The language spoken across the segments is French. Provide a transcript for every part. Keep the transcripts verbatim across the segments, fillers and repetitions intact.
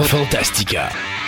Fantastica.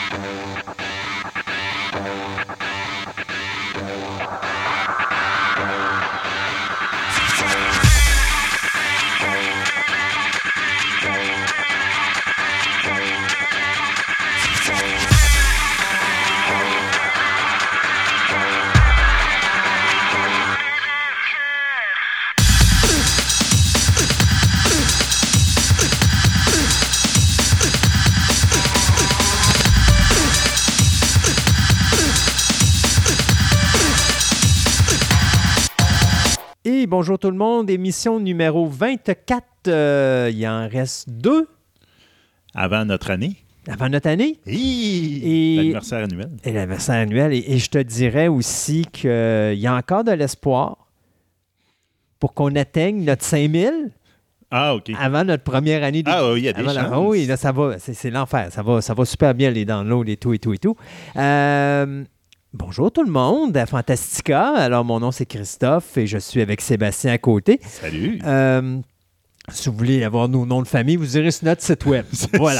Bonjour tout le monde, émission numéro vingt-quatre, euh, il en reste deux. Avant notre année. Avant notre année. Et l'anniversaire annuel. Et l'anniversaire annuel. Et, et je te dirais aussi qu'il y a encore de l'espoir pour qu'on atteigne notre cinq mille. Ah, OK. Avant notre première année. De... Ah oui, il y a des avant chances. La... Oui, là, ça va, c'est, c'est l'enfer. Ça va, ça va super bien, les downloads et tout, et tout, et tout. Euh... Bonjour tout le monde à Fantastica. Alors, mon nom, c'est Christophe et je suis avec Sébastien à côté. Salut. Euh, si vous voulez avoir nos noms de famille, vous irez sur notre site web. Voilà.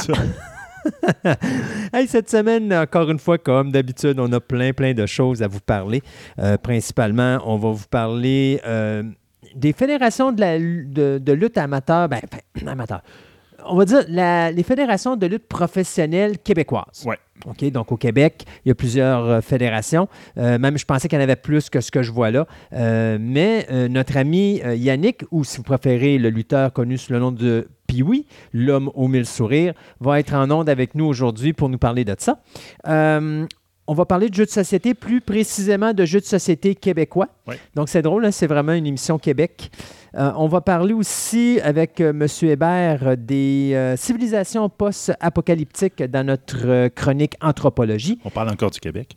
Hey, cette semaine, encore une fois, comme d'habitude, on a plein, plein de choses à vous parler. Euh, principalement, on va vous parler euh, des fédérations de, la, de, de lutte amateur. Ben, enfin, amateur. On va dire la, les fédérations de lutte professionnelle québécoises. Oui. OK, donc au Québec, il y a plusieurs euh, fédérations. Euh, même, je pensais qu'il y en avait plus que ce que je vois là. Euh, mais euh, notre ami euh, Yannick, ou si vous préférez le lutteur connu sous le nom de Pee-Wee, l'homme aux mille sourires, va être en onde avec nous aujourd'hui pour nous parler de ça. Euh, On va parler de jeux de société, plus précisément de jeux de société québécois. Oui. Donc, c'est drôle, hein, c'est vraiment une émission Québec. Euh, on va parler aussi avec euh, M. Hébert des euh, civilisations post-apocalyptiques dans notre euh, chronique Anthropologie. On parle encore du Québec.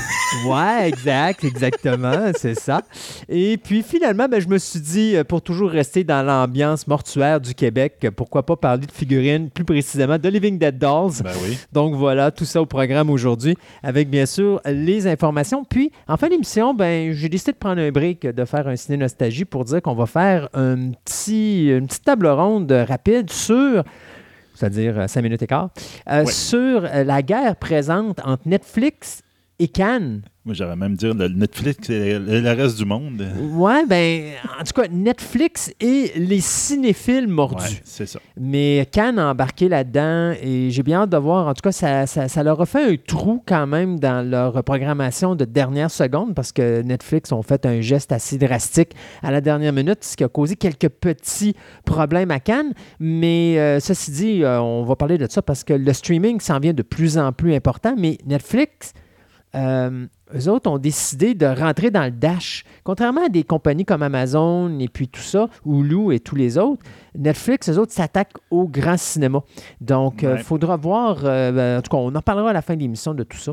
Oui, exact, exactement, c'est ça. Et puis, finalement, ben, je me suis dit, pour toujours rester dans l'ambiance mortuaire du Québec, pourquoi pas parler de figurines, plus précisément de Living Dead Dolls. Ben oui. Donc, voilà, tout ça au programme aujourd'hui, avec bien sûr les informations. Puis, en fin d'émission, ben, j'ai décidé de prendre un break, de faire un ciné-nostalgie pour dire qu'on va faire un petit, une petite table ronde rapide sur, c'est-à-dire cinq minutes et quart, euh, ouais. sur la guerre présente entre Netflix et Cannes. Moi, j'aurais même dire le Netflix et le reste du monde. Ouais, ben, en tout cas, Netflix et les cinéphiles mordus. Ouais, c'est ça. Mais Cannes a embarqué là-dedans et j'ai bien hâte de voir. En tout cas, ça, ça, ça leur a fait un trou quand même dans leur programmation de dernière seconde parce que Netflix ont fait un geste assez drastique à la dernière minute, ce qui a causé quelques petits problèmes à Cannes. Mais euh, ceci dit, euh, on va parler de ça parce que le streaming s'en vient de plus en plus important. Mais Netflix... Euh, eux autres ont décidé de rentrer dans le dash. Contrairement à des compagnies comme Amazon et puis tout ça, Hulu et tous les autres, Netflix, eux autres, s'attaquent au grand cinéma. Donc, il ouais. euh, faudra voir, euh, en tout cas, on en parlera à la fin de l'émission de tout ça.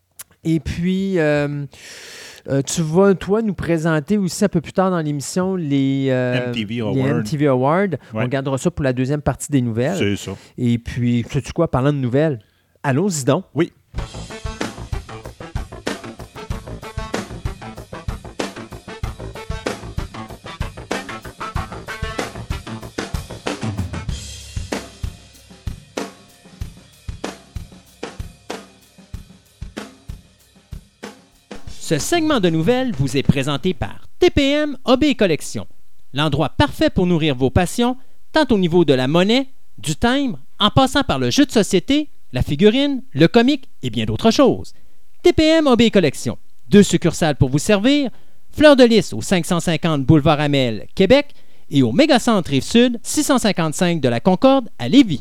Et puis, euh, euh, tu vas, toi, nous présenter aussi un peu plus tard dans l'émission les, euh, M T V les Awards. M T V Awards. Ouais. On gardera ça pour la deuxième partie des nouvelles. C'est ça. Et puis, sais-tu quoi, parlant de nouvelles, allons-y donc. Oui. Ce segment de nouvelles vous est présenté par T P M Hobby et Collection, l'endroit parfait pour nourrir vos passions, tant au niveau de la monnaie, du timbre, en passant par le jeu de société, la figurine, le comique et bien d'autres choses. T P M Hobby et Collection, deux succursales pour vous servir, Fleur de Lys au cinq cent cinquante Boulevard Amel, Québec, et au Mégacentre Rive-Sud, six cent cinquante-cinq de la Concorde à Lévis.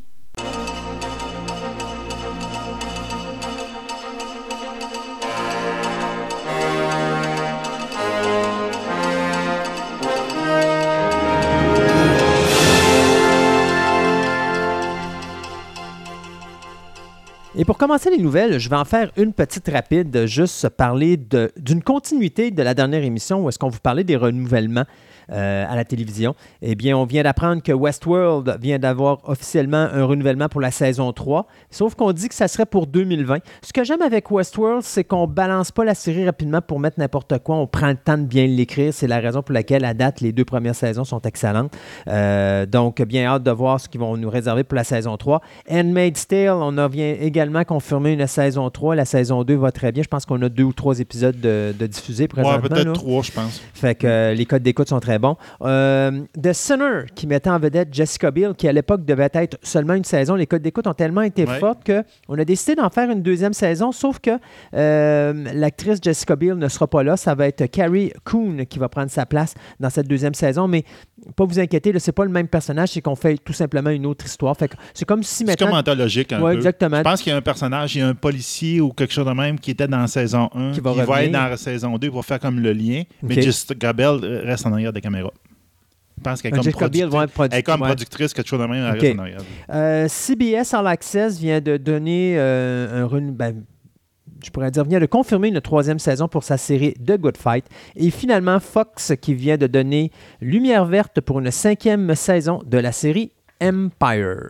Et pour commencer les nouvelles, je vais en faire une petite rapide, juste parler de, d'une continuité de la dernière émission où est-ce qu'on vous parlait des renouvellements euh, à la télévision. Eh bien, on vient d'apprendre que Westworld vient d'avoir officiellement un renouvellement pour la saison trois, sauf qu'on dit que ça serait pour deux mille vingt. Ce que j'aime avec Westworld, c'est qu'on ne balance pas la série rapidement pour mettre n'importe quoi. On prend le temps de bien l'écrire. C'est la raison pour laquelle, à date, les deux premières saisons sont excellentes. Euh, donc, bien hâte de voir ce qu'ils vont nous réserver pour la saison trois. Handmaid's Tale, on a vient également confirmé une saison trois. La saison deux va très bien. Je pense qu'on a deux ou trois épisodes de, de diffusés présentement. Ouais, peut-être là. trois, je pense. Fait que euh, les codes d'écoute sont très bons. Euh, The Sinner, qui mettait en vedette Jessica Biel, qui à l'époque devait être seulement une saison. Les codes d'écoute ont tellement été ouais. fortes qu'on a décidé d'en faire une deuxième saison, sauf que euh, l'actrice Jessica Biel ne sera pas là. Ça va être Carrie Coon qui va prendre sa place dans cette deuxième saison. Mais pas vous inquiéter, là, c'est pas le même personnage, c'est qu'on fait tout simplement une autre histoire. Fait que c'est comme si C'est maintenant... comme anthologique un ouais, peu. Exactement. Je pense qu'il y a un personnage, il y a un policier ou quelque chose de même qui était dans la saison un, Qui va qui va revenir. être dans la saison deux pour faire comme le lien. Okay. Mais Jessica Biel reste en arrière des caméras. Je pense qu'elle est comme, Jessica Biel va être productrice, elle est comme ouais. productrice, quelque chose de même, elle Okay. reste en arrière. Euh, C B S All Access vient de donner euh, un renou- ben, je pourrais dire, vient de confirmer une troisième saison pour sa série The Good Fight. Et finalement, Fox qui vient de donner lumière verte pour une cinquième saison de la série Empire.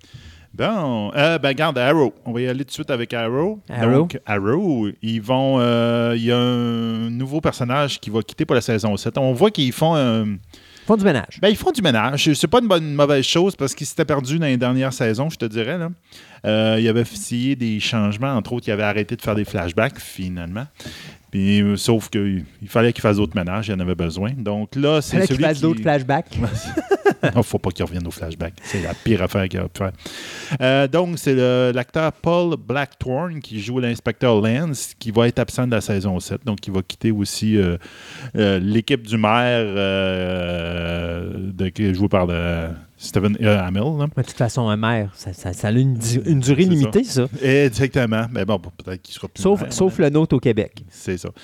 Bon, euh, ben regarde, Arrow. On va y aller tout de suite avec Arrow. Arrow. Donc, Arrow, ils vont... euh, il y a un nouveau personnage qui va quitter pour la saison sept. On voit qu'ils font... un Ils font du ménage. Ben, ils font du ménage. C'est pas une bonne une mauvaise chose parce qu'ils s'étaient perdus dans les dernières saisons, je te dirais. Là. Euh, il avait essayé des changements. Entre autres, il avait arrêté de faire des flashbacks, finalement. Puis, euh, sauf qu'il fallait qu'il fasse d'autres ménages. Il en avait besoin. Donc là, c'est Fallait celui qu'il fasse qui... d'autres flashbacks. Il ne faut pas qu'il revienne aux flashbacks. C'est la pire affaire qu'il a pu faire. Euh, donc, c'est le, l'acteur Paul Blackthorne qui joue l'inspecteur Lance qui va être absent de la saison sept. Donc, il va quitter aussi euh, euh, l'équipe du maire euh, de, joué par le, Stephen Amell. Là. Mais de toute façon, un maire, ça, ça, ça a une, une durée C'est limitée, ça. ça. Exactement. Mais bon, peut-être qu'il sera plus Sauf, maire, sauf là. le nôtre au Québec. C'est ça.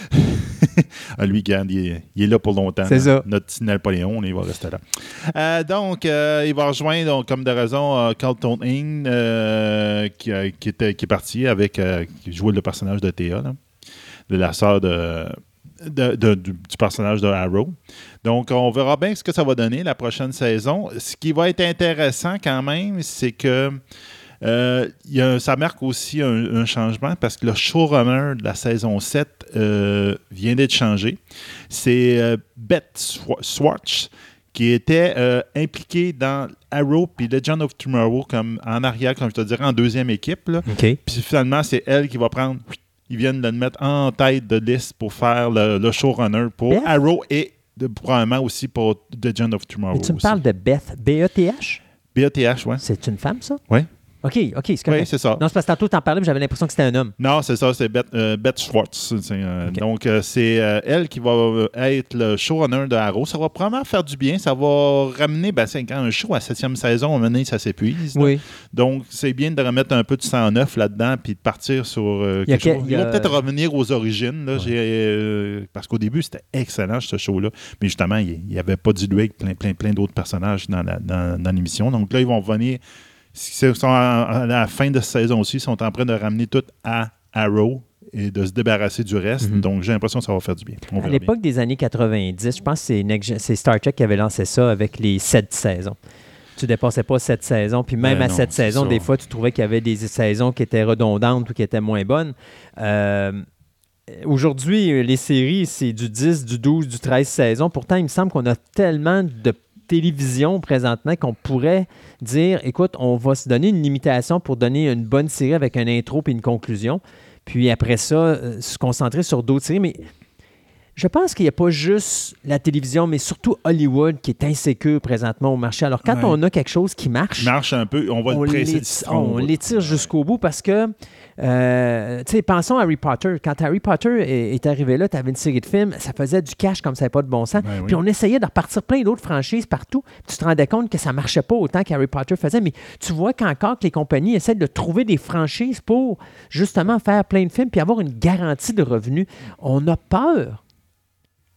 Ah, lui, regarde, il est, il est là pour longtemps. C'est ça. Notre petit Napoléon, il va rester là. Euh, donc, euh, il va rejoindre, donc, comme de raison, euh, Carlton Ing, euh, qui, euh, qui, était, qui est parti avec, euh, qui jouait le personnage de Théa, là, de la sœur de, de, de, du, du personnage de Arrow. Donc, on verra bien ce que ça va donner la prochaine saison. Ce qui va être intéressant quand même, c'est que Euh, y a, ça marque aussi un, un changement parce que le showrunner de la saison sept euh, vient d'être changé. C'est euh, Beth Schwartz qui était euh, impliquée dans Arrow puis Legend of Tomorrow comme en arrière, comme je te dirais, en deuxième équipe. Là. OK. Puis finalement, c'est elle qui va prendre... Ils viennent de le mettre en tête de liste pour faire le, le showrunner pour Beth? Arrow et de, probablement aussi pour Legend of Tomorrow. Mais tu me aussi. parles de Beth, B E T H? B E T H, oui. C'est une femme, ça? Oui. OK, OK, c'est correct. Oui, c'est ça. Non, c'est parce que tantôt, t'en parlais, mais j'avais l'impression que c'était un homme. Non, c'est ça, c'est Beth, euh, Beth Schwartz. C'est, euh, Okay. Donc, euh, c'est euh, elle qui va euh, être le showrunner de Arrow. Ça va probablement faire du bien. Ça va ramener, ben, c'est quand un show à septième saison, à un moment donné, ça s'épuise. là. Oui. Donc, c'est bien de remettre un peu de sang neuf là-dedans puis de partir sur euh, Il y a quelque que- chose. il y Il a- va peut-être revenir aux origines. Là. Ouais. J'ai, euh, parce qu'au début, c'était excellent, ce show-là. Mais justement, il n'y avait pas dilué avec plein, plein, plein d'autres personnages dans, la, dans, dans l'émission. Donc là, ils vont venir... Ils sont à à la fin de cette saison aussi, ils sont en train de ramener tout à Arrow et de se débarrasser du reste. Mhm. Donc, j'ai l'impression que ça va faire du bien. On À verra l'époque des années quatre-vingt-dix, je pense que c'est, Next Gen- c'est Star Trek qui avait lancé ça avec les sept saisons. Tu dépassais pas sept saisons. Puis même Ben à non, sept c'est saisons, ça. des fois, tu trouvais qu'il y avait des saisons qui étaient redondantes ou qui étaient moins bonnes. Euh, aujourd'hui, les séries, c'est du dix, du douze, du treize saisons. Pourtant, il me semble qu'on a tellement de télévision présentement qu'on pourrait dire, écoute, on va se donner une limitation pour donner une bonne série avec un intro et une conclusion. Puis après ça, euh, se concentrer sur d'autres séries. Mais je pense qu'il n'y a pas juste la télévision, mais surtout Hollywood qui est insécure présentement au marché. Alors, quand Ouais. on a quelque chose qui marche, Il marche un peu, on va on le presser l'étire, du citron, on va- l'étire jusqu'au bout parce que, euh, tu sais, pensons à Harry Potter. Quand Harry Potter est, est arrivé là, tu avais une série de films, ça faisait du cash comme ça n'avait pas de bon sens. Ben oui. Puis on essayait de repartir plein d'autres franchises partout. Puis tu te rendais compte que ça ne marchait pas autant qu'Harry Potter faisait. Mais tu vois qu'encore que les compagnies essaient de trouver des franchises pour justement faire plein de films puis avoir une garantie de revenus. On a peur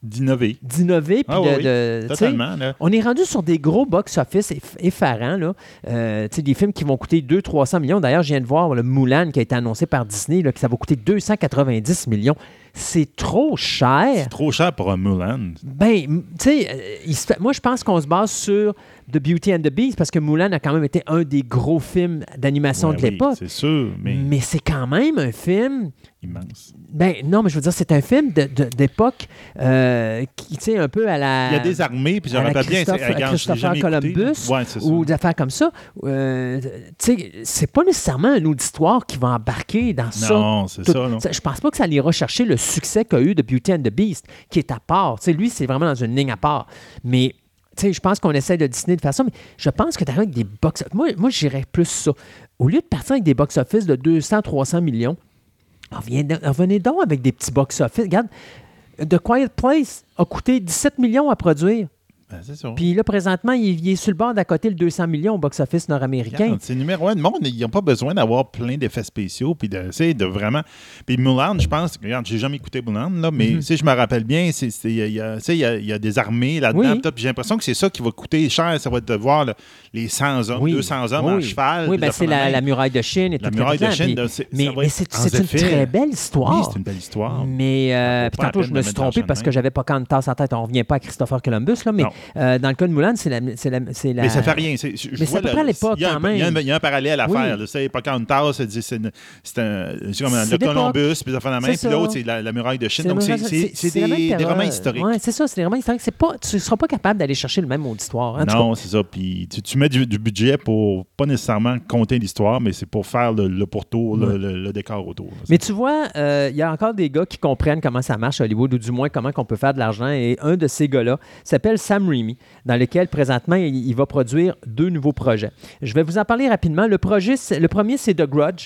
D'innover. D'innover. Ah, puis de, oui, de, totalement. Là. On est rendu sur des gros box-office eff- effarants. Là. Euh, des films qui vont coûter deux cents à trois cents millions. D'ailleurs, je viens de voir le Mulan qui a été annoncé par Disney, là, que ça va coûter deux cent quatre-vingt-dix millions. C'est trop cher. C'est trop cher pour un Mulan. Ben, tu sais, euh, moi, je pense qu'on se base sur The Beauty and the Beast parce que Mulan a quand même été un des gros films d'animation Ouais, de oui, l'époque. c'est sûr, mais, Mais c'est quand même un film... immense. Ben non, mais je veux dire, c'est un film de, de, d'époque euh, qui, tu sais, un peu à la... Il y a des armées, puis je à la rappelle bien, Christophe- c'est- regarde, je l'ai Christopher jamais écouté. Columbus Ouais, c'est ça. ou des affaires comme ça. Euh, tu sais, c'est pas nécessairement un auditoire qui va embarquer dans ça. Non, c'est Tout- ça. Non. Je pense pas que ça ira chercher le succès qu'a eu de Beauty and the Beast, qui est à part. Tu sais, lui, c'est vraiment dans une ligne à part. Mais, tu sais, je pense qu'on essaie de Disney de faire ça, mais je pense que d'arriver avec des box... Moi, moi j'irais plus ça. Au lieu de partir avec des box-office de deux cents à trois cents millions, revenez, revenez donc avec des petits box-office. Regarde, The Quiet Place a coûté dix-sept millions à produire. Ben, c'est ça. Puis là, présentement, il, il est sur le bord d'à côté le deux cents millions au box-office nord-américain. Regarde, c'est numéro un. Le monde, ils n'ont pas besoin d'avoir plein d'effets spéciaux. Puis de, c'est de vraiment. Puis Mulan, je pense, regarde, j'ai jamais écouté Mulan, là, mais Mm-hmm. si je me rappelle bien, c'est, c'est, il, y a, tu sais, il, y a, il y a des armées là-dedans. Oui. Puis j'ai l'impression que c'est ça qui va coûter cher. Ça va être de voir là, les cent hommes, Oui. deux cents hommes Oui. en cheval. Oui, puis ben, de c'est faire la, la la même. muraille de Chine et La tout muraille de le Chine, puis- là, c'est- mais ça va mais être c'est, en c'est une effet. très belle histoire. Oui, c'est une belle histoire. Mais, euh, Ça puis vaut pas tantôt, la je peine me de suis mettre trompé d'argent parce de que même. j'avais pas quand de tasse en tête. On revient pas à Christopher Columbus, là, mais Non. euh, dans le cas de Mulan, c'est la, c'est la, c'est la... Mais ça fait rien. C'est, je Mais vois c'est à peu le- près à l'époque, il y a un- quand même. Il y, a un- il y a un parallèle à Oui. faire. Là. C'est Pocahontas, c'est, c'est, une- c'est un, c'est comme un- C'est le d'époque. Columbus, puis ça fait la main, C'est puis ça. l'autre, c'est la, la muraille de Chine. C'est Donc, la c'est, même- c'est, c'est, la même des, des période. romans historiques. Ouais, c'est ça, c'est des romans historiques. C'est pas, tu ne seras pas capable d'aller chercher le même auditoire. En tout Non, c'est ça. Puis tu, tu mets du, du budget pour pas nécessairement compter l'histoire, mais c'est pour faire le, le pourtour, le, Ouais. le, le décor autour. là. Mais tu vois, euh, il y a encore des gars qui comprennent comment ça marche à Hollywood, ou du moins comment on peut faire de l'argent. Et un de ces gars-là s'appelle Sam Raimi, dans lequel présentement, il, il va produire deux nouveaux projets. Je vais vous en parler rapidement. Le, projet, c'est- le premier, c'est The Grudge.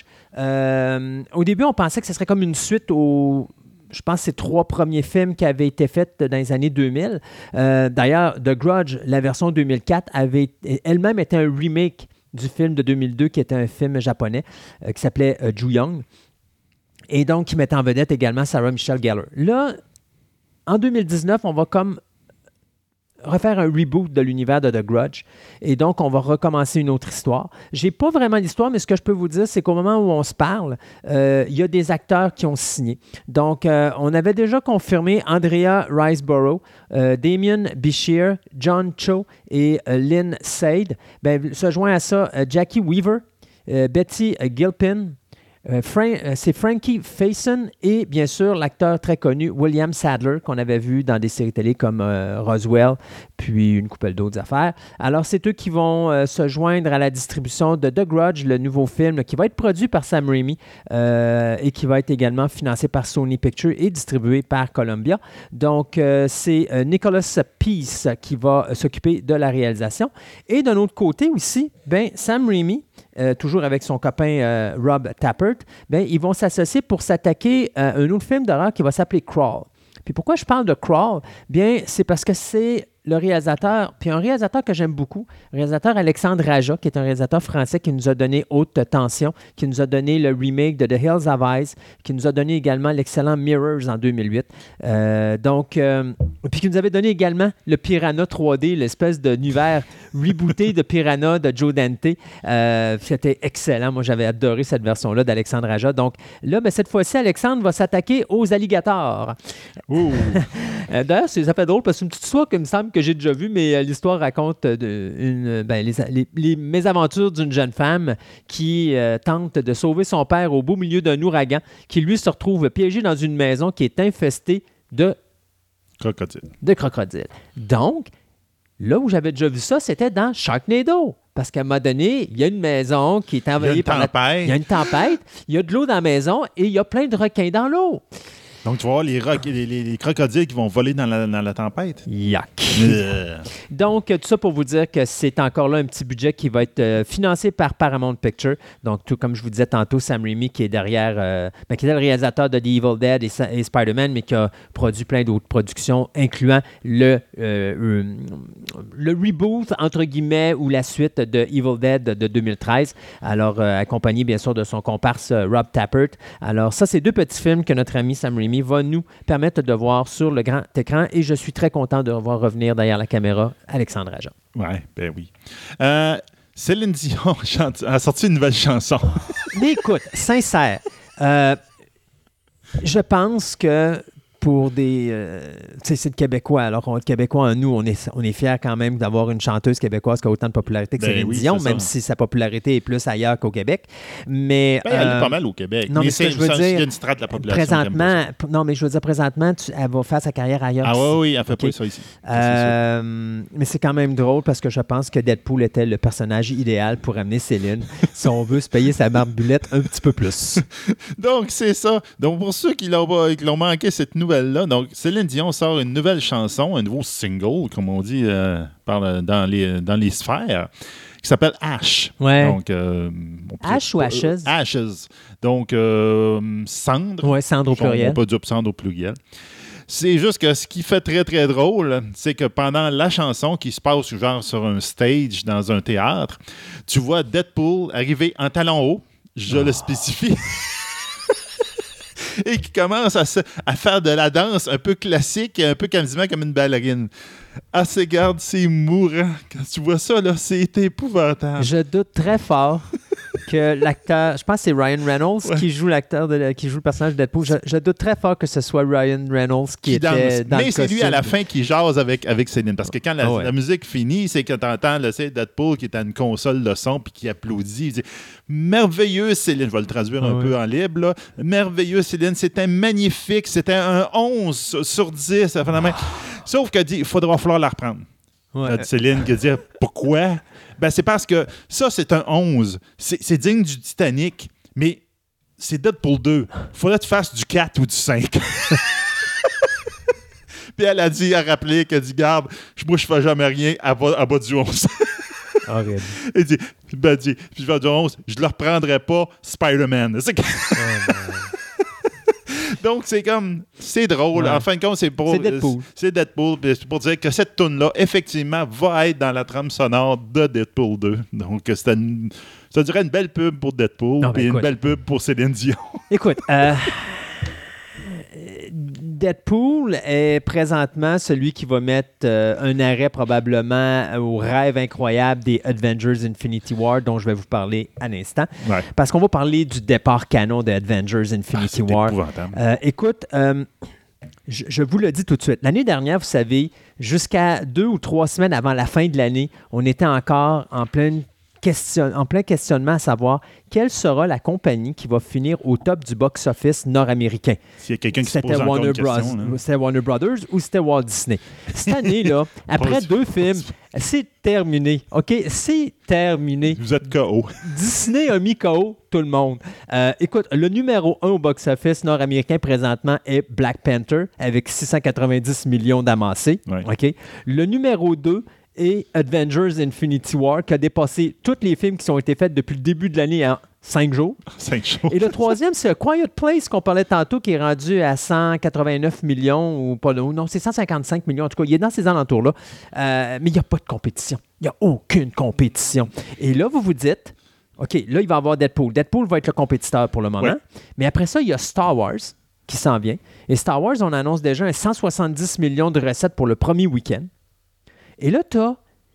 Euh, au début, on pensait que ce serait comme une suite au... Je pense que c'est trois premiers films qui avaient été faits dans les années deux mille. Euh, d'ailleurs, The Grudge, la version deux mille quatre, avait elle-même été un remake du film de deux mille deux, qui était un film japonais euh, qui s'appelait euh, Ju-Young. Et donc, qui mettait en vedette également Sarah Michelle Gellar. Là, en deux mille dix-neuf, on va comme refaire un reboot de l'univers de The Grudge. Et donc, on va recommencer une autre histoire. J'ai pas vraiment l'histoire, mais ce que je peux vous dire, c'est qu'au moment où on se parle, euh, il y a des acteurs qui ont signé. Donc, euh, on avait déjà confirmé Andrea Riseborough, euh, Damien Bichir, John Cho et euh, Lynn Sade. Ben, se joint à ça euh, Jackie Weaver, euh, Betty euh, Gilpin, Euh, Fran- euh, c'est Frankie Faison et bien sûr l'acteur très connu William Sadler qu'on avait vu dans des séries télé comme euh, Roswell puis une couple d'autres affaires. Alors c'est eux qui vont euh, se joindre à la distribution de The Grudge, le nouveau film là, qui va être produit par Sam Raimi euh, et qui va être également financé par Sony Pictures et distribué par Columbia. Donc euh, c'est euh, Nicholas Peace qui va euh, s'occuper de la réalisation. Et d'un autre côté aussi, ben Sam Raimi, Euh, toujours avec son copain euh, Rob Tappert, ben, ils vont s'associer pour s'attaquer à un autre film d'horreur qui va s'appeler Crawl. Puis pourquoi je parle de Crawl? Bien, c'est parce que c'est le réalisateur, puis un réalisateur que j'aime beaucoup, le réalisateur Alexandre Aja, qui est un réalisateur français qui nous a donné Haute Tension, qui nous a donné le remake de The Hills Have Eyes, qui nous a donné également l'excellent Mirrors en deux mille huit. Euh, donc, euh, puis qui nous avait donné également le Piranha trois D, l'espèce d'univers rebooté de Piranha de Joe Dante. Euh, c'était excellent. Moi, j'avais adoré cette version-là d'Alexandre Aja. Donc là, ben, cette fois-ci, Alexandre va s'attaquer aux alligators. Ouh. Euh, D'ailleurs, c'est- ça fait drôle parce que c'est une petite histoire qui me semble que j'ai déjà vue, mais euh, l'histoire raconte euh, de, une, ben, les, les, les mésaventures d'une jeune femme qui euh, tente de sauver son père au beau milieu d'un ouragan, qui lui se retrouve piégé dans une maison qui est infestée de, Crocodile. de crocodiles. Donc, là où j'avais déjà vu ça, c'était dans Sharknado. Parce qu'à un moment donné, il y a une maison qui est Il y a envahie une par la... tempête. Il y a une tempête, il y a de l'eau dans la maison et il y a plein de requins dans l'eau. Donc, tu vas voir les, roc- les, les- les crocodiles qui vont voler dans la, dans la tempête. Yuck. Euh, Donc, tout ça pour vous dire que c'est encore là un petit budget qui va être euh, financé par Paramount Pictures. Donc, tout comme je vous disais tantôt, Sam Raimi qui est derrière, euh, ben, qui était le réalisateur de The Evil Dead et, Sa- et Spider-Man, mais qui a produit plein d'autres productions, incluant le, euh, euh, le reboot, entre guillemets, ou la suite de Evil Dead de, de deux mille treize. Alors, euh, accompagné bien sûr de son comparse euh, Rob Tappert. Alors, ça, c'est deux petits films que notre ami Sam Raimi compagnie va nous permettre de voir sur le grand écran et je suis très content de revoir revenir derrière la caméra Alexandre Aja. Oui, ben oui. Euh, Céline Dion chante, a sorti une nouvelle chanson. Mais écoute, sincère, euh, je pense que pour des... Euh, tu sais, c'est le Québécois. Alors, on, le Québécois, nous, on est, on est fiers quand même d'avoir une chanteuse québécoise qui a autant de popularité que Ben Céline oui, Dion, c'est même ça. si sa popularité est plus ailleurs qu'au Québec. Mais, Ben, elle euh, est pas mal au Québec. non, mais ce que c'est, je veux ça, dire, il y a une strate de la population. présentement, p- non, mais je veux dire, présentement, tu- elle va faire sa carrière ailleurs. Ah oui, oui, elle fait OK. pas ça ici. Ça, Euh, mais c'est quand même drôle parce que je pense que Deadpool était le personnage idéal pour amener Céline si on veut se payer sa barbulette un petit peu plus. c'est sûr. Donc, c'est ça. Donc, pour ceux qui l'ont, qui l'ont manqué cette nouvelle-là, donc Céline Dion sort une nouvelle chanson, un nouveau single, comme on dit euh, par le- dans, les, dans les sphères, qui s'appelle Ash. Ouais. Donc, euh, on peut- Ash ou Ashes? Ashes. Donc, euh, cendre. Ouais, Sandro On pluriel. peut dire cendre au pluriel. C'est juste que ce qui fait très, très drôle, c'est que pendant la chanson qui se passe genre sur un stage dans un théâtre, tu vois Deadpool arriver en talons hauts, je le spécifie, et qui commence à, se- à faire de la danse un peu classique, un peu quasiment comme une ballerine. Ah, c'est garde, c'est mourant. Quand tu vois ça, là, c'est épouvantable. Je doute très fort que l'acteur, je pense que c'est Ryan Reynolds Ouais. qui joue l'acteur de, qui joue le personnage de Deadpool. Je, je doute très fort que ce soit Ryan Reynolds qui, qui était danse. dans Mais le c'est lui à costume. la fin qui jase avec, avec Céline. Parce que quand la, Ah ouais. la musique finit, c'est que tu entends le c'est Deadpool qui est à une console de son puis qui applaudit. Il dit merveilleux Céline. Je vais le traduire Ah un ouais. peu en libre. Là. Merveilleux Céline. C'était magnifique. C'était un onze sur dix. Ça fait la main. Sauf que dit il faudra falloir la reprendre. Ouais. Là, Céline qui dit pourquoi? Ben, c'est parce que ça, c'est un onze. C'est, c'est digne du Titanic, mais c'est Deadpool deux. Faudrait que tu fasses du quatre ou du cinq. Puis elle a dit, elle a rappelé qu'elle dit garde, moi, je fais jamais rien à bas, à bas du onze. Horrible. Elle dit, ben, elle dit, puis je fais du onze, je le reprendrai pas, Spider-Man. C'est que- Donc, c'est comme, c'est drôle. Ouais. En fin de compte, c'est pour. C'est Deadpool. C'est Deadpool. Puis c'est pour dire que cette tune-là, effectivement, va être dans la trame sonore de Deadpool deux. Donc, c'était une, ça dirait une belle pub pour Deadpool, Non, ben, puis une écoute. belle pub pour Céline Dion. Écoute, euh, Deadpool est présentement celui qui va mettre euh, un arrêt probablement au rêve incroyable des Avengers Infinity War dont je vais vous parler à l'instant. Ouais. Parce qu'on va parler du départ canon de Avengers Ah, Infinity c'est War. épouvantable. Euh, écoute, euh, je, je vous le dis tout de suite. L'année dernière, vous savez, jusqu'à deux ou trois semaines avant la fin de l'année, on était encore en pleine question, en plein questionnement à savoir quelle sera la compagnie qui va finir au top du box-office nord-américain. S'il y a quelqu'un qui se C'était pose encore Warner, une question, Bros- là. c'était Warner Brothers ou c'était Walt Disney. Cette année-là, après Pas- deux films, c'est terminé. OK? C'est terminé. Vous êtes K O. Disney a mis K O tout le monde. Euh, écoute, le numéro un au box-office nord-américain présentement est Black Panther avec six cent quatre-vingt-dix millions d'amassés. Ouais. OK? Le numéro deux est Avengers Infinity War qui a dépassé tous les films qui ont été faits depuis le début de l'année en cinq jours. Cinq jours. Et le troisième, c'est A Quiet Place qu'on parlait tantôt, qui est rendu à cent quatre-vingt-neuf millions, ou pas ou non, c'est cent cinquante-cinq millions. En tout cas, il est dans ces alentours-là. Euh, mais il n'y a pas de compétition. Il n'y a aucune compétition. Et là, vous vous dites, OK, là, il va y avoir Deadpool. Deadpool va être le compétiteur pour le moment. Ouais. Mais après ça, il y a Star Wars qui s'en vient. Et Star Wars, on annonce déjà un cent soixante-dix millions de recettes pour le premier week-end. Et là, tu as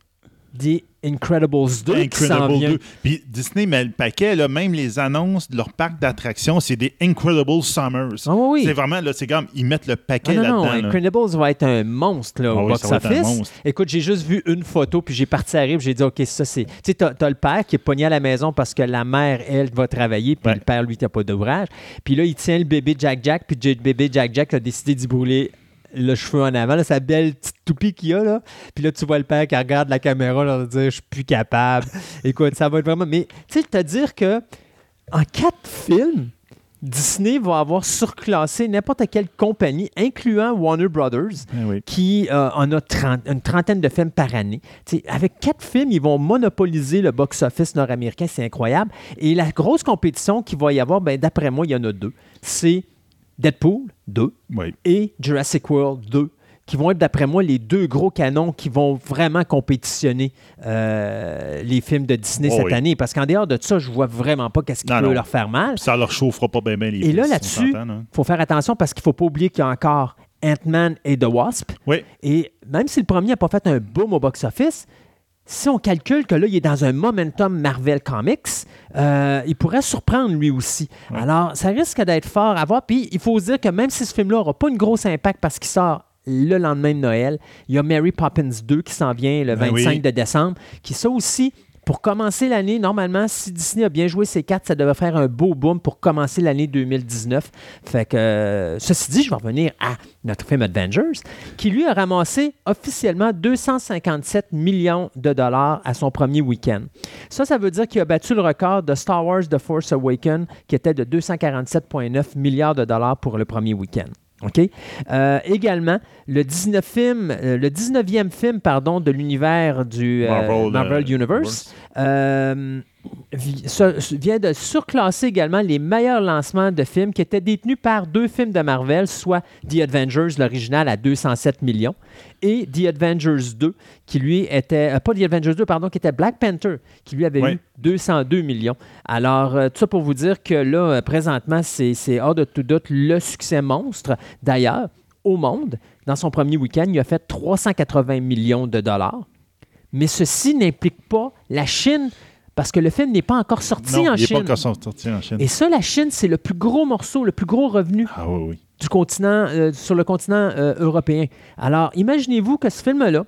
The Incredibles deux qui s'en Incredible vient. deux. Puis Disney met le paquet, là, même les annonces de leur parc d'attractions, c'est des Incredible Summers. Ah oui, oui. C'est vraiment, là, c'est comme, ils mettent le paquet Ah non, non, là-dedans. là. Incredibles va être un monstre là, Ah au oui, ça va être un box-office. monstre. Écoute, j'ai juste vu une photo, puis j'ai parti à rire, puis j'ai dit, OK, ça, c'est... Tu sais, t'as, t'as le père qui est pogné à la maison parce que la mère, elle, va travailler, puis Ouais. le père, lui, n'a pas d'ouvrage. Puis là, il tient le bébé Jack-Jack, puis le bébé Jack-Jack a décidé d'y brûler le cheveu en avant, là, sa belle petite toupie qu'il a, là. Puis là, tu vois le père qui regarde la caméra, là, dire, je suis plus capable. Écoute, ça va être vraiment... Mais, tu sais, te dire que en quatre films, Disney va avoir surclassé n'importe quelle compagnie, incluant Warner Brothers, Ah oui. qui euh, en a trente, une trentaine de films par année. T'sais, avec quatre films, ils vont monopoliser le box-office nord-américain. C'est incroyable. Et la grosse compétition qu'il va y avoir, ben, d'après moi, il y en a deux. C'est Deadpool deux Oui. et Jurassic World deux. qui vont être, d'après moi, les deux gros canons qui vont vraiment compétitionner euh, les films de Disney Oh cette oui. année. Parce qu'en dehors de ça, je vois vraiment pas qu'est-ce qui Non, peut non. leur faire mal. Puis ça leur chauffera pas bien, bien les Et là, fesses, on là-dessus, s'entend, hein? il faut faire attention parce qu'il ne faut pas oublier qu'il y a encore Ant-Man et The Wasp. Oui. Et même si le premier n'a pas fait un boom au box-office, si on calcule que là, il est dans un momentum Marvel Comics, euh, il pourrait surprendre lui aussi. Ouais. Alors, ça risque d'être fort à voir. Puis, il faut se dire que même si ce film-là n'aura pas un gros impact parce qu'il sort le lendemain de Noël, il y a Mary Poppins deux qui s'en vient le Ben vingt-cinq oui. de décembre, qui ça aussi... Pour commencer l'année, normalement, si Disney a bien joué ses cartes, ça devrait faire un beau boom pour commencer l'année deux mille dix-neuf. Fait que, euh, ceci dit, je vais revenir à notre film Avengers, qui lui a ramassé officiellement deux cent cinquante-sept millions de dollars à son premier week-end. Ça, ça veut dire qu'il a battu le record de Star Wars The Force Awakens, qui était de deux cent quarante-sept virgule neuf milliards de dollars pour le premier week-end. OK? Euh, également, le dix-neuf film, euh, le dix-neuvième film pardon, de l'univers du euh, Marvel, Marvel euh, Universe euh, vi- ça- vient de surclasser également les meilleurs lancements de films qui étaient détenus par deux films de Marvel, soit The Avengers, l'original, à deux cent sept millions, et The Avengers deux, qui lui était... euh, pas The Avengers deux, pardon, qui était Black Panther, qui lui avait Ouais. eu deux cent deux millions. Alors, euh, tout ça pour vous dire que là, euh, présentement, c'est, c'est hors de tout doute le succès monstre. D'ailleurs, au monde, dans son premier week-end, il a fait trois cent quatre-vingts millions de dollars. Mais ceci n'implique pas la Chine, parce que le film n'est pas encore sorti Non, en il n'est Chine. pas encore sorti en Chine. Et ça, la Chine, c'est le plus gros morceau, le plus gros revenu Ah oui, oui. du continent, euh, sur le continent euh, européen. Alors, imaginez-vous que ce film-là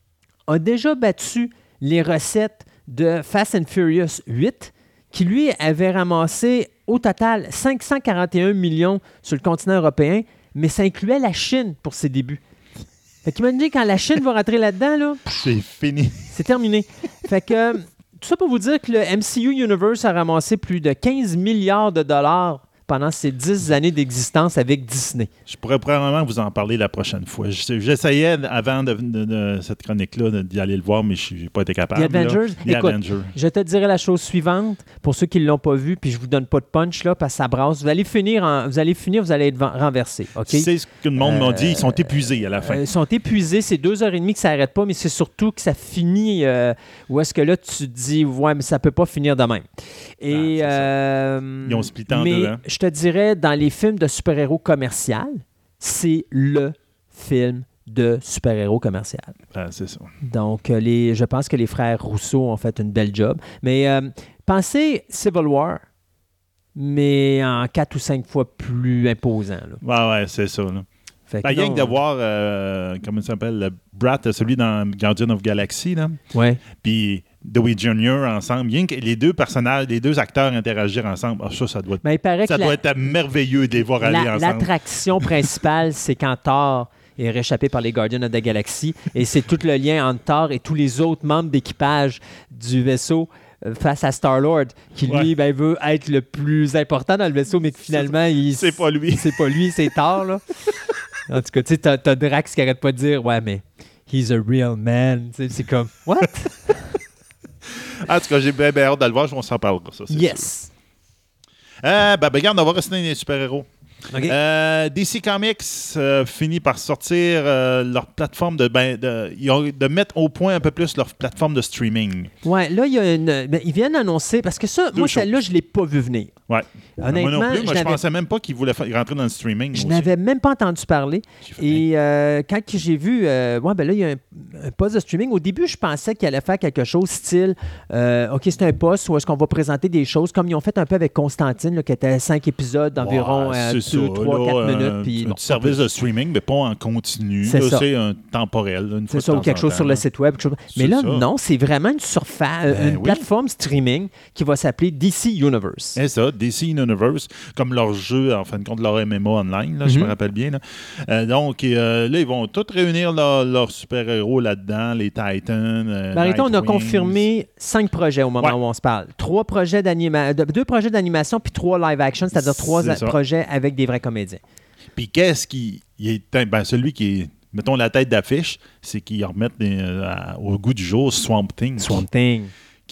a déjà battu les recettes de Fast and Furious huit, qui lui avait ramassé au total cinq cent quarante et un millions sur le continent européen, mais ça incluait la Chine pour ses débuts. Fait qu'imaginez quand la Chine va rentrer là-dedans, là, C'est fini. c'est terminé. Fait que euh, tout ça pour vous dire que le M C U Universe a ramassé plus de quinze milliards de dollars pendant ses dix années d'existence avec Disney. Je pourrais probablement vous en parler la prochaine fois. Je- J'essayais, avant de, de- de cette chronique-là, de- d'y aller le voir, mais je n'ai pas été capable. The Avengers? là. The Écoute, Avengers. Je te dirai la chose suivante, pour ceux qui ne l'ont pas vu, puis je vous donne pas de punch, là, parce que ça brasse. Vous allez finir, en- vous allez, finir, vous allez être ven- renversé. OK? Tu sais ce que le monde m'a Euh, dit, ils sont épuisés à la fin. Euh, ils sont épuisés, c'est deux heures et demie que ça n'arrête pas, mais c'est surtout que ça finit euh, où est-ce que là, tu te dis, ouais, mais ça peut pas finir de même. Et, Ah, c'est ça. euh, Ils ont splitté en mais deux, hein. je te dirais, dans les films de super-héros commercial, c'est le film de super-héros commercial. Ah, c'est ça. Donc, euh, les, je pense que les frères Rousseau ont fait une belle job. Mais euh, pensez Civil War, mais en quatre ou cinq fois plus imposant. Là. Ouais, ouais, c'est ça. Là. Fait que Ben, rien non, que de voir, euh, comment il s'appelle, le Brat, celui dans Guardian of Galaxy, là, Ouais. puis Dewey Junior ensemble, rien que les deux personnages, les deux acteurs interagir ensemble, ah, ça, ça doit être, Ben, il paraît ça que doit la- être merveilleux de les voir aller la- ensemble. l'attraction principale, c'est quand Thor est réchappé par les Guardians of the Galaxy. Et c'est tout le lien entre Thor et tous les autres membres d'équipage du vaisseau euh, face à Star-Lord, qui lui Ouais. ben, veut être le plus important dans le vaisseau, mais que finalement, il C'est pas lui. C'est pas lui, c'est Thor, là. En tout cas, tu sais, t'as, t'as Drax qui arrête pas de dire « Ouais, mais he's a real man. » Tu sais, c'est comme « What? En tout cas, j'ai bien, bien hâte de le voir, on s'en parlera, ça, c'est sûr. Yes! Euh, ben, ben, regarde, on va rester dans les super-héros. » OK. Euh, D C Comics euh, finit par sortir euh, leur plateforme de, ben, de, ils ont- de mettre au point un peu plus leur plateforme de streaming. Ouais, là, il y a une. Ben, ils viennent annoncer, parce que ça, moi, choses. celle-là, je l'ai pas vu venir. Ouais. Honnêtement, moi non plus, je moi, je n'avais- pensais même pas qu'ils voulaient fa- rentrer dans le streaming. Je moi aussi. n'avais même pas entendu parler. J'ai fait, Et euh, quand que j'ai vu, euh, ouais, ben là, il y a un, un poste de streaming. Au début, je pensais qu'il allait faire quelque chose style, euh, OK, c'est un poste où est-ce qu'on va présenter des choses comme ils ont fait un peu avec Constantine, là, qui était cinq épisodes d'environ Ouais, euh, c'est deux, ça, trois, là, quatre un- minutes. Puis, un bon, petit service de streaming, mais pas en continu. C'est Là, ça. C'est un temporel. là, une fois c'est de ça, ou temps quelque en chose temps, sur le là. site web. quelque chose- C'est Mais là, ça. non, c'est vraiment une surface, euh, Ben une oui. plateforme streaming qui va s'appeler D C Universe. C'est ça, D C Universe, comme leur jeu, en fin de compte, leur M M O online, là, je Mhm. me rappelle bien. Là. Euh, donc, euh, là, ils vont tous réunir leurs leurs super-héros là-dedans, les Titans. Euh, Ben, arrêtons, on a Nightwings. confirmé cinq projets au moment Ouais. où on se parle. Trois projets d'anima- de- deux projets d'animation puis trois live action, c'est-à-dire trois C'est a- ça. projets avec des vrais comédiens. Puis qu'est-ce qui il est. Ben, celui qui est. Mettons la tête d'affiche, c'est qu'ils remettent des, euh, à- au goût du jour Swamp Thing. Swamp Thing. Qui,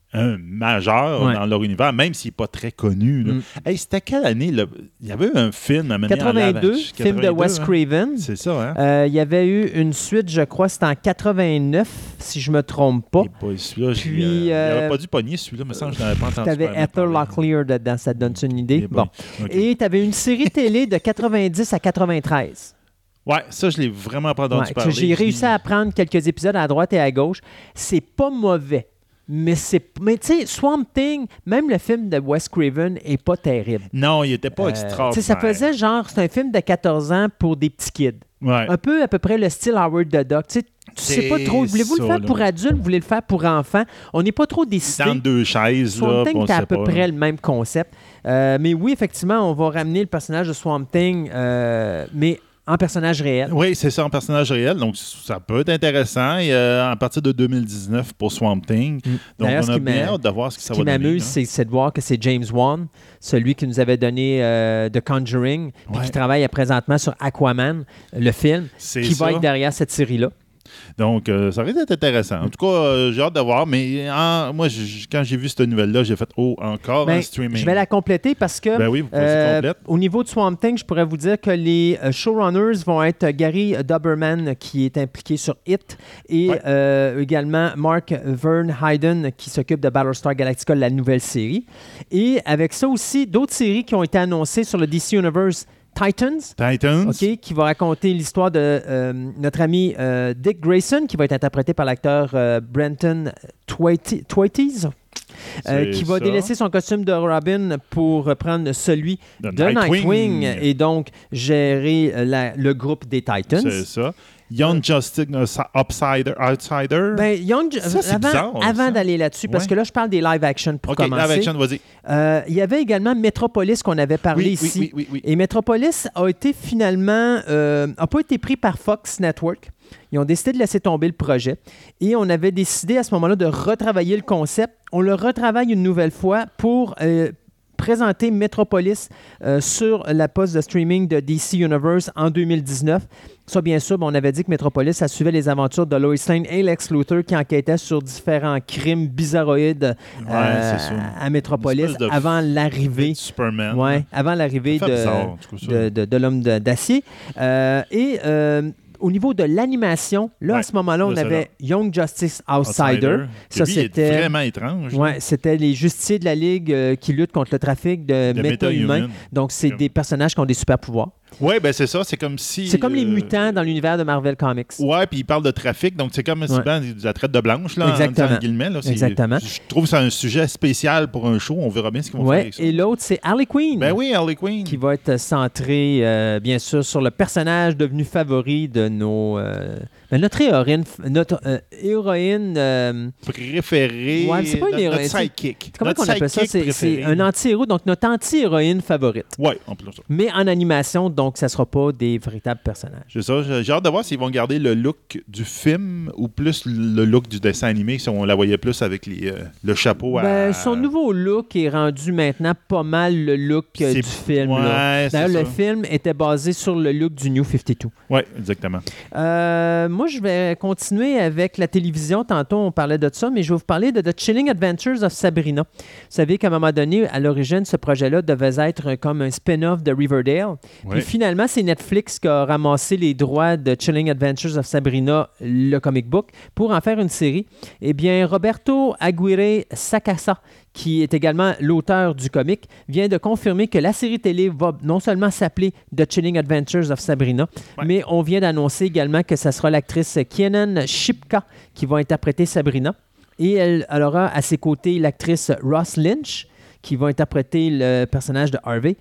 un majeur Ouais. dans leur univers, même s'il n'est pas très connu. Là. Mm. Hey, c'était quelle année? Là? Il y avait eu un film à mener quatre-vingt-deux, en film de quatre-vingt-deux, Wes hein? Craven. C'est ça, hein? Euh, Il y avait eu une suite, je crois, c'était en quatre-vingt-neuf, si je me trompe pas. Et boy, celui-là, j'ai, Puis, euh, il euh, n'aurait pas dû pogner celui-là, mais ça, je n'avais pas entendu. Tu avais parler. Heather Locklear dedans, ça te donne une idée? Eh Bon. boy, ok. Et tu avais une série télé de quatre-vingt-dix à quatre-vingt-treize. Ouais, ça, je l'ai vraiment pas entendu Ouais, que parler. j'ai réussi à prendre quelques épisodes à droite et à gauche. C'est pas mauvais. Mais c'est. Mais tu sais, Swamp Thing, même le film de Wes Craven est pas terrible. Non, il n'était pas Euh, extraordinaire. tu sais, ça faisait genre, c'est un film de quatorze ans pour des petits kids. Ouais. Un peu à peu près le style Howard the Duck. Tu sais, tu sais pas C'est trop. Voulez-vous le ça, faire là. pour adultes, vous voulez le faire pour enfants? On n'est pas trop décidé. Dans deux chaises, Swamp là, Thing on était à sait peu pas, près là. le même concept. Euh, mais oui, effectivement, on va ramener le personnage de Swamp Thing, euh, mais en personnage réel. Oui, c'est ça, en personnage réel. Donc, ça peut être intéressant. Et, euh, à partir de deux mille dix-neuf pour Swamp Thing. Donc, D'ailleurs, on ce a qui bien m'a- hâte de voir ce que Ce ça qui va donner. m'amuse, là. c'est, c'est de voir que c'est James Wan, celui qui nous avait donné euh, The Conjuring, puis Ouais. qui travaille présentement sur Aquaman, le film, C'est qui ça. va être derrière cette série-là. Donc, euh, ça risque d'être intéressant. En tout cas, euh, j'ai hâte de voir. Mais en- moi, j- quand j'ai vu cette nouvelle-là, j'ai fait « Oh, encore Ben, un streaming. » je vais la compléter parce que Ben oui, vous pouvez euh, complète. au niveau de Swamp Thing, je pourrais vous dire que les euh, showrunners vont être Gary Doberman qui est impliqué sur It et Ouais. euh, également Mark Vern Hayden qui s'occupe de Battlestar Galactica, la nouvelle série. Et avec ça aussi, d'autres séries qui ont été annoncées sur le D C Universe. Titans, Titans. OK, qui va raconter l'histoire de euh, notre ami euh, Dick Grayson, qui va être interprété par l'acteur euh, Brenton Thwaites, Thwaites, euh, C'est qui va ça. délaisser son costume de Robin pour reprendre celui De de Nightwing. Nightwing et donc gérer euh, la- le groupe des Titans. C'est ça. Young Justice euh, Outsider. Outsider. Ben, Young, Ça, c'est avant, bizarre, avant ça. d'aller là-dessus, parce Ouais. que là, je parle des live action pour OK, commencer. live action, vas-y. Euh, il y avait également Metropolis qu'on avait parlé Oui, ici. oui, oui, oui, oui. Et Metropolis a été finalement, euh, a pas été pris par Fox Network. Ils ont décidé de laisser tomber le projet. Et on avait décidé à ce moment-là de retravailler le concept. On le retravaille une nouvelle fois pour euh, présenter Metropolis euh, sur la poste de streaming de D C Universe en deux mille dix-neuf. Ça, bien sûr, ben, on avait dit que Metropolis, ça suivait les aventures de Lois Lane et Lex Luthor qui enquêtaient sur différents crimes bizarroïdes Ouais, euh, c'est ça. à Metropolis Une espèce de avant l'arrivée. Superman. Ouais, avant l'arrivée Ça fait de, bizarre, en tout cas, ça. de, de- de l'homme de- d'acier. Euh, et euh, au niveau de l'animation, là, Ouais, à ce moment-là, on là, c'est avait là. Young Justice Outsider. Outsider. Ça, Lui, il est c'était- vraiment étrange. Ouais, c'était les justiciers de la Ligue euh, qui luttent contre le trafic de, De méta-humains. méta-humains. Donc, c'est Comme- des personnages qui ont des super-pouvoirs. Oui, ben c'est ça. C'est comme si. C'est comme les euh, mutants dans l'univers de Marvel Comics. Ouais, puis il parle de trafic, donc c'est comme si Ouais. ben, de la traite de blanche, là, Exactement. entre guillemets. Là, c'est- Exactement. Je trouve que c'est un sujet spécial pour un show. On verra bien ce qu'ils vont faire Ouais, avec ça. et l'autre, c'est Harley Quinn. Ben oui, Harley Quinn. Qui va être centré, euh, bien sûr, sur le personnage devenu favori de nos. euh, ben, notre héroïne. Notre euh, héroïne. euh, Préféré. Ouais, mais c'est pas une notre, héroïne, notre c'est- sidekick. comment Notre on appelle ça? sidekick C'est, c'est préféré. un anti-héros, donc notre anti-héroïne favorite. Ouais, en plus. ça. Mais en animation, donc ça sera pas des véritables personnages. C'est ça. J'ai j'ai hâte de voir s'ils vont garder le look du film ou plus le look du dessin animé, si on la voyait plus avec les, euh, le chapeau à. Ben, son nouveau look est rendu maintenant pas mal le look euh, C'est- du film. Ouais, là. c'est D'ailleurs, le ça. film était basé sur le look du New cinquante-deux. Oui, exactement. Euh, moi, je vais continuer avec la télévision. Tantôt, on parlait de ça, mais je vais vous parler de The Chilling Adventures of Sabrina. Vous savez qu'à un moment donné, à l'origine, ce projet-là devait être comme un spin-off de Riverdale. Ouais. Puis finalement, c'est Netflix qui a ramassé les droits de Chilling Adventures of Sabrina, le comic book, pour en faire une série. Eh bien, Roberto Aguirre Sacasa, qui est également l'auteur du comic, vient de confirmer que la série télé va non seulement s'appeler The Chilling Adventures of Sabrina, Ouais. mais on vient d'annoncer également que ce sera l'actrice Kiernan Shipka qui va interpréter Sabrina. Et elle, elle aura à ses côtés l'actrice Ross Lynch, qui va interpréter le personnage de Harvey.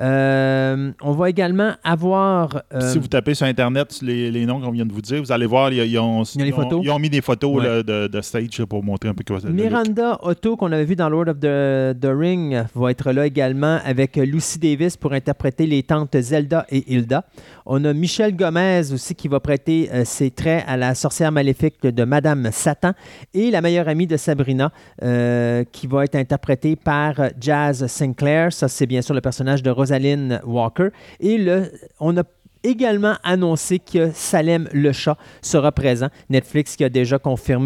Euh, on va également avoir... euh, Si vous tapez sur Internet les, les noms qu'on vient de vous dire, vous allez voir, ils, ils ont, Il y a les ils ont- photos. ils ont mis des photos Ouais. là, de, de stage là, pour montrer un peu quoi le look. Miranda Otto, qu'on avait vu dans Lord of the, the Ring, va être là également avec Lucy Davis pour interpréter les tantes Zelda et Hilda. On a Michelle Gomez aussi qui va prêter euh, ses traits à la sorcière maléfique de Madame Satan et la meilleure amie de Sabrina euh, qui va être interprétée par Jazz Sinclair. Ça, c'est bien sûr le personnage de Rosalind Walker. Et le, on a également annoncé que Salem le chat sera présent. Netflix qui a déjà confirmé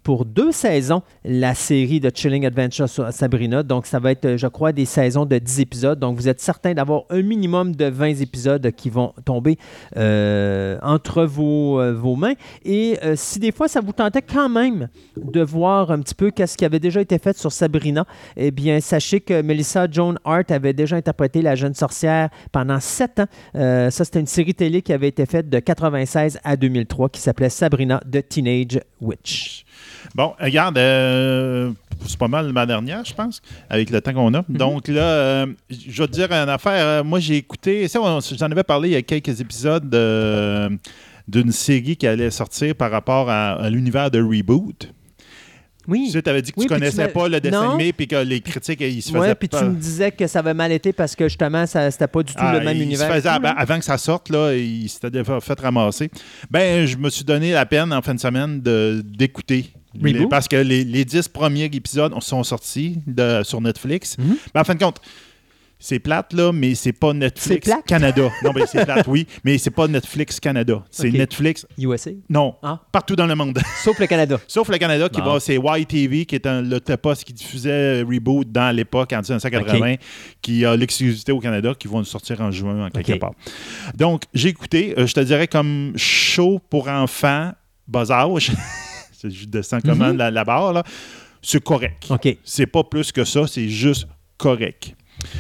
pour deux saisons la série de Chilling Adventures sur Sabrina. Donc, ça va être, je crois, des saisons de dix épisodes. Donc, vous êtes certain d'avoir un minimum de vingt épisodes qui vont tomber euh, entre vos, euh, vos mains. Et euh, si des fois, ça vous tentait quand même de voir un petit peu qu'est-ce qui avait déjà été fait sur Sabrina, eh bien, sachez que Melissa Joan Hart avait déjà interprété la jeune sorcière pendant sept ans. Euh, ça, c'était une série télé qui avait été faite de quatre-vingt-seize à deux mille trois qui s'appelait Sabrina the Teenage Witch. Bon, regarde, euh, c'est pas mal ma dernière, je pense, avec le temps qu'on a. Mm-hmm. Donc là, euh, je vais te dire une affaire. Euh, moi, j'ai écouté, ça, on, j'en avais parlé il y a quelques épisodes de, d'une série qui allait sortir par rapport à, à l'univers de Reboot. Oui. Tu avais dit que oui, tu connaissais tu pas le dessin non. animé puis que les critiques, ils se faisaient ouais, puis pas... tu me disais que ça avait mal été parce que justement, ça, c'était pas du tout ah, le même il univers. Se faisait, tout, avant que ça sorte, là, il s'était fait ramasser. Ben, je me suis donné la peine en fin de semaine de, d'écouter. Les, parce que les, les dix premiers épisodes sont sortis de, sur Netflix. Mm-hmm. Ben, en fin de compte, c'est plate, là, mais c'est pas Netflix c'est Canada. Non, ben c'est plate, oui, mais c'est pas Netflix Canada. C'est okay. Netflix... U S A? Non, ah. partout dans le monde. Sauf le Canada. Sauf le Canada, qui bon. va, c'est Y T V, qui est un, le poste qui diffusait Reboot dans l'époque, en dix-neuf cent quatre-vingts, okay. qui a l'exclusivité au Canada, qui vont nous sortir en juin, en quelque okay. part. Donc, j'ai écouté, euh, je te dirais comme show pour enfants, bas âge, je descends comment mm-hmm. la, la barre, là, c'est correct. Okay. C'est pas plus que ça, c'est juste correct.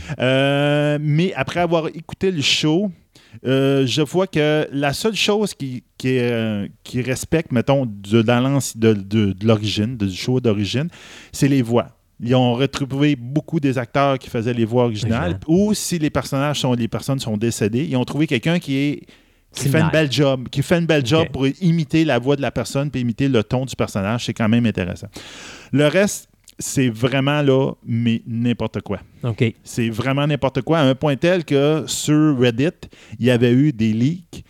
Euh, mais après avoir écouté le show, euh, je vois que la seule chose qui, qui, euh, qui respecte, mettons, de, de, de, de l'origine, du show d'origine, c'est les voix. Ils ont retrouvé beaucoup des acteurs qui faisaient les voix originales. Exactement. Ou si les personnages sont, les personnes sont décédées, ils ont trouvé quelqu'un qui est qui fait une belle job, qui fait une belle job okay. pour imiter la voix de la personne puis imiter le ton du personnage. C'est quand même intéressant. Le reste, c'est vraiment là, mais n'importe quoi. OK. C'est vraiment n'importe quoi, à un point tel que sur Reddit, il y avait eu des leaks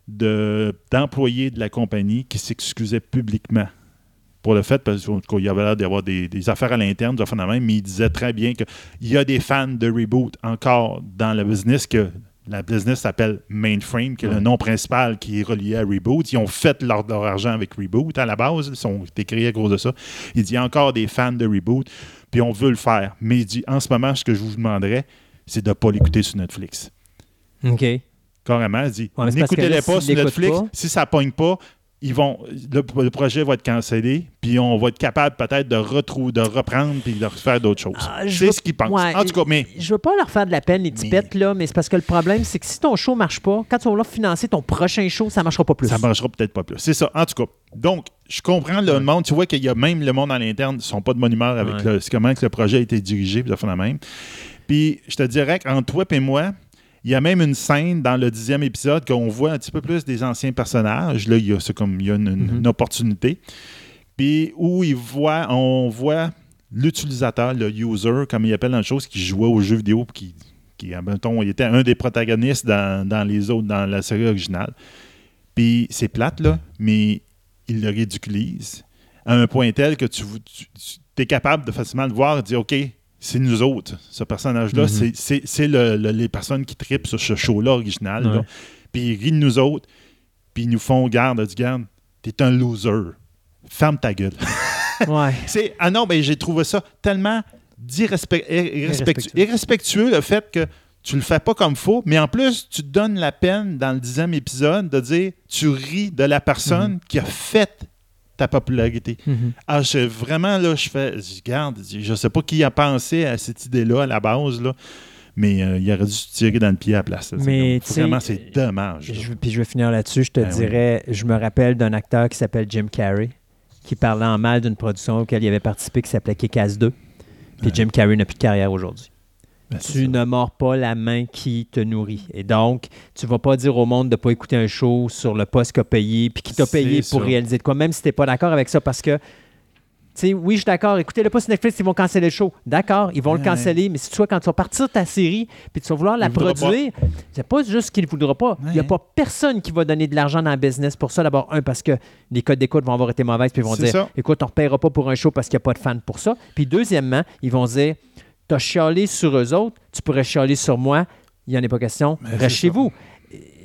de, d'employés de la compagnie qui s'excusaient publiquement pour le fait, parce qu'il y avait l'air d'avoir des, des affaires à l'interne, des affaires de même, mais ils disaient très bien qu'il y a des fans de Reboot encore dans le business, que la business s'appelle Mainframe, qui est ouais. le nom principal qui est relié à Reboot. Ils ont fait leur, leur argent avec Reboot à la base. Ils sont créés à cause de ça. Il dit, il y a encore des fans de Reboot, puis on veut le faire. Mais il dit, en ce moment, ce que je vous demanderais, c'est de ne pas l'écouter sur Netflix. OK. Carrément, il dit, ouais, n'écoutez-les pas sur Netflix. Pas. Si ça ne pogne pas, ils vont, le, le projet va être cancellé, puis on va être capable peut-être de, retrou- de reprendre puis de refaire d'autres choses. Ah, c'est veux, ce qu'ils pensent. Ouais, en tout cas, mais... Je veux pas leur faire de la peine, les tipettes, mais... là, mais c'est parce que le problème, c'est que si ton show marche pas, quand tu vas vouloir financer ton prochain show, ça marchera pas plus. Ça marchera peut-être pas plus. C'est ça. En tout cas, donc, je comprends le ouais. monde. Tu vois qu'il y a même le monde à l'interne, ils sont pas de bonne humeur avec ouais. le, comment que le projet a été dirigé, puis ça fait la même. Puis, je te dirais qu'entre toi et moi, il y a même une scène dans le dixième épisode qu'on voit un petit peu plus des anciens personnages. Là, il y a, c'est comme il y a une, mm-hmm. une opportunité. Puis où il voit, on voit l'utilisateur, le user, comme il appelle dans la chose, qui jouait aux jeux vidéo, qui, qui mettons, il était un des protagonistes dans, dans les autres, dans la série originale. Puis c'est plate, là, mais il le ridiculise à un point tel que tu, tu, tu es capable de facilement le voir et de dire, OK, c'est nous autres, ce personnage-là. Mm-hmm. C'est, c'est, c'est le, le, les personnes qui trippent sur ce show-là original. Ouais. Là. Puis ils rient de nous autres, puis ils nous font garde, du garde, t'es un loser. Ferme ta gueule. Ouais. C'est, ah non, ben j'ai trouvé ça tellement irrespect, irrespectueux. irrespectueux, le fait que tu le fais pas comme faut, mais en plus, tu te donnes la peine dans le dixième épisode de dire, tu ris de la personne mm-hmm. qui a fait ta popularité. Mm-hmm. Ah, je, vraiment, là, je fais, je garde, je sais pas qui a pensé à cette idée-là à la base, là, mais euh, il aurait dû se tirer dans le pied à la place. Là, mais c'est vraiment, c'est dommage. Je, puis je vais finir là-dessus. Je te ben dirais, oui. je me rappelle d'un acteur qui s'appelle Jim Carrey, qui parlait en mal d'une production auquel il avait participé qui s'appelait Kick-Ass deux. Puis ouais. Jim Carrey n'a plus de carrière aujourd'hui. Ben, tu ne mords pas la main qui te nourrit. Et donc, tu ne vas pas dire au monde de ne pas écouter un show sur le poste qu'il a payé puis qui t'a payé c'est pour ça. Réaliser de quoi, même si tu n'es pas d'accord avec ça, parce que, tu sais, oui, je suis d'accord, écoutez-le pas sur Netflix, ils vont canceller le show. D'accord, ils vont ouais. le canceller, mais si tu vois, quand tu vas partir de ta série puis tu vas vouloir la il produire, c'est pas juste qu'il ne voudra pas. Il ouais. n'y a pas personne qui va donner de l'argent dans le business pour ça. D'abord, un, parce que les codes d'écoute vont avoir été mauvaises puis ils vont c'est dire, ça. Écoute, on ne paiera pas pour un show parce qu'il n'y a pas de fans pour ça. Puis deuxièmement, ils vont dire, t'as chialé sur eux autres, tu pourrais chialer sur moi, il n'y en a pas question, mais reste chez ça. Vous.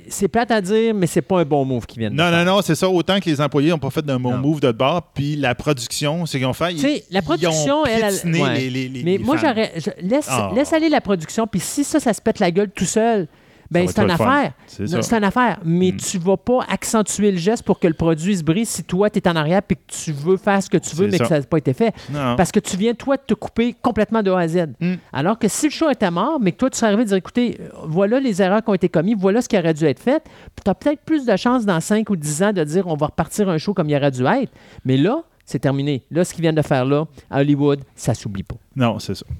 c'est plate à dire, mais c'est pas un bon move qu'ils viennent de Non, faire. non, non, c'est ça. Autant que les employés n'ont pas fait d'un bon Non. move de bord, puis la production, c'est qu'ils ont fait. Tu sais, la production, ils ont elle, elle- piétiné ouais. les, les, les, Mais les moi, fans. j'aurais. je- laisse, Ah. laisse aller la production, puis si ça, ça se pète la gueule tout seul, ben Ça c'est va une être le fun. affaire. C'est Non, ça. C'est une affaire. Mais Mm. tu vas pas accentuer le geste pour que le produit se brise si toi, tu es en arrière et que tu veux faire ce que tu veux, C'est mais que ça. ça n'a pas été fait. Non. Parce que tu viens, toi, de te couper complètement de A à Z. Mm. Alors que si le show était mort, mais que toi, tu serais arrivé à dire, écoutez, euh, voilà les erreurs qui ont été commises, voilà ce qui aurait dû être fait, tu as peut-être plus de chances dans cinq ou dix ans de dire, on va repartir un show comme il aurait dû être. Mais là, c'est terminé. Là, ce qu'ils viennent de faire là, à Hollywood, ça s'oublie pas. Non, c'est ça.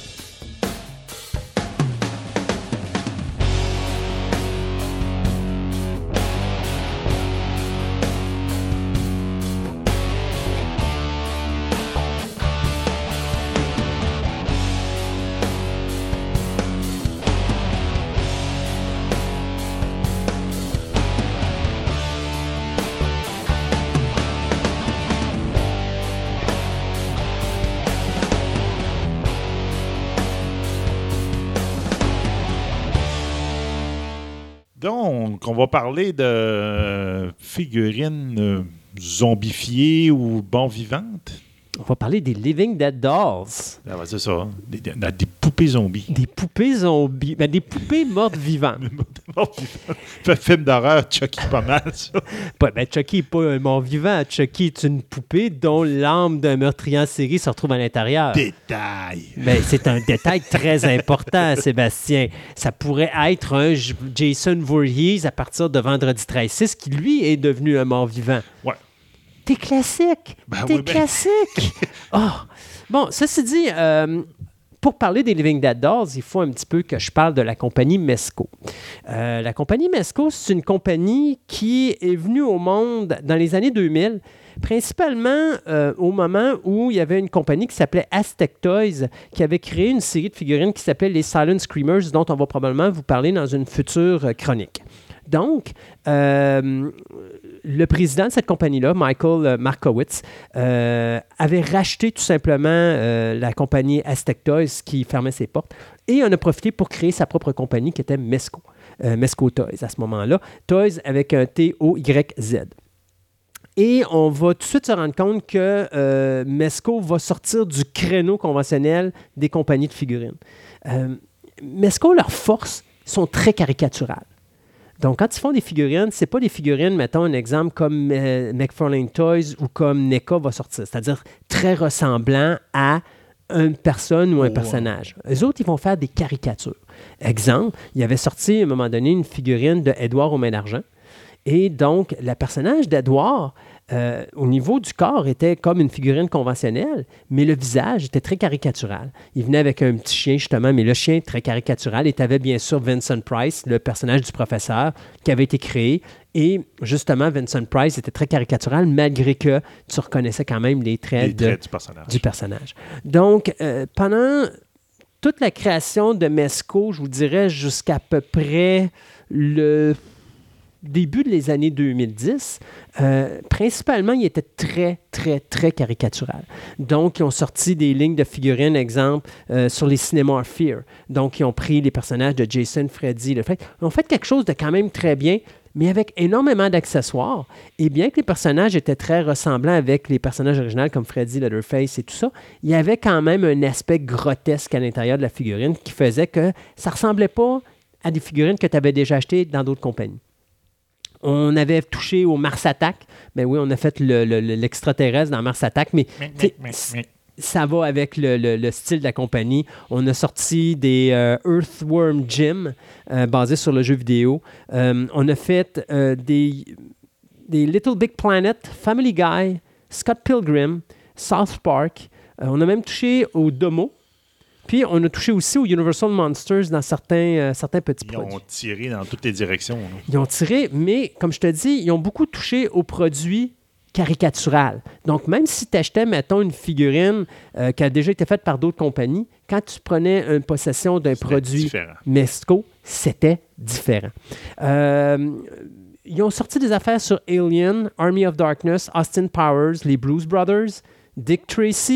Donc, on va parler de figurines euh, zombifiées ou bon vivantes. On va parler des Living Dead Dolls. Ah, ben, c'est ça. hein. Des, des, des poupées zombies. Des poupées zombies. Ben, des poupées mortes vivantes. Bon vivant. Fait film d'horreur, Chucky, pas mal, ça. Pas- ben, Chucky n'est pas un mort vivant. Chucky est une poupée dont l'âme d'un meurtrier en série se retrouve à l'intérieur. Détail. Ben, c'est un détail très important, Sébastien. Ça pourrait être un J- Jason Voorhees à partir de Vendredi treize six qui, lui, est devenu un mort vivant. Ouais. T'es classique. Ben T'es oui, ben- classique. Oh. Bon, ceci dit, euh, pour parler des Living Dead Dolls, il faut un petit peu que je parle de la compagnie Mezco. Euh, la compagnie Mezco, c'est une compagnie qui est venue au monde dans les années deux mille, principalement euh, au moment où il y avait une compagnie qui s'appelait Aztec Toys, qui avait créé une série de figurines qui s'appelait les Silent Screamers, dont on va probablement vous parler dans une future euh, chronique. Donc, euh, le président de cette compagnie-là, Michael euh, Markowitz, euh, avait racheté tout simplement euh, la compagnie Aztec Toys qui fermait ses portes et en a profité pour créer sa propre compagnie qui était Mezco. Euh, Mezco Toys à ce moment-là. Toys avec un T O Y Z. Et on va tout de suite se rendre compte que euh, Mezco va sortir du créneau conventionnel des compagnies de figurines. Euh, Mezco, leurs forces sont très caricaturales. Donc, quand ils font des figurines, c'est pas des figurines, mettons un exemple comme euh, McFarlane Toys ou comme N E C A va sortir, c'est-à-dire très ressemblant à une personne ou un Oh, personnage. Eux autres, ils vont faire des caricatures. Exemple, il avait sorti à un moment donné une figurine de Édouard aux mains d'argent. Et donc, le personnage d'Edouard, euh, au niveau du corps, était comme une figurine conventionnelle, mais le visage était très caricatural. Il venait avec un petit chien, justement, mais le chien très caricatural. Et tu avais bien sûr Vincent Price, le personnage du professeur, qui avait été créé. Et justement, Vincent Price était très caricatural, malgré que tu reconnaissais quand même les traits, Les de- traits du personnage. du personnage. Donc, euh, pendant toute la création de Mezco, je vous dirais jusqu'à peu près le début des années deux mille dix, euh, principalement, il était très, très, très caricatural. Donc, ils ont sorti des lignes de figurines, exemple, euh, sur les cinémas Fear. Donc, ils ont pris les personnages de Jason, Freddy, le fait. Ils ont fait quelque chose de quand même très bien, mais avec énormément d'accessoires. Et bien que les personnages étaient très ressemblants avec les personnages originaux comme Freddy, Leatherface et tout ça, il y avait quand même un aspect grotesque à l'intérieur de la figurine qui faisait que ça ne ressemblait pas à des figurines que tu avais déjà achetées dans d'autres compagnies. On avait touché au Mars Attack. Ben oui, on a fait le- le- le- l'extraterrestre dans Mars Attack, mais t'sais, c- ça va avec le, le- le style de la compagnie. On a sorti des euh, Earthworm Jim euh, basés sur le jeu vidéo. Euh, on a fait euh, des, des Little Big Planet, Family Guy, Scott Pilgrim, South Park. Euh, on a même touché au Domo. Puis, on a touché aussi aux Universal Monsters dans certains, euh, certains petits Ils produits. ont tiré dans toutes les directions. là. Ils ont tiré, mais comme je te dis, ils ont beaucoup touché aux produits caricaturaux. Donc, même si tu achetais, mettons, une figurine euh, qui a déjà été faite par d'autres compagnies, quand tu prenais une possession d'un C'était produit différent. Mezco, c'était différent. Euh, ils ont sorti des affaires sur Alien, Army of Darkness, Austin Powers, les Blues Brothers, Dick Tracy.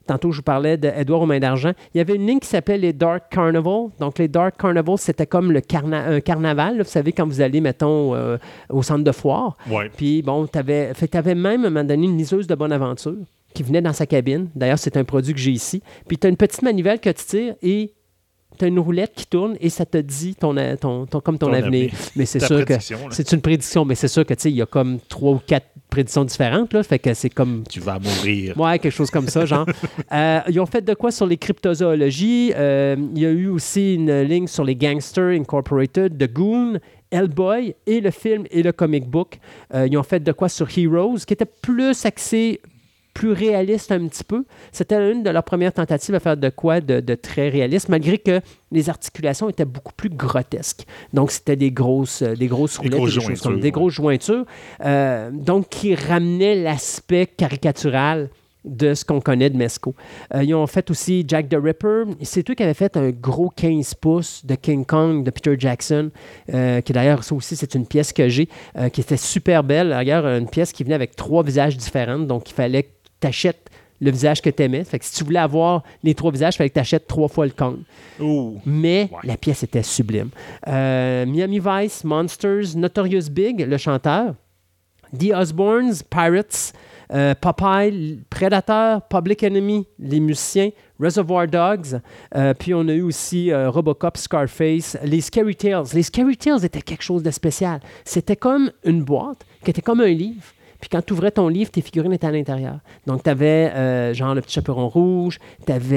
tantôt je vous parlais d'Edouard aux mains d'argent, il y avait une ligne qui s'appelait les Dark Carnival. Donc, les Dark Carnival, c'était comme le carna- un carnaval, là, vous savez, quand vous allez, mettons, euh, au centre de foire. Ouais. Puis, bon, tu avais même, à un moment donné, une liseuse de Bonaventure qui venait dans sa cabine. D'ailleurs, c'est un produit que j'ai ici. Puis, tu as une petite manivelle que tu tires et tu as une roulette qui tourne et ça te dit ton, ton, ton, comme ton, ton avenir. avenir. Mais c'est sûr que c'est une prédiction, mais c'est sûr que tu sais, il y a comme trois ou quatre prédictions différentes. Là, fait que c'est comme. Tu vas mourir. Ouais, quelque chose comme ça, genre. euh, ils ont fait de quoi sur les cryptozoologies. Euh, il y a eu aussi une ligne sur les Gangsters Incorporated, The Goon, Hellboy et le film et le comic book. Euh, ils ont fait de quoi sur Heroes, qui était plus axé, plus réaliste un petit peu. C'était une de leurs premières tentatives à faire de quoi de, de très réaliste, malgré que les articulations étaient beaucoup plus grotesques. Donc, c'était des grosses, des grosses roulettes, des, des, choses comme, des grosses jointures, euh, donc qui ramenaient l'aspect caricatural de ce qu'on connaît de Mezco. Euh, ils ont fait aussi Jack the Ripper. C'est eux qui avaient fait un gros quinze pouces de King Kong de Peter Jackson, euh, qui d'ailleurs, ça aussi, c'est une pièce que j'ai, euh, qui était super belle. D'ailleurs, une pièce qui venait avec trois visages différents, donc il fallait que tu achètes le visage que tu aimais. Fait que si tu voulais avoir les trois visages, il fallait que tu achètes trois fois le Kong. Ooh. Mais ouais. la pièce était sublime. Euh, Miami Vice, Monsters, Notorious Big, le chanteur, The Osbournes, Pirates, euh, Popeye, Predator, Public Enemy, les musiciens, Reservoir Dogs, euh, puis on a eu aussi euh, Robocop, Scarface, les Scary Tales. Les Scary Tales étaient quelque chose de spécial. C'était comme une boîte qui était comme un livre. Puis quand tu ouvrais ton livre, tes figurines étaient à l'intérieur. Donc, tu avais euh, genre le petit chaperon rouge, tu avais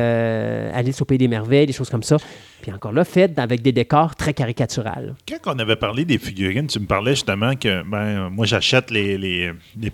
euh, Alice au Pays des Merveilles, des choses comme ça. Puis encore là, fait avec des décors très caricaturales. Quand on avait parlé des figurines, tu me parlais justement que ben, moi, j'achète les, les, les,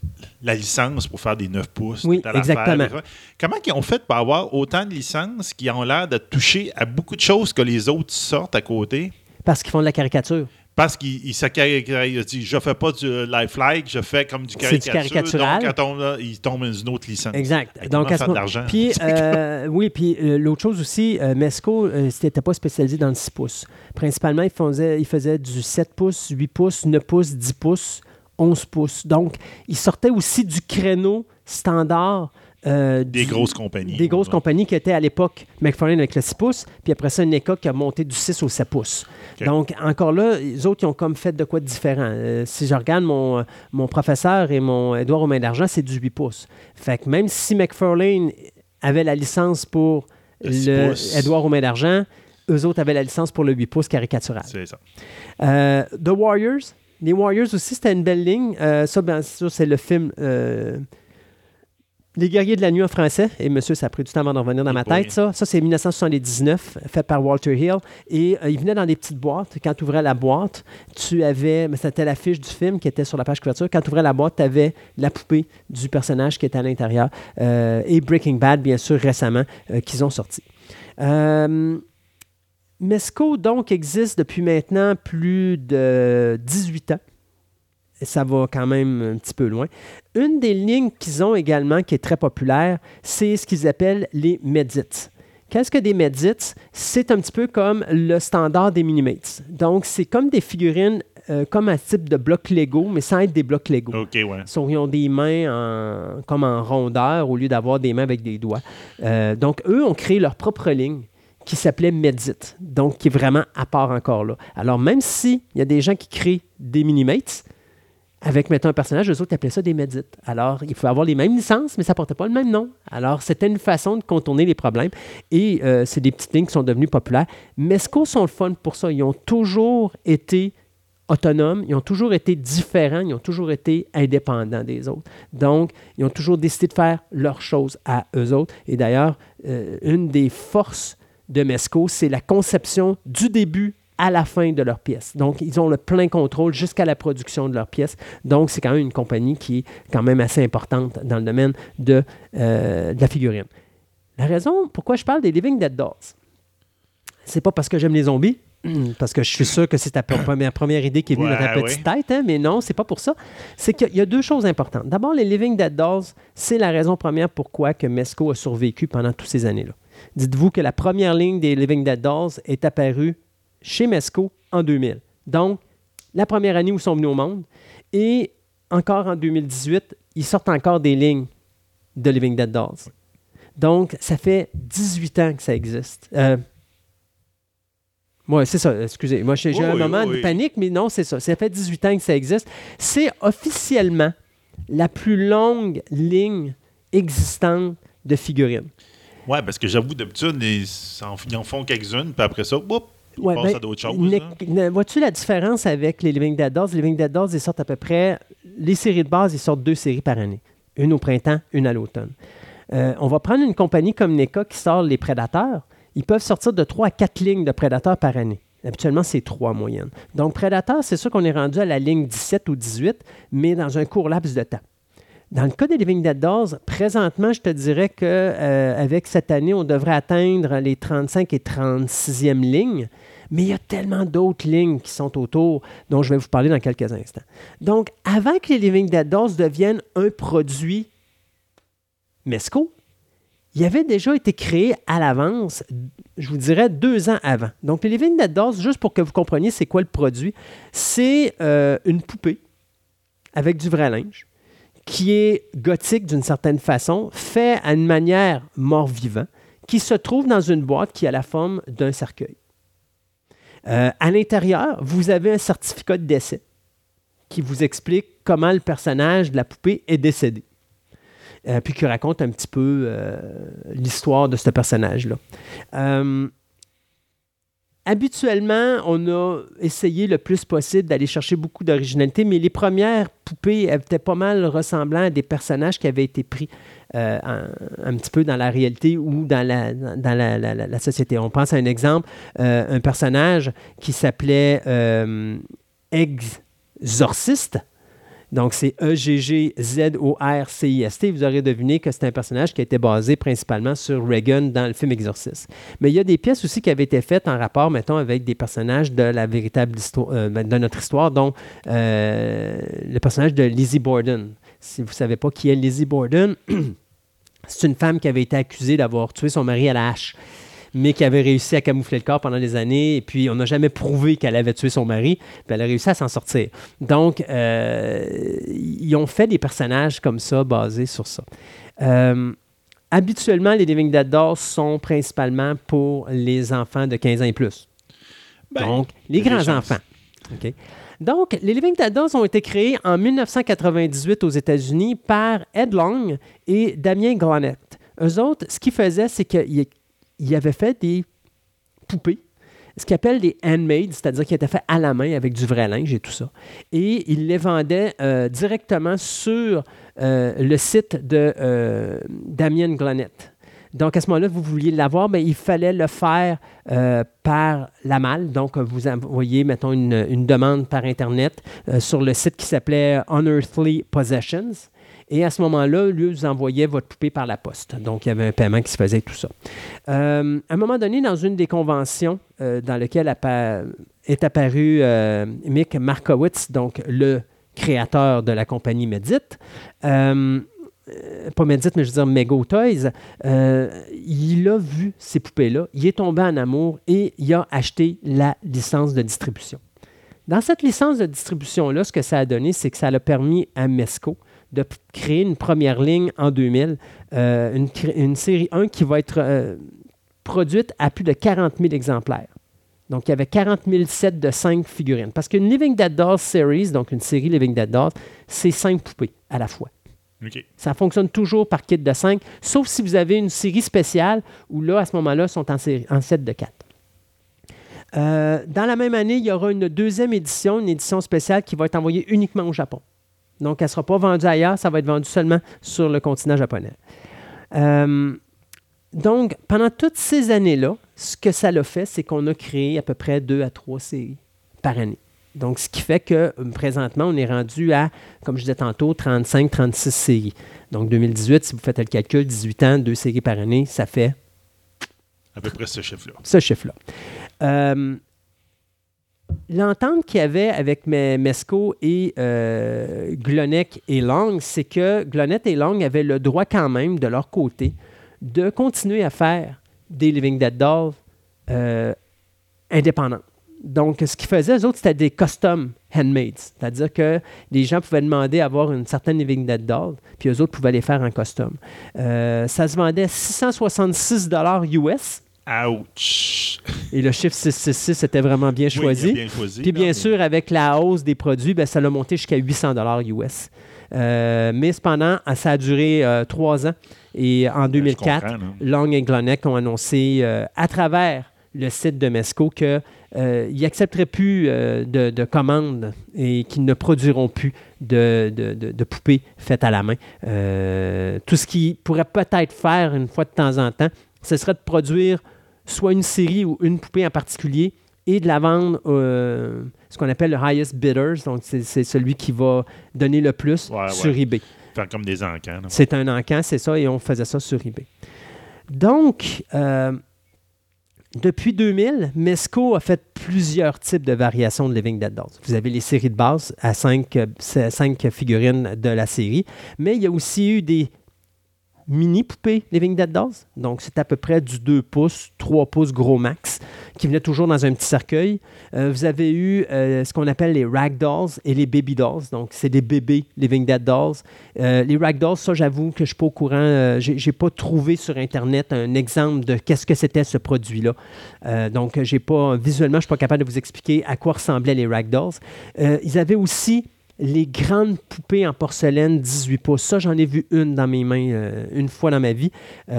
la licence pour faire des neuf pouces. Oui, exactement. Affaire. Comment ils ont fait pour avoir autant de licences qui ont l'air de toucher à beaucoup de choses que les autres sortent à côté? Parce qu'ils font de la caricature. Parce qu'il il, il dit, je fais pas du lifelike, je fais comme du caricature. C'est du caricatural. Donc, quand on, là, il tombe dans une autre licence. Exact. Et donc, à ce moment, de l'argent. Puis, euh, oui, puis euh, l'autre chose aussi, euh, Mezco, euh, c'était pas spécialisé dans le six pouces. Principalement, il faisait, il faisait du sept pouces, huit pouces, neuf pouces, dix pouces, onze pouces. Donc, il sortait aussi du créneau standard. Euh, des du, grosses compagnies. Des grosses ouais. compagnies qui étaient à l'époque McFarlane avec le six pouces, puis après ça, N E C A qui a monté du six au sept pouces. Okay. Donc, encore là, les autres, ils ont comme fait de quoi de différent. Euh, si je regarde mon, mon professeur et mon Édouard aux mains d'argent, c'est du huit pouces. Fait que même si McFarlane avait la licence pour le, le Édouard aux mains d'argent, eux autres avaient la licence pour le huit pouces caricatural. C'est ça. Euh, The Warriors. Les Warriors aussi, c'était une belle ligne. Euh, ça, bien sûr, c'est le film... Euh, Les Guerriers de la Nuit en français, et monsieur, ça a pris du temps avant d'en revenir dans ma tête, ça. Ça, c'est dix-neuf cent soixante-dix-neuf, fait par Walter Hill. Et euh, il venait dans des petites boîtes. Quand tu ouvrais la boîte, tu avais... Mais c'était l'affiche du film qui était sur la page couverture. Quand tu ouvrais la boîte, tu avais la poupée du personnage qui était à l'intérieur. Euh, et Breaking Bad, bien sûr, récemment, euh, qu'ils ont sorti. Euh, Mezco, donc, existe depuis maintenant plus de dix-huit ans. Ça va quand même un petit peu loin. Une des lignes qu'ils ont également, qui est très populaire, c'est ce qu'ils appellent les Medits. Qu'est-ce que des Medits? C'est un petit peu comme le standard des Minimates. Donc, c'est comme des figurines, euh, comme un type de blocs Lego, mais sans être des blocs Lego. OK, ouais. Ils ont des mains en, comme en rondeur au lieu d'avoir des mains avec des doigts. Euh, donc, eux ont créé leur propre ligne qui s'appelait Medit, donc qui est vraiment à part encore là. Alors, même s'il y a des gens qui créent des Minimates, avec, mettons, un personnage, eux autres appelaient ça des Medits. Alors, il faut avoir les mêmes licences, mais ça ne portait pas le même nom. Alors, c'était une façon de contourner les problèmes. Et euh, c'est des petites lignes qui sont devenues populaires. Mezco sont le fun pour ça. Ils ont toujours été autonomes, ils ont toujours été différents, ils ont toujours été indépendants des autres. Donc, ils ont toujours décidé de faire leurs choses à eux autres. Et d'ailleurs, euh, une des forces de Mezco, c'est la conception du début à la fin de leur pièce. Donc, ils ont le plein contrôle jusqu'à la production de leur pièce. Donc, c'est quand même une compagnie qui est quand même assez importante dans le domaine de, euh, de la figurine. La raison pourquoi je parle des Living Dead Dolls, c'est pas parce que j'aime les zombies, parce que je suis sûr que c'est ta première, première idée qui est venue ouais, dans ta petite ouais. tête, hein, mais non, c'est pas pour ça. C'est qu'il y a deux choses importantes. D'abord, les Living Dead Dolls, c'est la raison première pourquoi que Mezco a survécu pendant toutes ces années-là. Dites-vous que la première ligne des Living Dead Dolls est apparue chez Mezco en deux mille. Donc, la première année où ils sont venus au monde. Et encore en deux mille dix-huit, ils sortent encore des lignes de Living Dead Dolls. Donc, ça fait dix-huit ans que ça existe. Euh, Oui, c'est ça, excusez. Moi, j'ai, j'ai oui, un moment oui. de panique, mais non, c'est ça. Ça fait dix-huit ans que ça existe. C'est officiellement la plus longue ligne existante de figurines. Oui, parce que j'avoue, d'habitude, ils en, ils en font quelques-unes, puis après ça, boum, ils Ouais, passent ben, à d'autres choses. ne- hein. ne- vois-tu la différence avec les Living Dead Dolls? Les Living Dead Dolls, ils sortent à peu près... Les séries de base, ils sortent deux séries par année. Une au printemps, une à l'automne. Euh, on va prendre une compagnie comme N E C A qui sort les Prédateurs. Ils peuvent sortir de trois à quatre lignes de Prédateurs par année. Habituellement, c'est trois moyennes. Donc, Prédateurs, c'est sûr qu'on est rendu à la ligne dix-sept ou dix-huit, mais dans un court laps de temps. Dans le cas des Living Dead Dolls, présentement, je te dirais qu'avec euh, cette année, on devrait atteindre les trente-cinq et trente-sixième lignes, mais il y a tellement d'autres lignes qui sont autour, dont je vais vous parler dans quelques instants. Donc, avant que les Living Dead Dolls deviennent un produit Mezco, il avait déjà été créé à l'avance, je vous dirais deux ans avant. Donc, les Living Dead Dolls, juste pour que vous compreniez c'est quoi le produit, c'est euh, une poupée avec du vrai linge qui est gothique d'une certaine façon, fait à une manière mort-vivant, qui se trouve dans une boîte qui a la forme d'un cercueil. Euh, à l'intérieur, vous avez un certificat de décès qui vous explique comment le personnage de la poupée est décédé. Euh, puis qui raconte un petit peu euh, l'histoire de ce personnage-là. Euh, habituellement, on a essayé le plus possible d'aller chercher beaucoup d'originalité, mais les premières poupées étaient pas mal ressemblant à des personnages qui avaient été pris euh, un, un petit peu dans la réalité ou dans la, dans la, la, la, la société. On pense à un exemple, euh, un personnage qui s'appelait euh, Exorciste. Donc, c'est E G G Z O R C I S T. Vous aurez deviné que c'est un personnage qui a été basé principalement sur Regan dans le film Exorcist. Mais il y a des pièces aussi qui avaient été faites en rapport, mettons, avec des personnages de la véritable histoire, euh, de notre histoire, dont euh, le personnage de Lizzie Borden. Si vous ne savez pas qui est Lizzie Borden, c'est une femme qui avait été accusée d'avoir tué son mari à la hache, mais qui avait réussi à camoufler le corps pendant des années, et puis on n'a jamais prouvé qu'elle avait tué son mari, puis elle a réussi à s'en sortir. Donc, euh, ils ont fait des personnages comme ça, basés sur ça. Euh, habituellement, les Living Dead Dolls sont principalement pour les enfants de quinze ans et plus. Ben, Donc, les grands-enfants. Okay. Donc, les Living Dead Dolls ont été créés en dix-neuf cent quatre-vingt-dix-huit aux États-Unis par Ed Long et Damien Glanett. Eux autres, ce qu'ils faisaient, c'est qu'ils il avait fait des poupées, ce qu'ils appellent des handmade, c'est-à-dire qui étaient faits à la main avec du vrai linge et tout ça. Et il les vendait euh, directement sur euh, le site de euh, Damien Glanett. Donc, à ce moment-là, vous vouliez l'avoir, mais il fallait le faire euh, par la malle. Donc, vous envoyez, mettons, une, une demande par Internet euh, sur le site qui s'appelait Unearthly Possessions. Et à ce moment-là, lui, vous envoyait votre poupée par la poste. Donc, il y avait un paiement qui se faisait, tout ça. Euh, à un moment donné, dans une des conventions euh, dans lesquelles appa- est apparu euh, Mick Markowitz, donc le créateur de la compagnie Medit, euh, pas Medit, mais je veux dire Mego Toys, euh, il a vu ces poupées-là, il est tombé en amour et il a acheté la licence de distribution. Dans cette licence de distribution-là, ce que ça a donné, c'est que ça a permis à Mezco de p- créer une première ligne en deux mille, euh, une, une série un qui va être euh, produite à plus de quarante mille exemplaires. Donc, il y avait quarante mille sets de cinq figurines. Parce qu'une Living Dead Dolls Series, donc une série Living Dead Dolls, c'est cinq poupées à la fois. Okay. Ça fonctionne toujours par kit de cinq, sauf si vous avez une série spéciale où là, à ce moment-là, ils sont en, série, en set de quatre. Euh, dans la même année, il y aura une deuxième édition, une édition spéciale qui va être envoyée uniquement au Japon. Donc, elle ne sera pas vendue ailleurs, ça va être vendu seulement sur le continent japonais. Euh, donc, pendant toutes ces années-là, ce que ça l'a fait, c'est qu'on a créé à peu près deux à trois séries par année. Donc, ce qui fait que présentement, on est rendu à, comme je disais tantôt, trente-cinq trente-six séries. Donc, deux mille dix-huit, si vous faites le calcul, dix-huit ans, deux séries par année, ça fait... À peu près ce chiffre-là. Ce chiffre-là. Euh, l'entente qu'il y avait avec Mezco et euh, Glonec et Long, c'est que Glonett et Long avaient le droit quand même, de leur côté, de continuer à faire des Living Dead Dolls euh, indépendants. donc, ce qu'ils faisaient, eux autres, c'était des custom handmade. C'est-à-dire que les gens pouvaient demander à avoir une certaine Living Dead doll, puis eux autres pouvaient les faire en custom. Euh, ça se vendait six cent soixante-six dollars U S. Ouch! Et le chiffre six cent soixante-six était vraiment bien choisi. Oui, bien choisi. Puis bien mais... sûr, avec la hausse des produits, bien, ça l'a monté jusqu'à huit cents dollars U S. Euh, mais cependant, ça a duré euh, trois ans. Et en deux mille quatre, Long et Glonek ont annoncé euh, à travers le site de Mezco qu'ils euh, n'accepteraient plus euh, de, de commandes et qu'ils ne produiront plus de, de, de, de poupées faites à la main. Euh, tout ce qu'ils pourraient peut-être faire une fois de temps en temps, ce serait de produire soit une série ou une poupée en particulier et de la vendre, euh, ce qu'on appelle le highest bidders, donc c'est, c'est celui qui va donner le plus ouais, sur ouais. eBay. Faire comme des encans. Là. C'est un encan, c'est ça, et on faisait ça sur eBay. Donc, euh, depuis deux mille, Mezco a fait plusieurs types de variations de Living Dead Dolls. Vous avez les séries de base à cinq, cinq figurines de la série, mais il y a aussi eu des mini-poupées Living Dead Dolls. Donc, c'est à peu près du deux pouces, trois pouces gros max, qui venaient toujours dans un petit cercueil. Euh, vous avez eu euh, ce qu'on appelle les Rag Dolls et les Baby Dolls. Donc, c'est des bébés Living Dead Dolls. Euh, les Rag Dolls, ça, j'avoue que je ne suis pas au courant. Euh, j'ai, j'ai pas trouvé sur Internet un exemple de qu'est-ce que c'était ce produit-là. Euh, donc, j'ai pas, visuellement, je ne suis pas capable de vous expliquer à quoi ressemblaient les Rag Dolls. Euh, ils avaient aussi les grandes poupées en porcelaine dix-huit pouces. Ça, j'en ai vu une dans mes mains euh, une fois dans ma vie.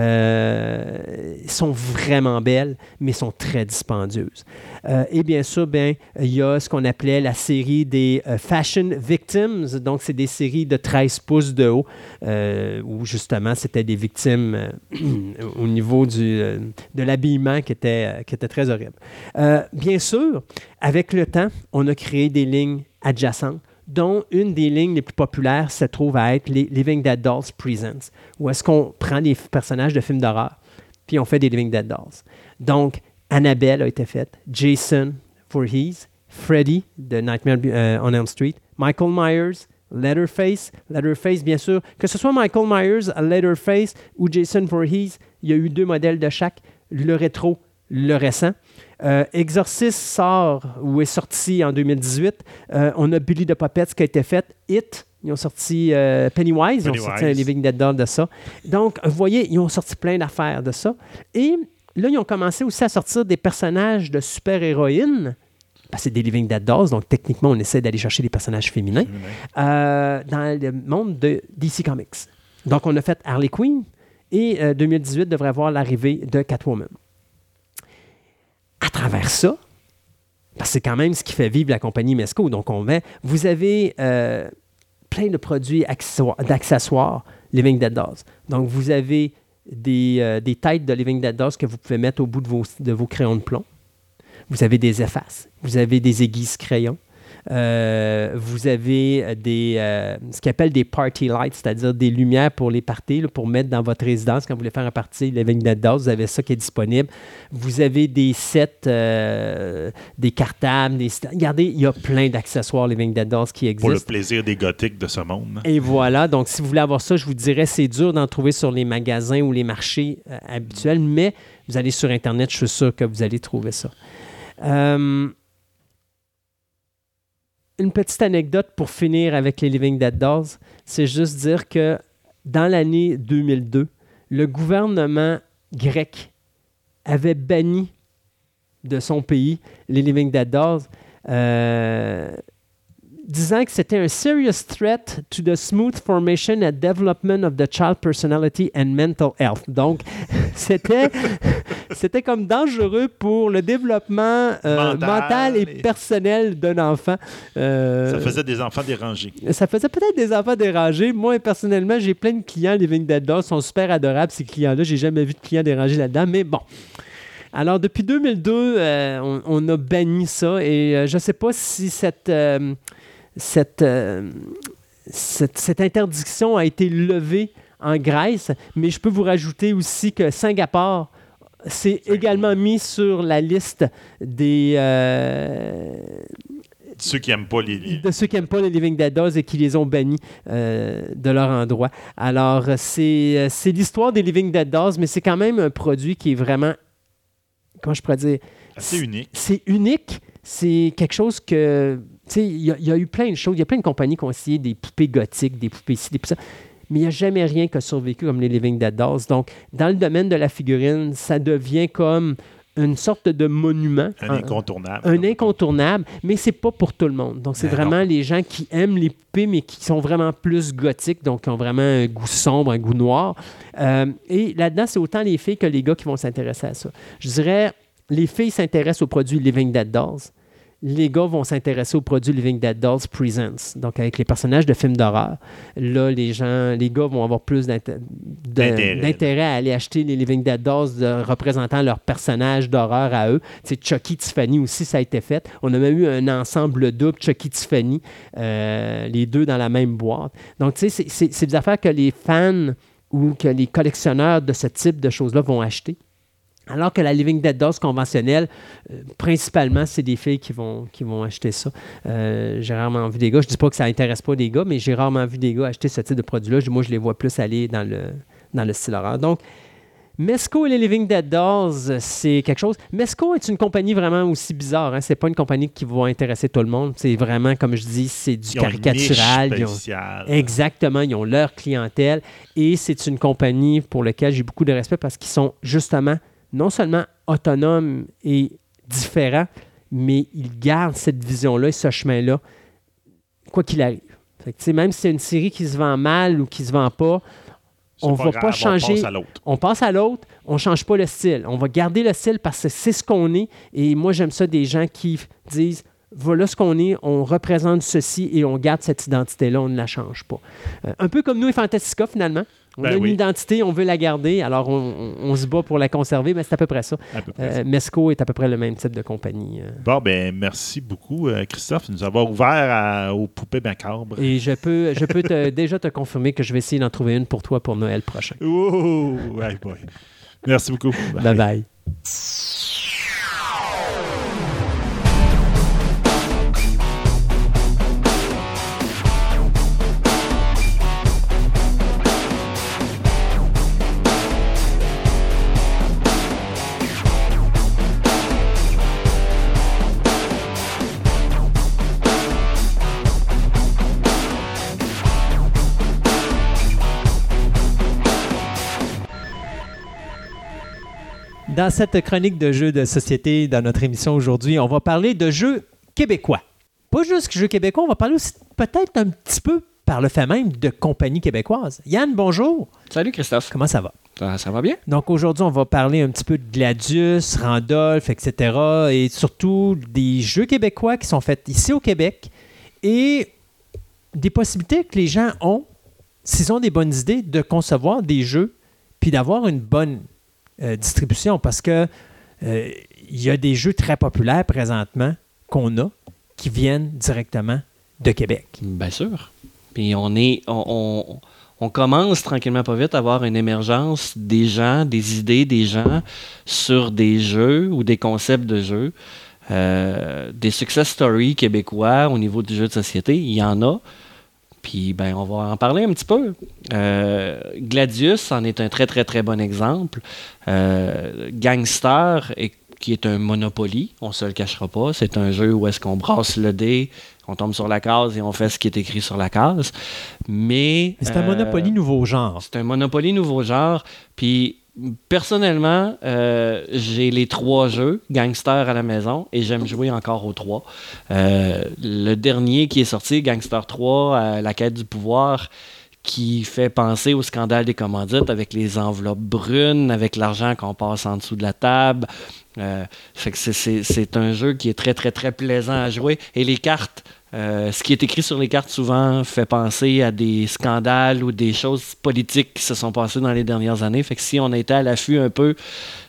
Euh, elles sont vraiment belles, mais sont très dispendieuses. Euh, et bien sûr, ben, il y a ce qu'on appelait la série des euh, Fashion Victims. Donc, c'est des séries de treize pouces de haut, euh, où justement, c'était des victimes euh, au niveau du, euh, de l'habillement qui était, euh, qui était très horrible. Euh, bien sûr, avec le temps, on a créé des lignes adjacentes, dont une des lignes les plus populaires se trouve à être les Living Dead Dolls Presents, où est-ce qu'on prend des personnages de films d'horreur, puis on fait des Living Dead Dolls. Donc, Annabelle a été faite, Jason Voorhees, Freddy de Nightmare euh, on Elm Street, Michael Myers, Leatherface. Leatherface, bien sûr, que ce soit Michael Myers, Leatherface ou Jason Voorhees, il y a eu deux modèles de chaque, le rétro, le récent. Euh, Exorcist sort ou est sorti en deux mille dix-huit. Euh, on a Billy the Puppet qui a été fait. It, ils ont sorti euh, Pennywise, ils ont sorti un Living Dead Doll de ça. Donc, vous voyez, ils ont sorti plein d'affaires de ça. Et là, ils ont commencé aussi à sortir des personnages de super-héroïnes. Ben, c'est des Living Dead Dolls, donc techniquement, on essaie d'aller chercher des personnages féminins euh, dans le monde de D C Comics. Donc, on a fait Harley Quinn et euh, deux mille dix-huit devrait voir l'arrivée de Catwoman. À travers ça, parce que c'est quand même ce qui fait vivre la compagnie Mezco, donc on met, vous avez euh, plein de produits accessoires, d'accessoires Living Dead Dolls. Donc, vous avez des, euh, des têtes de Living Dead Dolls que vous pouvez mettre au bout de vos, de vos crayons de plomb. Vous avez des effaces, vous avez des aiguises crayons, euh, vous avez des, euh, ce qu'ils appellent des party lights, c'est-à-dire des lumières pour les parties, là, pour mettre dans votre résidence quand vous voulez faire un party Living Dead Dolls, vous avez ça qui est disponible. Vous avez des sets, euh, des cartables, des... regardez, il y a plein d'accessoires Living Dead Dolls qui existent. Pour le plaisir des gothiques de ce monde. Et voilà, donc si vous voulez avoir ça, je vous dirais, c'est dur d'en trouver sur les magasins ou les marchés euh, habituels, mais vous allez sur Internet, je suis sûr que vous allez trouver ça. Euh, une petite anecdote pour finir avec les Living Dead Dolls, c'est juste dire que dans l'année deux mille deux, le gouvernement grec avait banni de son pays les Living Dead Dolls, euh, disant que c'était un serious threat to the smooth formation and development of the child personality and mental health. Donc, c'était, c'était comme dangereux pour le développement euh, mental, mental et, et personnel d'un enfant. Euh, ça faisait des enfants dérangés. Ça faisait peut-être des enfants dérangés. Moi, personnellement, j'ai plein de clients Living Dead Dolls. Ils sont super adorables, ces clients-là. J'ai jamais vu de clients dérangés là-dedans, mais bon. Alors, depuis deux mille deux, euh, on, on a banni ça et euh, je ne sais pas si cette... Euh, Cette, euh, cette, cette interdiction a été levée en Grèce, mais je peux vous rajouter aussi que Singapour s'est également mis sur la liste des... Euh, de ceux qui n'aiment pas les... De ceux qui n'aiment pas les Living Dead Dolls et qui les ont bannis euh, de leur endroit. Alors, c'est, c'est l'histoire des Living Dead Dolls, mais c'est quand même un produit qui est vraiment... Comment je pourrais dire? Assez unique. C'est unique. c'est quelque chose que... Tu sais, il y, y a eu plein de choses. Il y a plein de compagnies qui ont essayé des poupées gothiques, des poupées ci, des poupées ça. Mais il n'y a jamais rien qui a survécu comme les Living Dead Dolls. Donc, dans le domaine de la figurine, ça devient comme une sorte de monument. Un incontournable. Un, un incontournable, mais c'est pas pour tout le monde. Donc, c'est Mais vraiment non. les gens qui aiment les poupées, mais qui sont vraiment plus gothiques, donc qui ont vraiment un goût sombre, un goût noir. Euh, et là-dedans, c'est autant les filles que les gars qui vont s'intéresser à ça. Je dirais, les filles s'intéressent aux produits Living Dead Dolls. Les gars vont s'intéresser aux produits Living Dead Dolls Presents, donc avec les personnages de films d'horreur. Là, les gens, les gars vont avoir plus d'inté- D'intérêt. d'intérêt à aller acheter les Living Dead Dolls de, représentant leurs personnages d'horreur à eux. C'est Chucky, Tiffany aussi, ça a été fait. On a même eu un ensemble double, Chucky, Tiffany, euh, les deux dans la même boîte. Donc, tu sais, c'est, c'est, c'est des affaires que les fans ou que les collectionneurs de ce type de choses-là vont acheter. Alors que la Living Dead Dolls conventionnelle, euh, principalement, c'est des filles qui vont, qui vont acheter ça. Euh, j'ai rarement vu des gars. Je ne dis pas que ça n'intéresse pas des gars, mais j'ai rarement vu des gars acheter ce type de produit-là. Moi, je les vois plus aller dans le, dans le style horreur. Donc, Mezco et les Living Dead Dolls, c'est quelque chose. Mezco est une compagnie vraiment aussi bizarre. Hein? C'est pas une compagnie qui va intéresser tout le monde. C'est vraiment, comme je dis, c'est du Ils ont une caricatural. niche Ils ont- spéciale. Exactement, ils ont leur clientèle. Et c'est une compagnie pour laquelle j'ai beaucoup de respect parce qu'ils sont justement non seulement autonomes et différents, mais ils gardent cette vision-là et ce chemin-là, quoi qu'il arrive. Fait que, tu sais, même si c'est une série qui se vend mal ou qui se vend pas, C'est on pas va grave, pas changer. On passe à l'autre. On passe à l'autre, on ne change pas le style. On va garder le style parce que c'est ce qu'on est. Et moi, j'aime ça des gens qui disent voilà ce qu'on est, on représente ceci et on garde cette identité-là, on ne la change pas. Euh, un peu comme nous et Fantastica, finalement. On Ben a une oui. identité, on veut la garder, alors on, on- on se bat pour la conserver, mais c'est à peu près ça. À peu près Euh, Mezco est à peu près le même type de compagnie. euh. Bon, ben merci beaucoup, euh, Christophe, de nous avoir ouvert à- aux poupées macabres. Et je peux, je peux te- déjà te confirmer que je vais essayer d'en trouver une pour toi pour Noël prochain. Oh, ouais, boy. Merci beaucoup. Bye bye. Dans cette chronique de jeux de société, dans notre émission aujourd'hui, on va parler de jeux québécois. Pas juste jeux québécois, on va parler aussi peut-être un petit peu par le fait même de compagnies québécoises. Yann, bonjour. Salut Christophe. Comment ça va? Ça, ça va bien? Donc aujourd'hui, on va parler un petit peu de Gladius, Randolph, et cetera. Et surtout des jeux québécois qui sont faits ici au Québec et des possibilités que les gens ont, s'ils ont des bonnes idées, de concevoir des jeux puis d'avoir une bonne euh, distribution. Parce que euh, il y a des jeux très populaires présentement qu'on a qui viennent directement de Québec. Bien sûr. Puis on est. On, on, on commence tranquillement pas vite à avoir une émergence des gens, des idées des gens sur des jeux ou des concepts de jeux. Euh, des success stories québécois au niveau du jeu de société, il y en a. Puis ben, on va en parler un petit peu. Euh, Gladius en est un très très très bon exemple. Euh, Gangster, est, qui est un Monopoly, on ne se le cachera pas. C'est un jeu où est-ce qu'on brasse le dé, on tombe sur la case et on fait ce qui est écrit sur la case. Mais, Mais c'est un euh, Monopoly nouveau genre. C'est un Monopoly nouveau genre. Puis personnellement, euh, j'ai les trois jeux Gangster à la maison et j'aime jouer encore aux trois. Euh, le dernier qui est sorti, Gangster trois, euh, La quête du pouvoir, qui fait penser au scandale des commandites avec les enveloppes brunes, avec l'argent qu'on passe en dessous de la table. Euh, fait que c'est, c'est, c'est un jeu qui est très, très, très plaisant à jouer. Et les cartes, euh, ce qui est écrit sur les cartes souvent fait penser à des scandales ou des choses politiques qui se sont passées dans les dernières années. Fait que si on était à l'affût un peu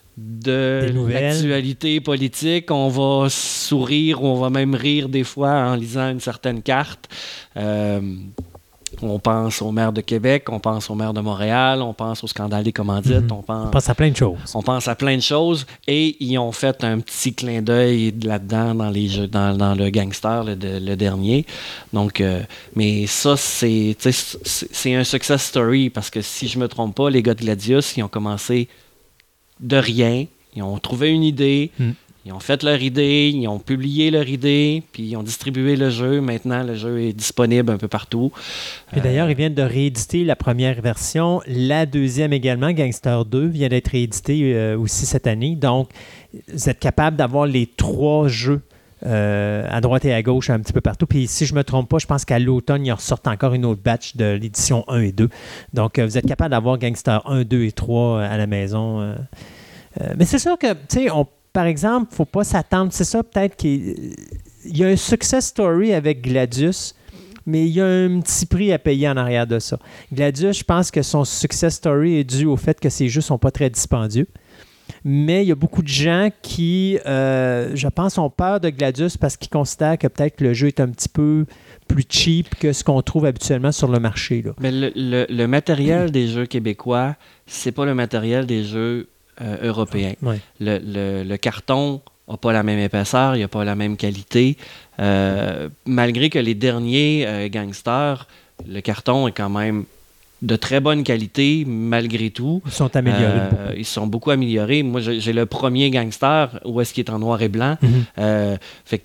de Des nouvelles. l'actualité politique, on va sourire ou on va même rire des fois en lisant une certaine carte. Euh, On pense au maire de Québec, on pense au maire de Montréal, on pense au scandale des commandites, Mhm. on pense, On pense à plein de choses. on pense à plein de choses et ils ont fait un petit clin d'œil là-dedans dans les jeux, dans, dans le Gangster, le, de- le dernier. Donc, euh, mais ça, c'est, tu sais, c'est c'est un success story parce que si je me trompe pas, les gars de Gladius, ils ont commencé de rien, ils ont trouvé une idée. Mm. Ils ont fait leur idée, ils ont publié leur idée, puis ils ont distribué le jeu. Maintenant, le jeu est disponible un peu partout. Et d'ailleurs, ils viennent de rééditer la première version. La deuxième également, Gangster deux, vient d'être réédité euh, aussi cette année. Donc, vous êtes capable d'avoir les trois jeux euh, à droite et à gauche un petit peu partout. Puis si je ne me trompe pas, je pense qu'à l'automne, ils ressortent encore une autre batch de l'édition un et deux. Donc, euh, vous êtes capable d'avoir Gangster un, deux et trois à la maison. Euh, euh, mais c'est sûr que, tu sais, on par exemple, il ne faut pas s'attendre. C'est ça, peut-être qu'il y a un success story avec Gladius, mais il y a un petit prix à payer en arrière de ça. Gladius, je pense que son success story est dû au fait que ses jeux ne sont pas très dispendieux. Mais il y a beaucoup de gens qui, euh, je pense, ont peur de Gladius parce qu'ils considèrent que peut-être que le jeu est un petit peu plus cheap que ce qu'on trouve habituellement sur le marché. Là. Mais le, le, le matériel des jeux québécois, c'est pas le matériel des jeux Euh, européen. Oui. Le, le, le carton n'a pas la même épaisseur, il n'a pas la même qualité. Euh, malgré que les derniers euh, gangsters, le carton est quand même de très bonne qualité, malgré tout. Ils sont améliorés. Euh, beaucoup. ils sont beaucoup améliorés. Moi, j'ai, j'ai le premier gangster, où est-ce qu'il est en noir et blanc. Mm-hmm. Euh, fait que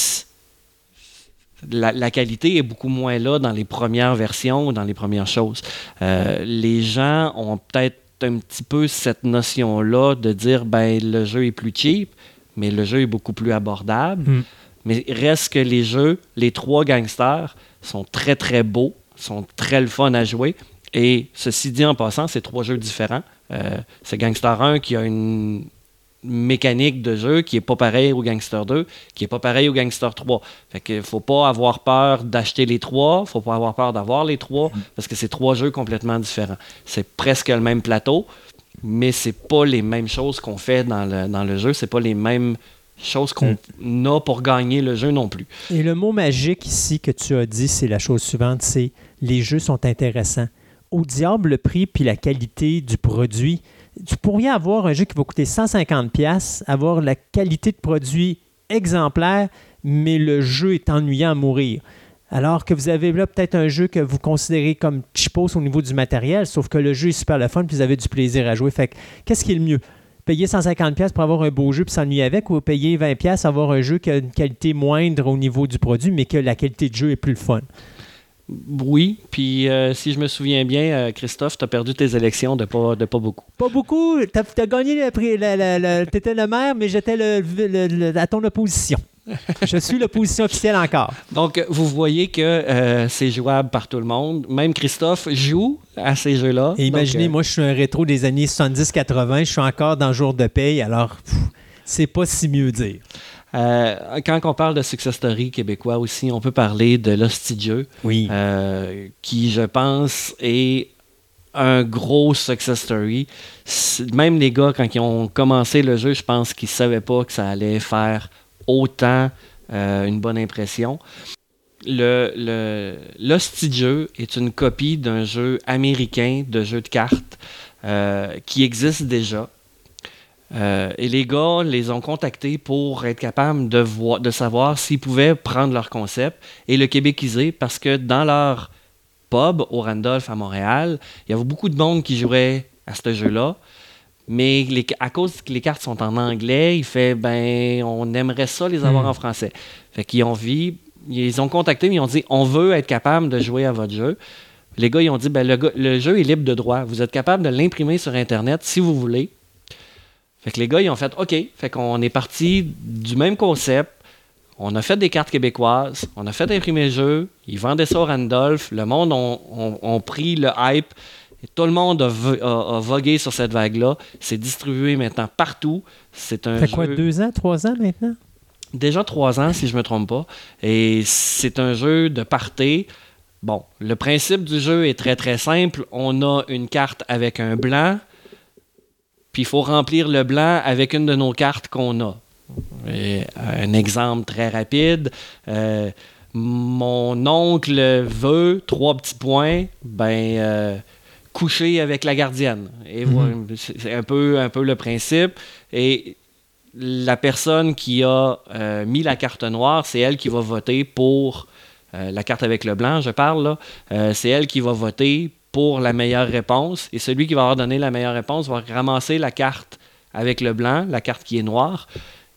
la, la qualité est beaucoup moins là dans les premières versions ou dans les premières choses. Euh, les gens ont peut-être un petit peu cette notion-là de dire ben le jeu est plus cheap, mais le jeu est beaucoup plus abordable. Mm. Mais reste que les jeux, les trois gangsters, sont très très beaux, sont très le fun à jouer. Et ceci dit en passant, c'est trois jeux différents. Euh, c'est Gangster un qui a une mécanique de jeu qui n'est pas pareil au Gangster deux, qui n'est pas pareil au Gangster trois. Fait qu'il ne faut pas avoir peur d'acheter les trois, il ne faut pas avoir peur d'avoir les trois, parce que c'est trois jeux complètement différents. C'est presque le même plateau, mais c'est pas les mêmes choses qu'on fait dans le, dans le jeu, c'est pas les mêmes choses qu'on mm. a pour gagner le jeu non plus. Et le mot magique ici que tu as dit, c'est la chose suivante, c'est les jeux sont intéressants. Au diable le prix puis la qualité du produit. Tu pourrais avoir un jeu qui va coûter cent cinquante dollars, avoir la qualité de produit exemplaire, mais le jeu est ennuyant à mourir. Alors que vous avez là peut-être un jeu que vous considérez comme cheapos au niveau du matériel, sauf que le jeu est super le fun puis vous avez du plaisir à jouer. Fait que, qu'est-ce qui est le mieux? Payer cent cinquante dollars pour avoir un beau jeu puis s'ennuyer avec, ou payer vingt dollars pour avoir un jeu qui a une qualité moindre au niveau du produit, mais que la qualité de jeu est plus le fun? Oui, puis euh, si je me souviens bien, euh, Christophe, tu as perdu tes élections de pas, de pas beaucoup. Pas beaucoup. Tu as gagné, tu étais le maire, mais j'étais le, le, le, à ton opposition. Je suis l'opposition officielle encore. Donc, vous voyez que euh, c'est jouable par tout le monde. Même Christophe joue à ces jeux-là. Et imaginez, donc, euh... moi, je suis un rétro des années soixante-dix quatre-vingts. Je suis encore dans le jour de paye, alors pff, c'est pas si mieux dire. Euh, quand on parle de success story québécois aussi, on peut parler de l'Hostidieux, oui. euh, qui, je pense, est un gros success story. C'est, même les gars, quand ils ont commencé le jeu, je pense qu'ils ne savaient pas que ça allait faire autant euh, une bonne impression. Le, le, l'Hostidieux est une copie d'un jeu américain de jeu de cartes euh, qui existe déjà. Euh, et les gars les ont contactés pour être capables de, vo- de savoir s'ils pouvaient prendre leur concept et le québéciser, parce que dans leur pub au Randolph à Montréal, il y avait beaucoup de monde qui jouait à ce jeu-là, mais les, à cause que les cartes sont en anglais, il fait ben on aimerait ça les avoir mmh. en français. Fait qu'ils ont vu, ils ont contacté, mais ils ont dit on veut être capable de jouer à votre jeu. Les gars ils ont dit ben le, gars, le jeu est libre de droit, vous êtes capable de l'imprimer sur Internet si vous voulez. Fait que les gars, ils ont fait OK. Fait qu'on est parti du même concept. On a fait des cartes québécoises. On a fait imprimer le jeu. Ils vendaient ça au Randolph. Le monde a pris le hype. Et tout le monde a, a, a vogué sur cette vague-là. C'est distribué maintenant partout. C'est un fait jeu... quoi, deux ans, trois ans maintenant? Déjà trois ans, si je ne me trompe pas. Et c'est un jeu de party. Bon, le principe du jeu est très, très simple. On a une carte avec un blanc. Puis il faut remplir le blanc avec une de nos cartes qu'on a. Et un exemple très rapide. Euh, mon oncle veut, trois petits points, ben euh, coucher avec la gardienne. Et mm-hmm. voilà, c'est un peu, un peu le principe. Et la personne qui a euh, mis la carte noire, c'est elle qui va voter pour euh, la carte avec le blanc, je parle là. Euh, c'est elle qui va voter pour la meilleure réponse, et celui qui va avoir donné la meilleure réponse va ramasser la carte avec le blanc, la carte qui est noire,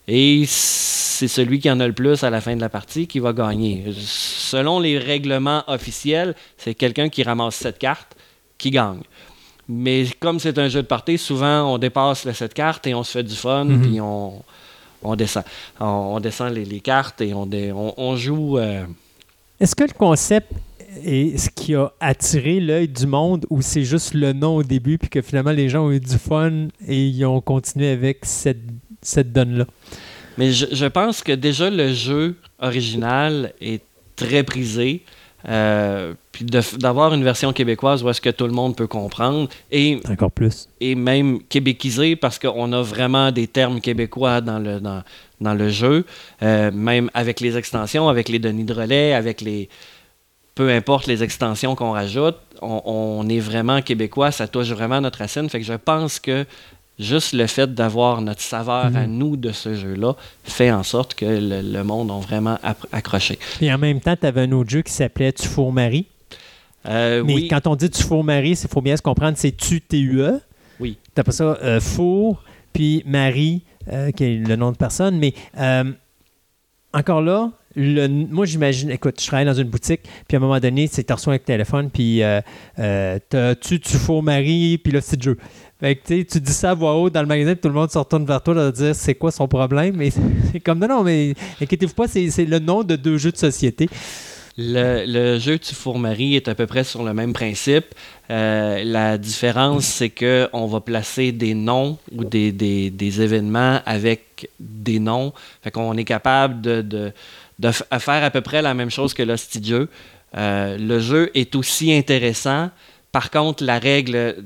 Et c'est celui qui en a le plus à la fin de la partie qui va gagner. Selon les règlements officiels, c'est quelqu'un qui ramasse sept cartes qui gagne. Mais comme c'est un jeu de party, souvent on dépasse les sept cartes et on se fait du fun, mm-hmm. puis on, on descend. On, on descend les, les cartes et on, dé, on, on joue... Euh... Est-ce que le concept est ce qui a attiré l'œil du monde ou c'est juste le nom au début puis que finalement les gens ont eu du fun et ils ont continué avec cette, cette donne-là? Mais je, je pense que déjà le jeu original est très prisé. Euh, puis de, d'avoir une version québécoise où est-ce que tout le monde peut comprendre et encore plus et même québécisé parce qu'on a vraiment des termes québécois dans le dans, dans le jeu, euh, même avec les extensions, avec les Denis de relais, avec les peu importe les extensions qu'on rajoute, on, on est vraiment québécois, ça touche vraiment notre racine. Fait que je pense que juste le fait d'avoir notre saveur mmh. à nous de ce jeu-là fait en sorte que le, le monde a vraiment accroché. Et en même temps, tu avais un autre jeu qui s'appelait Tu fourres Marie. Euh, Mais oui. quand on dit Tu fourres Marie, il faut bien se comprendre, c'est Tu T U E. Oui. Tu as pas ça, euh, Four, puis Marie, euh, qui est le nom de personne. Mais euh, encore là, le, moi j'imagine, écoute, je travaille dans une boutique, puis à un moment donné, tu reçois un téléphone, puis euh, euh, tu tu fourres Marie, puis là, c'est le jeu. Fait que, tu dis ça à voix haute dans le magasin, puis tout le monde se retourne vers toi, de dire c'est quoi son problème. Mais c'est comme non, non, mais inquiétez-vous pas, c'est, c'est le nom de deux jeux de société. Le, le jeu Tu fourres Marie est à peu près sur le même principe. Euh, la différence, c'est qu'on va placer des noms ou des, des, des événements avec des noms. Fait qu'on est capable de, de, de f- faire à peu près la même chose que l'hostie de jeu. Euh, le jeu est aussi intéressant. Par contre, la règle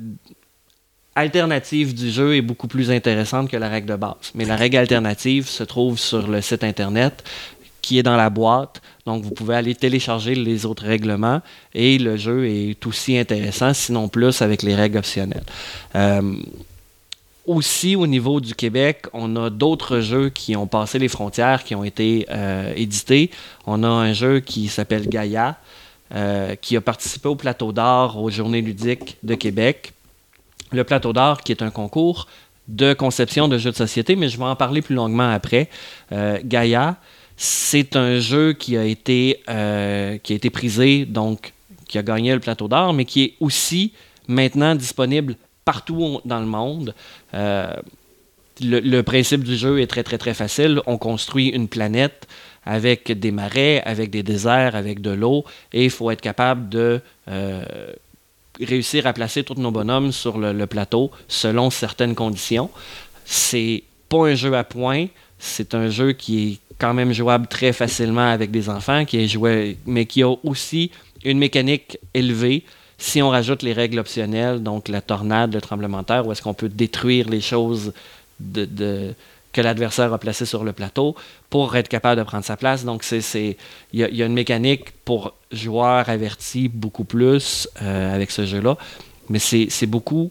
alternative du jeu est beaucoup plus intéressante que la règle de base. Mais la règle alternative se trouve sur le site Internet qui est dans la boîte. Donc, vous pouvez aller télécharger les autres règlements et le jeu est aussi intéressant, sinon plus, avec les règles optionnelles. Euh, aussi, au niveau du Québec, on a d'autres jeux qui ont passé les frontières, qui ont été euh, édités. On a un jeu qui s'appelle Gaïa, euh, qui a participé au Plateau d'Or aux Journées ludiques de Québec. Le Plateau d'Or, qui est un concours de conception de jeux de société, mais je vais en parler plus longuement après. Euh, Gaïa, c'est un jeu qui a été, euh, qui a été prisé, donc qui a gagné le Plateau d'Or, mais qui est aussi maintenant disponible partout dans le monde. Euh, le, le principe du jeu est très, très, très facile. On construit une planète avec des marais, avec des déserts, avec de l'eau, et il faut être capable de euh, réussir à placer tous nos bonhommes sur le, le plateau selon certaines conditions. C'est pas un jeu à points, c'est un jeu qui est quand même jouable très facilement avec des enfants, qui est joué, mais qui a aussi une mécanique élevée si on rajoute les règles optionnelles, donc la tornade, le tremblement de terre, où est-ce qu'on peut détruire les choses de, de, que l'adversaire a placées sur le plateau pour être capable de prendre sa place. Donc, c'est, c'est, y a, y a une mécanique pour joueurs avertis beaucoup plus euh, avec ce jeu-là, mais c'est, c'est beaucoup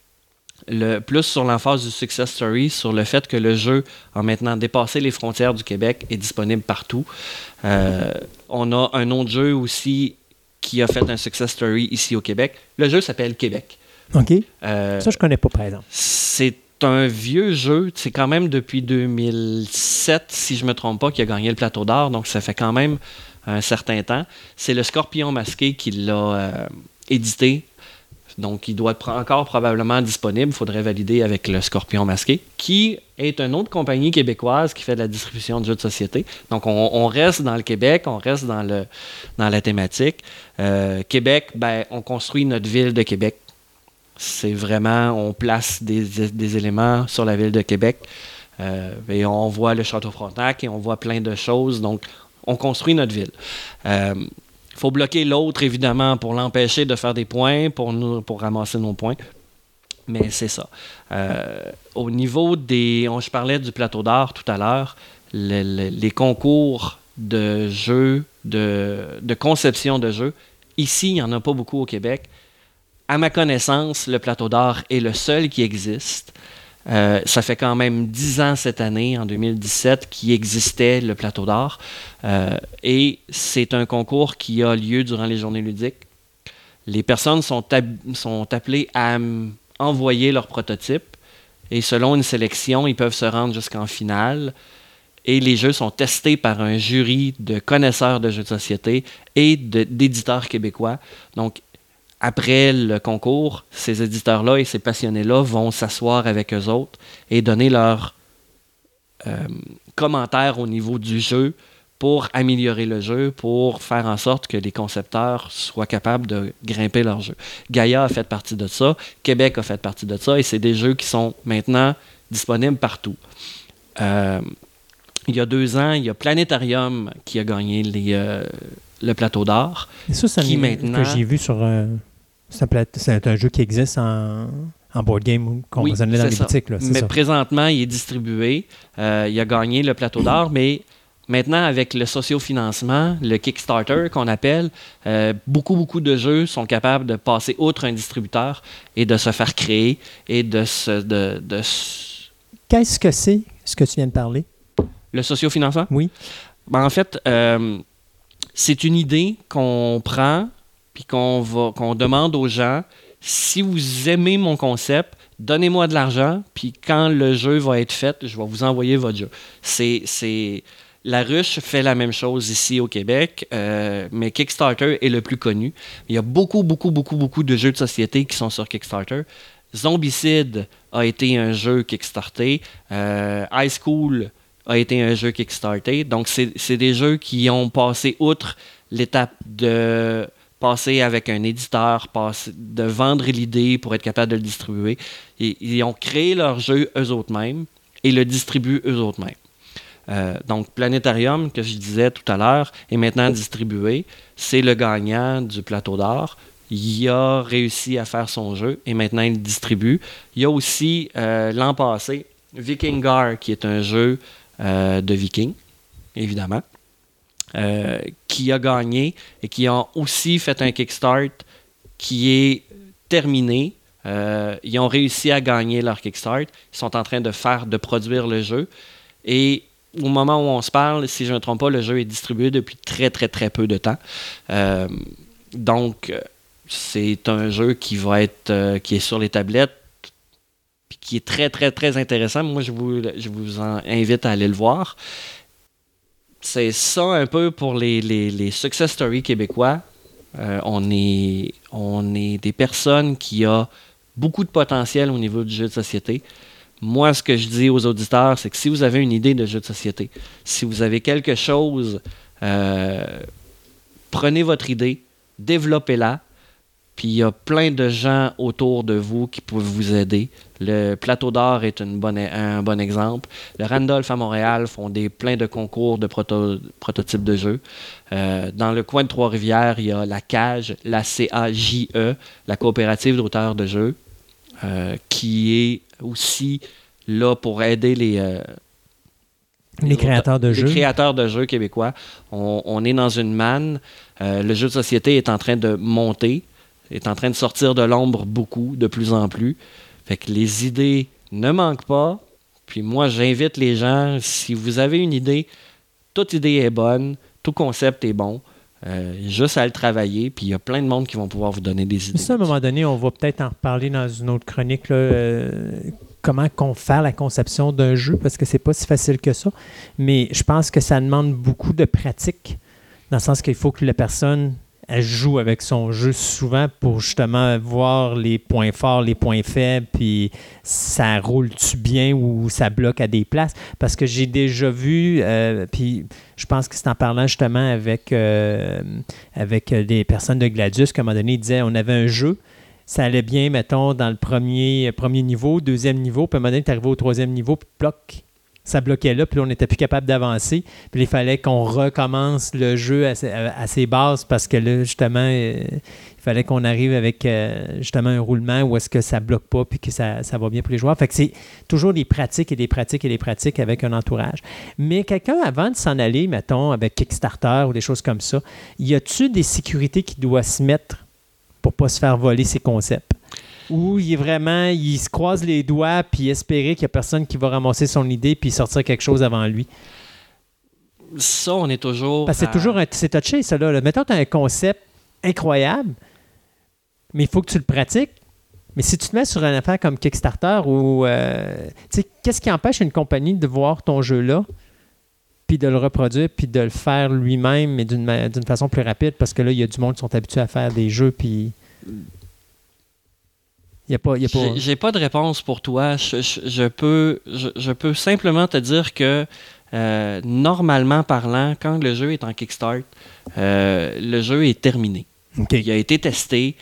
Le, plus sur l'emphase du success story, sur le fait que le jeu a maintenant dépassé les frontières du Québec, est disponible partout. Euh, on a un autre jeu aussi qui a fait un success story ici au Québec. Le jeu s'appelle Québec. OK. Euh, Ça, je connais pas, par exemple. C'est un vieux jeu. C'est quand même depuis deux mille sept, si je me trompe pas, qui a gagné le Plateau d'Or. Donc, ça fait quand même un certain temps. C'est le Scorpion Masqué qui l'a euh, édité. Donc, il doit être encore probablement disponible. Il faudrait valider avec le Scorpion Masqué, qui est une autre compagnie québécoise qui fait de la distribution de jeux de société. Donc, on, on reste dans le Québec, on reste dans, le, dans la thématique. Euh, Québec, ben, on construit notre ville de Québec. C'est vraiment, on place des, des éléments sur la ville de Québec. Euh, et on voit le Château Frontenac et on voit plein de choses. Donc, on construit notre ville. Euh, Il faut bloquer l'autre, évidemment, pour l'empêcher de faire des points, pour, nous, pour ramasser nos points. Mais c'est ça. Euh, au niveau des... On, je parlais du Plateau d'Or tout à l'heure. Le, le, les concours de jeux, de, de conception de jeux, ici, il n'y en a pas beaucoup au Québec. À ma connaissance, le Plateau d'Or est le seul qui existe. Euh, ça fait quand même dix ans cette année, en deux mille dix-sept, qu'il existait le Plateau d'Or. Euh, et c'est un concours qui a lieu durant les journées ludiques. Les personnes sont, ab- sont appelées à m- envoyer leur prototype. Et selon une sélection, ils peuvent se rendre jusqu'en finale. Et les jeux sont testés par un jury de connaisseurs de jeux de société et de, d'éditeurs québécois. Donc, après le concours, ces éditeurs-là et ces passionnés-là vont s'asseoir avec eux autres et donner leurs euh, commentaires au niveau du jeu pour améliorer le jeu, pour faire en sorte que les concepteurs soient capables de grimper leur jeu. Gaïa a fait partie de ça, Québec a fait partie de ça, et c'est des jeux qui sont maintenant disponibles partout. Euh, il y a deux ans, il y a Planétarium qui a gagné les, euh, le plateau d'or. Et ça, c'est qui un maintenant... que j'ai vu sur... Euh, c'est, un, c'est un jeu qui existe en... En board game conventionnel oui, dans les ça. boutiques. Là, c'est mais ça. Présentement, il est distribué. Euh, il a gagné le plateau d'or, mais maintenant, avec le sociofinancement, le Kickstarter qu'on appelle, euh, beaucoup, beaucoup de jeux sont capables de passer outre un distributeur et de se faire créer et de se... De, de... Qu'est-ce que c'est, ce que tu viens de parler? Le sociofinancement? Oui. Ben, en fait, euh, c'est une idée qu'on prend puis qu'on va, qu'on demande aux gens... Si vous aimez mon concept, donnez-moi de l'argent, puis quand le jeu va être fait, je vais vous envoyer votre jeu. C'est, c'est... La Ruche fait la même chose ici au Québec, euh, mais Kickstarter est le plus connu. Il y a beaucoup, beaucoup, beaucoup, beaucoup de jeux de société qui sont sur Kickstarter. Zombicide a été un jeu Kickstarté. Euh, High School a été un jeu Kickstarté. Donc, c'est, c'est des jeux qui ont passé outre l'étape de... passer avec un éditeur, passer, de vendre l'idée pour être capable de le distribuer. Et, ils ont créé leur jeu eux-mêmes et le distribuent eux-mêmes. Euh, donc, Planétarium, que je disais tout à l'heure, est maintenant distribué. C'est le gagnant du plateau d'or. Il a réussi à faire son jeu et maintenant il le distribue. Il y a aussi, euh, l'an passé, Vikingar, qui est un jeu euh, de vikings, évidemment. Euh, qui a gagné et qui ont aussi fait un Kickstart qui est terminé. Euh, ils ont réussi à gagner leur Kickstart. Ils sont en train de faire, de produire le jeu. Et au moment où on se parle, si je ne me trompe pas, le jeu est distribué depuis très, très, très peu de temps. Euh, donc, c'est un jeu qui va être, euh, qui est sur les tablettes puis qui est très, très, très intéressant. Moi, je vous, je vous en invite à aller le voir. C'est ça un peu pour les, les, les success stories québécois. Euh, on, est, on est des personnes qui ont beaucoup de potentiel au niveau du jeu de société. Moi, ce que je dis aux auditeurs, c'est que si vous avez une idée de jeu de société, si vous avez quelque chose, euh, prenez votre idée, développez-la, puis il y a plein de gens autour de vous qui peuvent vous aider. Le Plateau d'or est une bonne, un bon exemple. Le Randolph à Montréal font des, plein de concours de proto, prototypes de jeux. Euh, dans le coin de Trois-Rivières, il y a la CAGE, la C A J E, la coopérative d'auteurs de jeux, euh, qui est aussi là pour aider les... Euh, Les, les créateurs de les jeux. Les créateurs de jeux québécois. On, on est dans une manne. Euh, le jeu de société est en train de monter, est en train de sortir de l'ombre beaucoup, de plus en plus. Fait que les idées ne manquent pas. Puis moi, j'invite les gens, si vous avez une idée, toute idée est bonne, tout concept est bon. Euh, juste à le travailler, puis il y a plein de monde qui vont pouvoir vous donner des idées. Mais ça, à un moment donné, on va peut-être en reparler dans une autre chronique, là, euh, comment qu'on fait la conception d'un jeu, parce que c'est pas si facile que ça. Mais je pense que ça demande beaucoup de pratique, dans le sens qu'il faut que la personne elle joue avec son jeu souvent pour justement voir les points forts, les points faibles, puis ça roule-tu bien ou ça bloque à des places. Parce que j'ai déjà vu, euh, puis je pense que c'est en parlant justement avec, euh, avec des personnes de Gladius qu'à un moment donné, ils disaient on avait un jeu, ça allait bien, mettons, dans le premier, premier niveau, deuxième niveau, puis à un moment donné, tu arrivé au troisième niveau, puis bloc. Ça bloquait là, puis là, on n'était plus capable d'avancer. Puis il fallait qu'on recommence le jeu à, à, à ses bases parce que là, justement, euh, il fallait qu'on arrive avec euh, justement un roulement où est-ce que ça ne bloque pas puis que ça, ça va bien pour les joueurs. Fait que c'est toujours des pratiques et des pratiques et des pratiques avec un entourage. Mais quelqu'un, avant de s'en aller, mettons, avec Kickstarter ou des choses comme ça, y a-tu des sécurités qui doivent se mettre pour ne pas se faire voler ses concepts? Ou il est vraiment, il se croise les doigts puis espérer qu'il n'y a personne qui va ramasser son idée puis sortir quelque chose avant lui. Ça, on est toujours... Parce que c'est à... toujours un, c'est touché, ça. Là. Mettons, tu as un concept incroyable, mais il faut que tu le pratiques. Mais si tu te mets sur une affaire comme Kickstarter ou... Euh, tu sais, qu'est-ce qui empêche une compagnie de voir ton jeu là puis de le reproduire, puis de le faire lui-même, mais d'une, ma- d'une façon plus rapide, parce que là, il y a du monde qui sont habitués à faire des jeux, puis... Il y a pas... il Y a pas... J'ai, j'ai pas de réponse pour toi. Je, je- je peux, je, je peux simplement te dire que, euh, normalement parlant, quand le jeu est en Kickstart, euh, le jeu est terminé. OK. Il a été testé.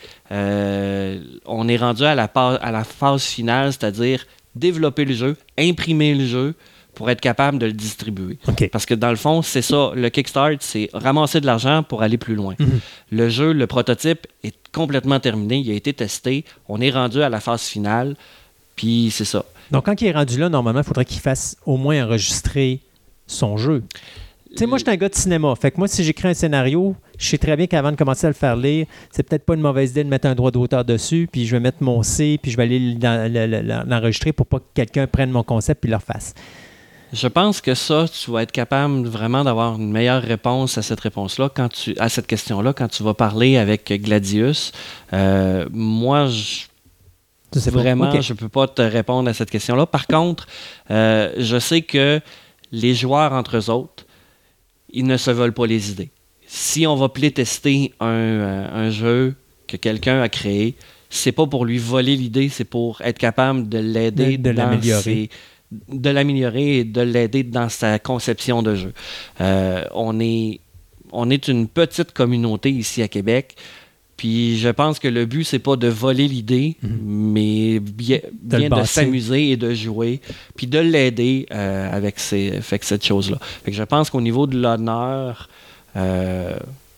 Euh, on est rendu à la, pa- à la phase finale, c'est-à-dire développer le jeu, imprimer le jeu pour être capable de le distribuer. OK. Parce que dans le fond, c'est ça. Le Kickstart, c'est ramasser de l'argent pour aller plus loin. Mhm. Le jeu, le prototype est complètement terminé. Il a été testé. On est rendu à la phase finale. Puis c'est ça. Donc, quand il est rendu là, normalement, il faudrait qu'il fasse au moins enregistrer son jeu. Tu sais, moi, je suis un gars de cinéma. Fait que moi, si j'écris un scénario, je sais très bien qu'avant de commencer à le faire lire, c'est peut-être pas une mauvaise idée de mettre un droit d'auteur dessus, puis je vais mettre mon C, puis je vais aller l'en- l'en- l'enregistrer pour pas que quelqu'un prenne mon concept puis le refasse. Je pense que ça, tu vas être capable vraiment d'avoir une meilleure réponse à cette réponse-là, quand tu, à cette question-là, quand tu vas parler avec Gladius. Euh, moi, je Ça, c'est bon. Vraiment, OK. je ne peux pas te répondre à cette question-là. Par contre, euh, je sais que les joueurs entre eux autres, ils ne se veulent pas les idées. Si on va playtester un, euh, un jeu que quelqu'un a créé, c'est pas pour lui voler l'idée, c'est pour être capable de l'aider, De- de dans l'améliorer. ses- de l'améliorer et de l'aider dans sa conception de jeu. Euh, on est, on est une petite communauté ici à Québec. Puis je pense que le but, c'est pas de voler l'idée, Mhm. mais bien, De le bien de bâtir. s'amuser et de jouer, puis de l'aider euh, avec, ces, avec cette chose-là. Fait que je pense qu'au niveau de l'honneur, euh,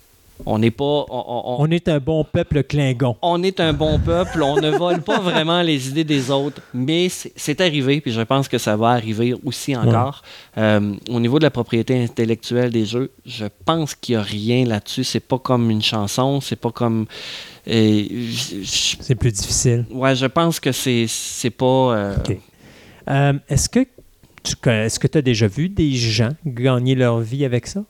on n'est pas... On, on- on- On est un bon peuple Klingon. on est un bon peuple, on ne vole pas vraiment les idées des autres, mais c'est, c'est arrivé, puis je pense que ça va arriver aussi encore. Euh, au niveau de la propriété intellectuelle des jeux, je pense qu'il n'y a rien là-dessus. C'est pas comme une chanson, c'est pas comme... euh, je- je- C'est plus difficile. ouais, je pense que c'est, c'est pas... euh, OK. Euh, est-ce que tu connais- est-ce que tu as déjà vu des gens gagner leur vie avec ça?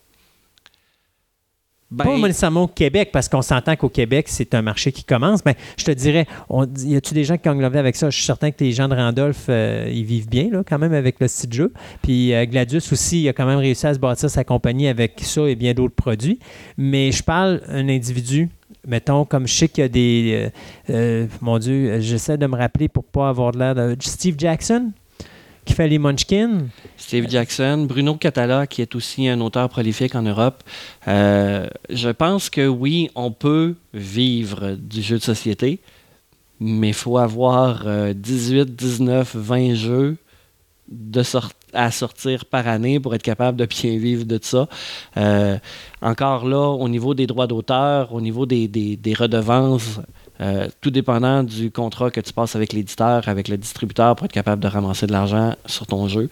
ben, Pas nécessairement au Québec, parce qu'on s'entend qu'au Québec, c'est un marché qui commence. Mais je te dirais, on, y a-tu des gens qui gagnent leur vie avec ça? Je suis certain que les gens de Randolph, euh, ils vivent bien là, quand même avec le style de jeu. Puis euh, Gladius aussi, il a quand même réussi à se bâtir sa compagnie avec ça et bien d'autres produits. Mais je parle d'un individu, mettons, comme je sais qu'il y a des... euh, euh, mon Dieu, j'essaie de me rappeler pour pas avoir de l'air de... Steve Jackson, qui fait les Munchkins. Steve Jackson, Bruno Catala, qui est aussi un auteur prolifique en Europe. Euh, je pense que oui, on peut vivre du jeu de société, mais il faut avoir euh, dix-huit, dix-neuf, vingt jeux de sort- à sortir par année pour être capable de bien vivre de ça. Euh, encore là, au niveau des droits d'auteur, au niveau des, des, des redevances, euh, tout dépendant du contrat que tu passes avec l'éditeur, avec le distributeur pour être capable de ramasser de l'argent sur ton jeu,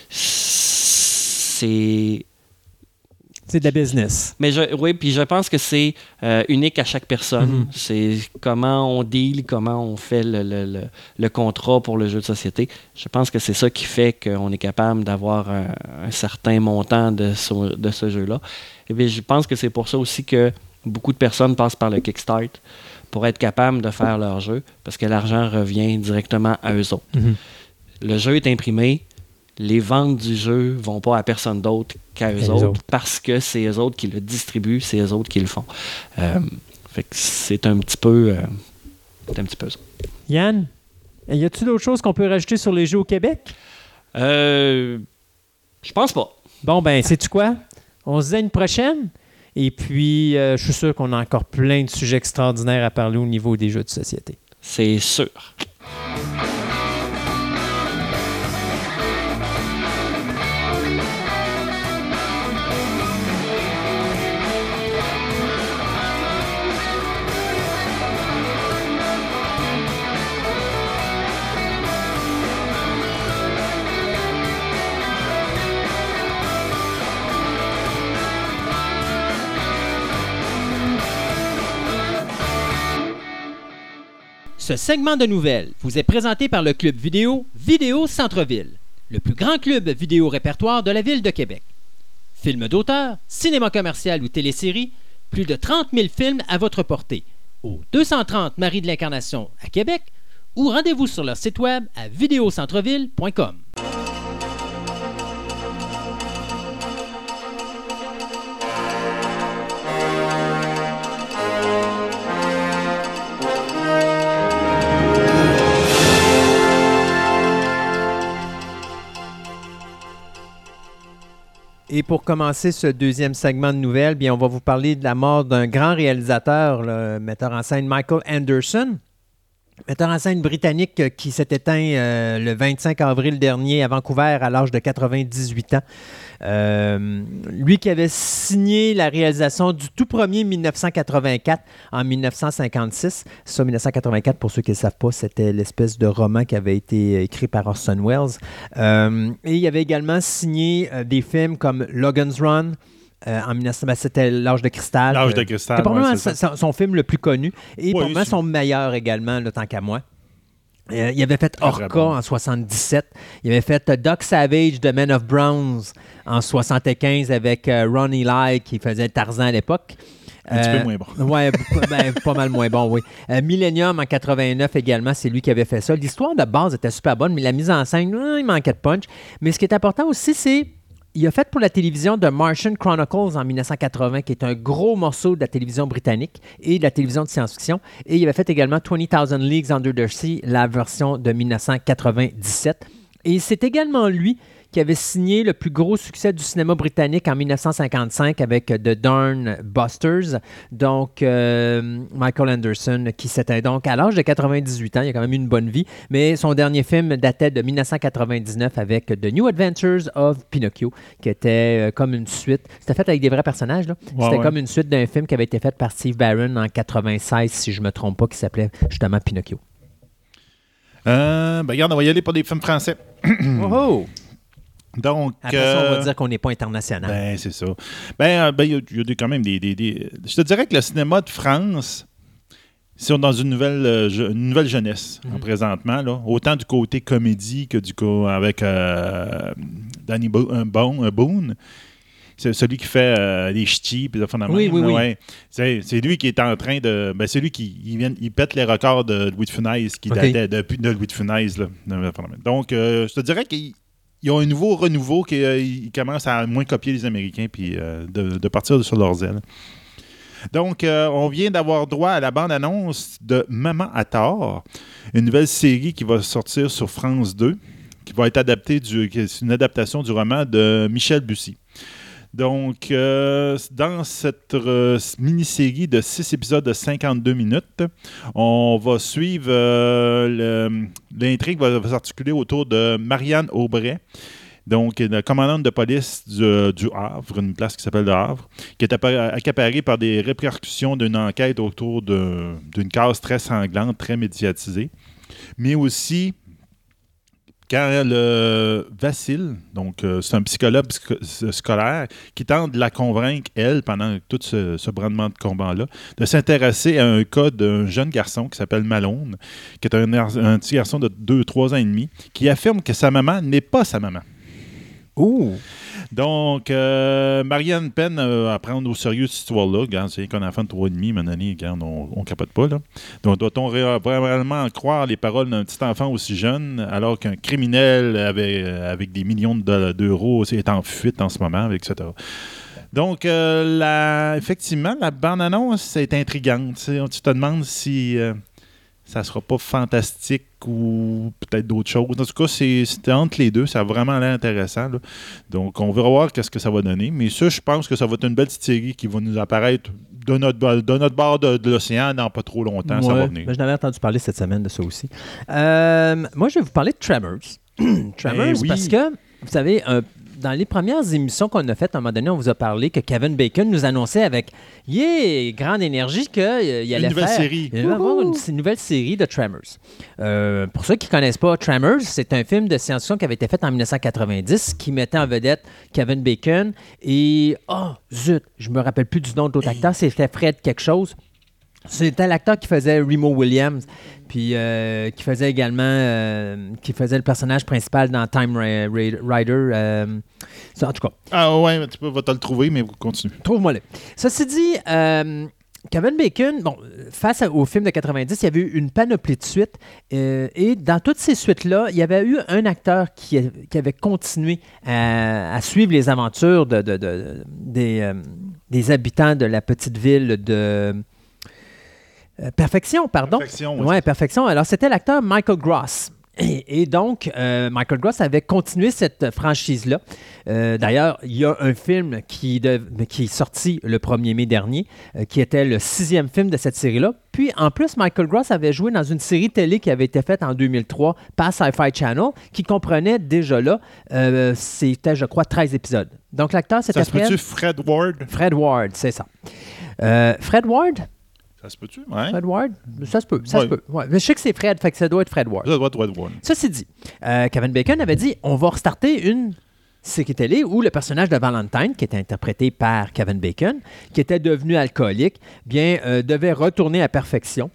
c'est... C'est de la business. Mais je, oui, puis je pense que c'est euh, unique à chaque personne. Mhm. C'est comment on deal, comment on fait le, le, le, le contrat pour le jeu de société. Je pense que c'est ça qui fait qu'on est capable d'avoir un, un certain montant de ce, de ce jeu-là. Et bien, je pense que c'est pour ça aussi que beaucoup de personnes passent par le Kickstart pour être capable de faire leur jeu, parce que l'argent revient directement à eux autres. Mhm. Le jeu est imprimé, les ventes du jeu vont pas à personne d'autre qu'à eux Qu'à eux autres, autres. parce que c'est eux autres qui le distribuent, c'est eux autres qui le font. Euh, fait que c'est un petit peu, euh, c'est un petit peu ça. Yann, y a-t-il d'autres choses qu'on peut rajouter sur les jeux au Québec? Euh, je pense pas. Bon, ben, sais-tu quoi? On se dit à une prochaine. Et puis, euh, je suis sûr qu'on a encore plein de sujets extraordinaires à parler au niveau des jeux de société. C'est sûr. Ce segment de nouvelles vous est présenté par le club vidéo Vidéo Centre-Ville, le plus grand club vidéo répertoire de la ville de Québec. Films d'auteur, cinéma commercial ou téléséries, plus de trente mille films à votre portée au deux cent trente Marie de l'Incarnation à Québec ou rendez-vous sur leur site web à vidéocentreville point com. Et pour commencer ce deuxième segment de nouvelles, bien, on va vous parler de la mort d'un grand réalisateur, le metteur en scène Michael Anderson. Metteur en scène britannique qui s'est éteint euh, le vingt-cinq avril dernier à Vancouver à l'âge de quatre-vingt-dix-huit ans. Euh, lui qui avait signé la réalisation du tout premier mille neuf cent quatre-vingt-quatre en mille neuf cent cinquante-six. Ça, mille neuf cent quatre-vingt-quatre, pour ceux qui ne le savent pas, c'était l'espèce de roman qui avait été écrit par Orson Welles. Euh, et il avait également signé euh, des films comme Logan's Run. Euh, en mille neuf cents, ben, c'était L'Âge de cristal. L'Âge de cristal. C'était probablement ouais, c'est son, son film le plus connu et oui, probablement c'est... son meilleur également, là, tant qu'à moi. Euh, il avait fait Orca bon. en soixante-dix-sept. Il avait fait uh, Doc Savage, The Men of Bronze en soixante-quinze avec uh, Ron Ely qui faisait Tarzan à l'époque. Un petit euh, peu moins bon. Oui, ben, pas mal moins bon, oui. Euh, Millennium en quatre-vingt-neuf également, c'est lui qui avait fait ça. L'histoire de base était super bonne, mais la mise en scène, euh, il manquait de punch. Mais ce qui est important aussi, c'est il a fait pour la télévision The Martian Chronicles en mille neuf cent quatre-vingts, qui est un gros morceau de la télévision britannique et de la télévision de science-fiction. Et il avait fait également vingt thousand Leagues Under the Sea, la version de mille neuf cent quatre-vingt-dix-sept. Et c'est également lui qui avait signé le plus gros succès du cinéma britannique en mille neuf cent cinquante-cinq avec The Darn Busters. Donc, euh, Michael Anderson, qui s'était donc à l'âge de quatre-vingt-dix-huit ans, il a quand même eu une bonne vie, mais son dernier film datait de mille neuf cent quatre-vingt-dix-neuf avec The New Adventures of Pinocchio, qui était euh, comme une suite. C'était fait avec des vrais personnages, là. Ouais, C'était ouais. comme une suite d'un film qui avait été fait par Steve Barron en quatre-vingt-seize, si je ne me trompe pas, qui s'appelait justement Pinocchio. Euh, ben, regarde, on va y aller pour des films français. Oh oh! Donc, Après ça, on va euh, dire qu'on n'est pas international. Ben, c'est ça. Ben, euh, ben, il y a, il y a des- quand même des, des- des- Je te dirais que le cinéma de France, c'est dans une nouvelle, euh, je- une nouvelle jeunesse, Mhm. en présentement. Là. Autant du côté comédie que du côté avec euh, Danny Bo- euh, Bon- euh, Boone. C'est celui qui fait euh, les ch'tis puis le fondamental. Oui, oui, oui. Ouais. C'est, c'est lui qui est en train de. Ben, c'est lui qui il vient, il pète les records de Louis de Funès qui Ok. datait depuis de Louis de Funès. Là, donc, euh, je te dirais qu'ils ils ont un nouveau renouveau qui euh, ils commencent à moins copier les Américains puis euh, de, de partir sur leurs ailes. Donc, euh, on vient d'avoir droit à la bande-annonce de Maman à tort, une nouvelle série qui va sortir sur France deux, qui va être adaptée du, qui est une adaptation du roman de Michel Bussy. Donc, euh, dans cette euh, mini-série de six épisodes de cinquante-deux minutes, on va suivre euh, le- l'intrigue va, va s'articuler autour de Marianne Aubray, donc la commandante de police du, du Havre, une place qui s'appelle le Havre, qui est appa- accaparée par des répercussions d'une enquête autour de- d'une case très sanglante, très médiatisée, mais aussi quand le Vasile, donc euh, c'est un psychologue sc- scolaire, qui tente de la convaincre, elle, pendant tout ce, ce brandement de combat-là, de s'intéresser à un cas d'un jeune garçon qui s'appelle Malone, qui est un, un petit garçon de deux trois ans et demi, qui affirme que sa maman n'est pas sa maman. Ouh! Donc, euh, Marianne peine euh, à prendre au sérieux cette histoire-là. Regarde, c'est qu'un enfant de trois ans et demi, à un moment donné, regarde, on ne capote pas. Là. Donc, doit-on ré- vraiment croire les paroles d'un petit enfant aussi jeune, alors qu'un criminel avec, euh, avec des millions de dollars- d'euros est en fuite en ce moment, et cetera. Donc, euh, la, effectivement, la bande-annonce est intrigante. Tu sais, tu te demandes si euh, ça sera pas fantastique ou peut-être d'autres choses. En tout cas, c'est, c'est entre les deux. Ça a vraiment l'air intéressant. Là. Donc, on verra voir qu'est-ce que ça va donner. Mais ça, je pense que ça va être une belle petite série qui va nous apparaître de notre, de notre bord de, de l'océan dans pas trop longtemps. Ça Ouais, va venir. mais je n'avais entendu parler cette semaine de ça aussi. Euh, moi, je vais vous parler de Tremors. Tremors, Ben oui. parce que, vous savez, un- dans les premières émissions qu'on a faites, à un moment donné, on vous a parlé que Kevin Bacon nous annonçait avec yeah, grande énergie qu'il allait Une nouvelle faire série. il allait avoir une, une nouvelle série de Tremors. Euh, pour ceux qui ne connaissent pas, Tremors, c'est un film de science-fiction qui avait été fait en dix-neuf cent quatre-vingt-dix qui mettait en vedette Kevin Bacon et... Oh, zut, je me rappelle plus du nom de l'autre acteur, c'était Fred quelque chose. C'était l'acteur qui faisait Remo Williams, puis euh, qui faisait également, euh, qui faisait le personnage principal dans Time Ra- Ra- Rider. euh, ça, en tout cas, Ah ouais, tu peux va te le trouver, mais continue. trouve-moi-le. Ceci dit, euh, Kevin Bacon, bon, face à- au film de quatre-vingt-dix, il y avait eu une panoplie de suites. euh, et dans toutes ces suites-là, il y avait eu un acteur qui, a- qui avait continué à, à suivre les aventures de, de- de- des, euh, des habitants de la petite ville de... Euh, Perfection, pardon. Perfection, oui. Ouais, Perfection. Alors, c'était l'acteur Michael Gross. Et, et donc, euh, Michael Gross avait continué cette franchise-là. Euh, d'ailleurs, il y a un film qui, de, qui est sorti le premier mai dernier, euh, qui était le sixième film de cette série-là. Puis, en plus, Michael Gross avait joué dans une série télé qui avait été faite en deux mille trois par Sci-Fi Channel, qui comprenait déjà là, euh, c'était, je crois, treize épisodes. Donc, l'acteur, c'était Ça se Fred... peut-tu Fred Ward? Fred Ward, c'est ça. Euh, Fred Ward? Ça se peut-tu? Ouais. Fred Ward? Ça se peut, ça Ouais. se peut. Ouais. Mais je sais que c'est Fred, fait que ça doit être Fred Ward. Ça doit être Fred Ward. Ceci dit, euh, Kevin Bacon avait dit on va restarter une série télé où le personnage de Valentine, qui était interprété par Kevin Bacon, qui était devenu alcoolique, bien, euh, devait retourner à perfection,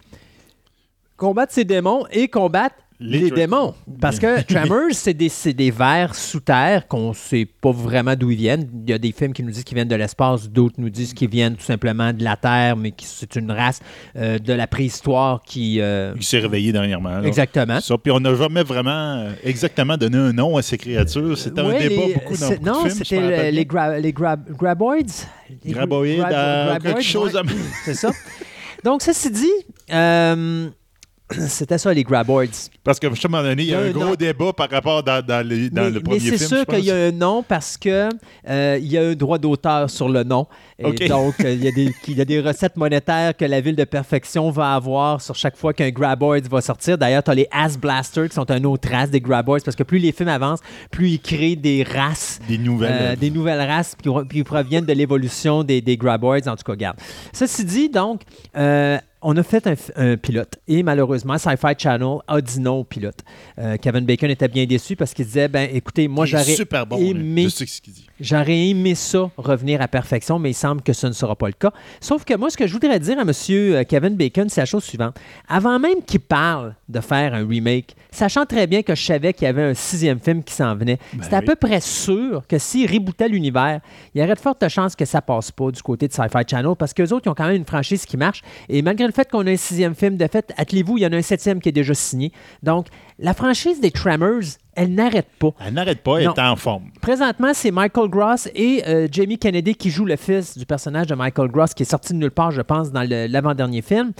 combattre ses démons et combattre les, Les démons. Parce que Tremors, c'est des, c'est des vers sous terre qu'on ne sait pas vraiment d'où ils viennent. Il y a des films qui nous disent qu'ils viennent de l'espace, d'autres nous disent qu'ils viennent tout simplement de la Terre, mais que c'est une race euh, de la préhistoire qui... euh, Il s'est réveillé dernièrement. là. Exactement. Ça, puis on n'a jamais vraiment euh, exactement donné un nom à ces créatures. C'était Ouais, un débat les- beaucoup dans c'est- beaucoup Non, de films. je c'était me rappelle le- bien. les, gra- les grab- graboids. Les Graboïdes, grab- euh, graboids, quelque chose ouais. à- C'est ça. Donc, ceci dit, euh, c'était ça, les graboids. Parce que, à un moment donné, il y a Il y a un un gros nom. débat par rapport dans, dans, les- dans mais, le mais premier c'est film. sûr je pense. qu'il y a un nom parce que euh, il y a un droit d'auteur sur le nom. Et OK. donc, euh, il y a des, il y a des recettes monétaires que la ville de Perfection va avoir sur chaque fois qu'un Graboid va sortir. D'ailleurs, tu as les Ass Blasters qui sont une autre race des Graboids parce que plus les films avancent, plus ils créent des races. Des nouvelles. Euh, des nouvelles races qui, qui proviennent de l'évolution des, des Graboids, en tout cas, regarde. Ceci dit, donc, euh, on a fait un, un pilote et malheureusement, Sci-Fi Channel a dit non au pilote. Euh, Kevin Bacon était bien déçu parce qu'il disait, ben écoutez, moi Il est j'aurais super bon. aimé, là. Je sais ce qu'il dit. j'aurais aimé ça revenir à perfection, mais il semble que ce ne sera pas le cas. Sauf que moi, ce que je voudrais dire à M. Kevin Bacon, c'est la chose suivante. Avant même qu'il parle de faire un remake, sachant très bien que je savais qu'il y avait un sixième film qui s'en venait, Ben c'était à oui. peu près sûr que s'il rebootait l'univers, il y aurait de fortes chances que ça passe pas du côté de Sci-Fi Channel parce qu'eux autres, ils ont quand même une franchise qui marche. Et malgré le fait qu'on a un sixième film de fait, attelez-vous, il y en a un septième qui est déjà signé. Donc, la franchise des Tremors, elle n'arrête pas. Elle n'arrête pas, elle Non. est en forme. Présentement, c'est Michael Gross et euh, Jamie Kennedy qui joue le fils du personnage de Michael Gross, qui est sorti de nulle part, je pense, dans le- l'avant-dernier film,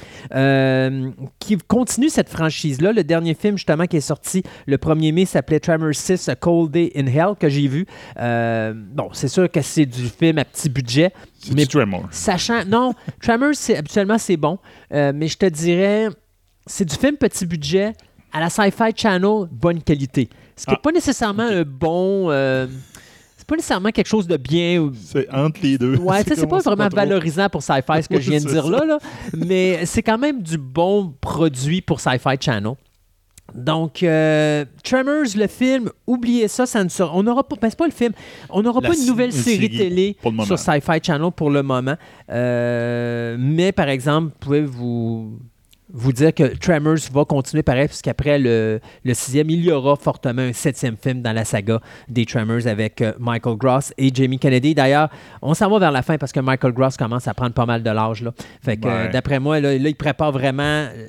euh, qui continue cette franchise-là. Le dernier film, justement, qui est sorti le premier mai, s'appelait Tremors six, A Cold Day in Hell, que j'ai vu. Euh, bon, c'est sûr que c'est du film à petit budget, C'est mais du Tremor. sachant... Non, Tremors, c'est, habituellement, c'est bon, euh, mais je te dirais, c'est du film petit budget à la Sci-Fi Channel, bonne qualité. Ce qui n'est Ah, pas nécessairement un bon... euh, c'est pas nécessairement quelque chose de bien. ou- C'est entre les deux. Ouais, tu sais, c'est comme on pas sait vraiment trop. valorisant pour Sci-Fi, ce que je viens de C'est dire ça. là, là, mais c'est quand même du bon produit pour Sci-Fi Channel. Donc, euh, Tremors, le film, oubliez ça, ça ne sera, on n'aura pas, ben, c'est pas le film, on n'aura La pas une nouvelle une série, série télé pour le moment. sur Sci-Fi Channel pour le moment. Euh, mais, par exemple, vous pouvez vous, vous dire que Tremors va continuer pareil, puisqu'après le, le sixième, il y aura fortement un septième film dans la saga des Tremors avec euh, Michael Gross et Jamie Kennedy. D'ailleurs, on s'en va vers la fin parce que Michael Gross commence à prendre pas mal de l'âge, là. Fait que, Ouais. euh, d'après moi, là, là, il prépare vraiment... euh,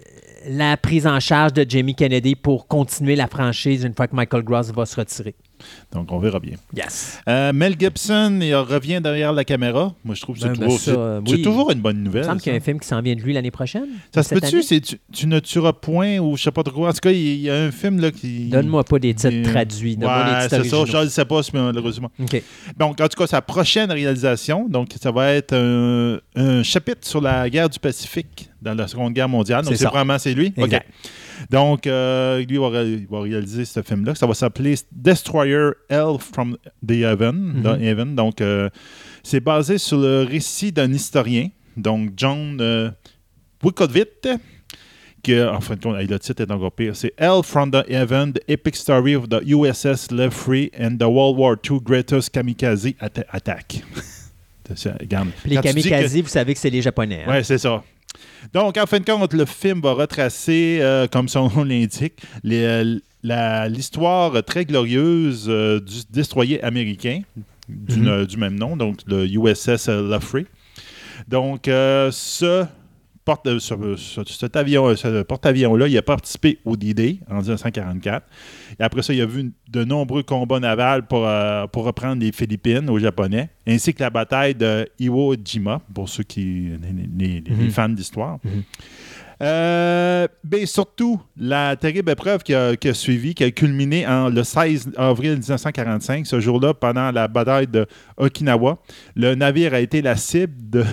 la prise en charge de Jamie Kennedy pour continuer la franchise une fois que Michael Gross va se retirer. Donc, on verra bien. Yes. Euh, Mel Gibson, il revient derrière la caméra. Moi, je trouve que c'est Ben, ben, toujours, ça, c'est- euh, c'est oui. toujours une bonne Il nouvelle. me semble qu'il y a ça. un film qui s'en vient de lui l'année prochaine. Ça ou se cette peut-tu? année. C'est tu, tu ne tueras point ou je sais pas trop quoi. En tout cas, il y a un film là qui. Donne-moi pas des titres il- traduits. Donne-moi Ouais, des c'est titres ça. originaux. Je ne sais pas, malheureusement. OK. Donc, en tout cas, sa prochaine réalisation, donc ça va être un, un chapitre sur la guerre du Pacifique dans la Seconde Guerre mondiale. Donc, C'est c'est ça. vraiment c'est lui. Exact. OK. Donc, euh, lui il va, ré- il va réaliser ce film-là. Ça va s'appeler Destroyer Hell from the Heaven. Mhm. the Heaven. Donc, euh, c'est basé sur le récit d'un historien, donc John euh, Wickovitt, que, en fin de compte, le titre est encore pire. C'est Hell from the Heaven, the epic story of the U S S Love Free and the World War two greatest kamikaze atta- attack. C'est ça, regarde. Puis les Quand tu dis que- kamikazes, vous savez que c'est les Japonais. hein? oui, c'est ça. Donc, en fin de compte, le film va retracer, euh, comme son nom l'indique, les, euh, la- l'histoire très glorieuse euh, du destroyer américain du, Mhm. euh, du même nom, donc le U S S Love Free. Donc, euh, ce, porte, euh, ce, ce- cet avion, ce porte-avions-là, il a participé au D-Day en dix-neuf cent quarante-quatre. Et après ça, il a vu une- de nombreux combats navals pour, euh, pour reprendre les Philippines aux Japonais, ainsi que la bataille de Iwo Jima, pour ceux qui les, les- les Mhm. fans d'histoire. Mhm. Euh, ben, surtout, la terrible épreuve qui a, qui a suivi, qui a culminé en, le seize avril dix-neuf cent quarante-cinq, ce jour-là, pendant la bataille de Okinawa, le navire a été la cible de...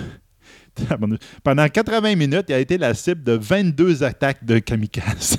Pendant quatre-vingts minutes, il a été la cible de vingt-deux attaques de kamikazes.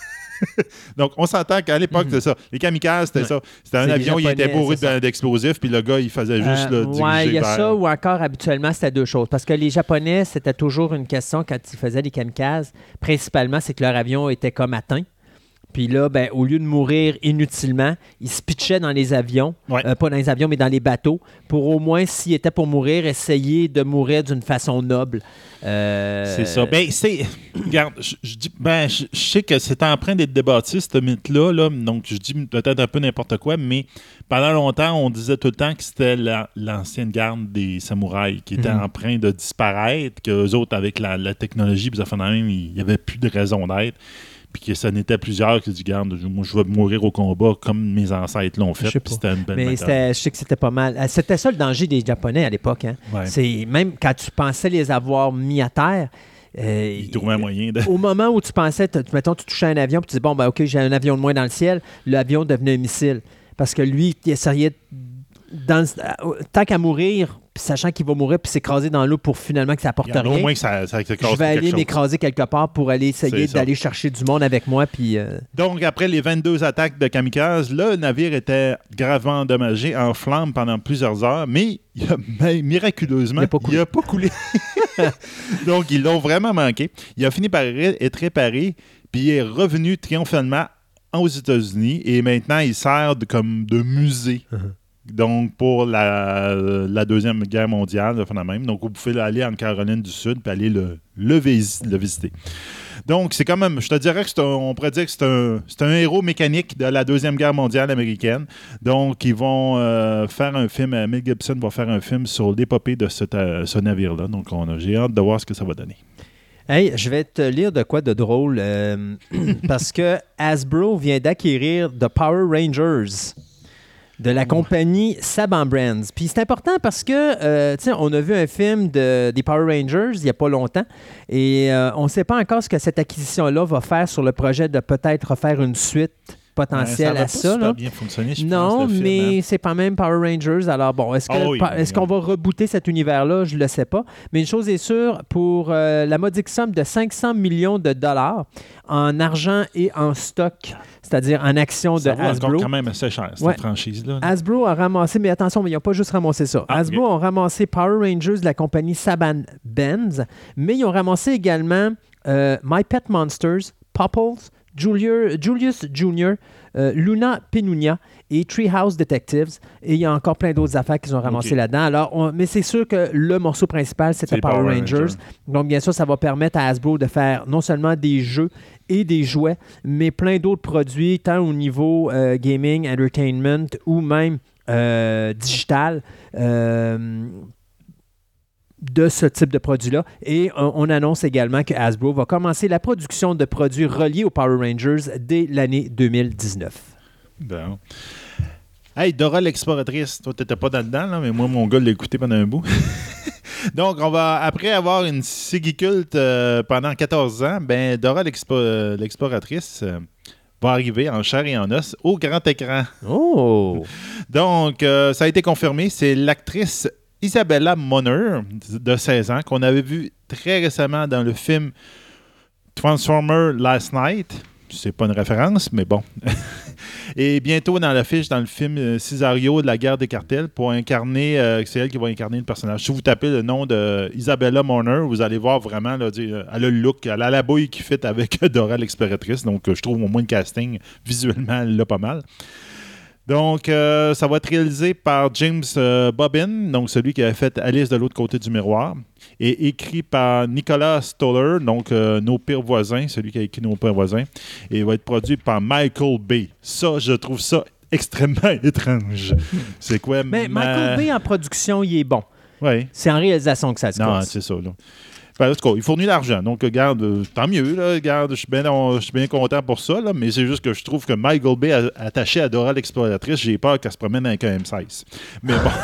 Donc, on s'entend qu'à l'époque, mm-hmm. c'était ça. Les kamikazes, c'était ouais. ça. C'était un c'est avion, il était bourré d'explosifs, puis le gars, il faisait juste euh, le diriger ouais, il y a vers... ça, ou encore, habituellement, c'était deux choses. Parce que les Japonais, c'était toujours une question, quand ils faisaient des kamikazes, principalement, c'est que leur avion était comme atteint. Puis là, ben, au lieu de mourir inutilement, ils se pitchaient dans les avions, ouais. euh, pas dans les avions, mais dans les bateaux, pour au moins, s'ils étaient pour mourir, essayer de mourir d'une façon noble. Euh... C'est ça. Ben, c'est... Regarde, je, je dis... Ben, je, je sais que c'est en train d'être débattu, ce mythe-là, là, donc je dis peut-être un peu n'importe quoi, mais pendant longtemps, on disait tout le temps que c'était la, l'ancienne garde des samouraïs qui était mm-hmm. en train de disparaître, qu'eux autres, avec la, la technologie, puis ça fait même, il n'y avait plus de raison d'être. Puis que ça n'était plusieurs qui disent, garde, moi je vais mourir au combat comme mes ancêtres l'ont fait. Puis c'était une belle Mais c'était, je sais que c'était pas mal. C'était ça le danger des Japonais à l'époque. Hein? Ouais. C'est, même quand tu pensais les avoir mis à terre, euh, ils trouvaient un moyen de... Au moment où tu pensais, mettons, tu touchais un avion, puis tu dis, bon, ben OK, j'ai un avion de moins dans le ciel, l'avion devenait un missile. Parce que lui, il essayait, dans le, tant qu'à mourir, sachant qu'il va mourir puis s'écraser dans l'eau pour finalement que ça apporte rien. Au moins que ça, ça je vais aller m'écraser quelque part pour aller essayer d'aller chercher du monde avec moi. Puis, euh... Donc, après les vingt-deux attaques de kamikazes, le navire était gravement endommagé en flammes pendant plusieurs heures, mais il a, miraculeusement, il n'a pas coulé. Donc, ils l'ont vraiment manqué. Il a fini par être réparé, puis il est revenu triomphalement aux États-Unis, et maintenant, il sert de, comme de musée. Uh-huh. Donc, pour la, la Deuxième Guerre mondiale, enfin, même. Donc, vous pouvez aller en Caroline du Sud et aller le, le, vis, le visiter. Donc, c'est quand même, je te dirais que c'est un, on pourrait dire que c'est un, c'est un héros mécanique de la Deuxième Guerre mondiale américaine. Donc, ils vont euh, faire un film, Mel Gibson va faire un film sur l'épopée de ce, ce navire-là. Donc, on a, j'ai hâte de voir ce que ça va donner. Hey, je vais te lire de quoi de drôle, euh, parce que Hasbro vient d'acquérir The Power Rangers de la compagnie Saban Brands. Puis c'est important parce que, euh, tu sais, on a vu un film de, des Power Rangers il n'y a pas longtemps et euh, on ne sait pas encore ce que cette acquisition-là va faire sur le projet de peut-être refaire une suite potentiel ouais, ça à ça. Là. Bien fonctionné, je non, pense, le mais film, hein? c'est quand même Power Rangers. Alors bon, est-ce, que, oh oui, est-ce qu'on va rebooter cet univers-là? Je ne le sais pas. Mais une chose est sûre, pour euh, la modique somme de cinq cents millions de dollars en argent et en stock, c'est-à-dire en actions de Hasbro. C'est quand même assez cher, cette ouais. franchise-là. Hasbro a ramassé, mais attention, mais ils n'ont pas juste ramassé ça. Ah, Hasbro okay. ont ramassé Power Rangers de la compagnie Saban Brands, mais ils ont ramassé également euh, My Pet Monsters, Popples, Julius, Julius Junior, euh, Luna Penunia et Treehouse Detectives. Et il y a encore plein d'autres affaires qu'ils ont ramassées okay. là-dedans. Alors, on, mais c'est sûr que le morceau principal, c'était c'est Power, Power Rangers. Rangers. Donc, bien sûr, ça va permettre à Hasbro de faire non seulement des jeux et des jouets, mais plein d'autres produits, tant au niveau euh, gaming, entertainment ou même euh, digital. Euh, de ce type de produit-là. Et on, on annonce également que Hasbro va commencer la production de produits reliés aux Power Rangers dès l'année deux mille dix-neuf. Bon. Hey, Dora l'exploratrice, toi, t'étais pas là-dedans, là, mais moi, mon gars l'a écouté pendant un bout. Donc, on va, après avoir une série culte euh, pendant quatorze ans, ben Dora l'expo- l'exploratrice euh, va arriver en chair et en os au grand écran. Oh! Donc, euh, ça a été confirmé, c'est l'actrice Isabella Moner, de seize ans, qu'on avait vu très récemment dans le film Transformer Last Night. C'est pas une référence, mais bon. Et bientôt dans l'affiche, dans le film euh, Cesario de la guerre des cartels, pour incarner, euh, c'est elle qui va incarner le personnage. Si vous tapez le nom de Isabella Moner, vous allez voir vraiment, là, elle a le look, elle a la bouille qui fit avec Dora l'exploratrice. Donc, je trouve au moins le casting, visuellement, elle l'a pas mal. Donc, euh, ça va être réalisé par James euh, Bobbin, donc celui qui a fait Alice de l'autre côté du miroir, et écrit par Nicolas Stoller, donc euh, Nos pires voisins, celui qui a écrit Nos pires voisins, et va être produit par Michael Bay. Ça, je trouve ça extrêmement étrange. C'est quoi? Mais ma... Michael Bay en production, il est bon. Oui. C'est en réalisation que ça se passe. Non, c'est ça, là. Ben, en tout cas, il fournit l'argent. Donc, regarde, euh, tant mieux. Là, regarde, je suis bien, je suis bien content pour ça. Là, mais c'est juste que je trouve que Michael Bay, a, attaché à Dora l'exploratrice, j'ai peur qu'elle se promène avec un M seize. Mais bon.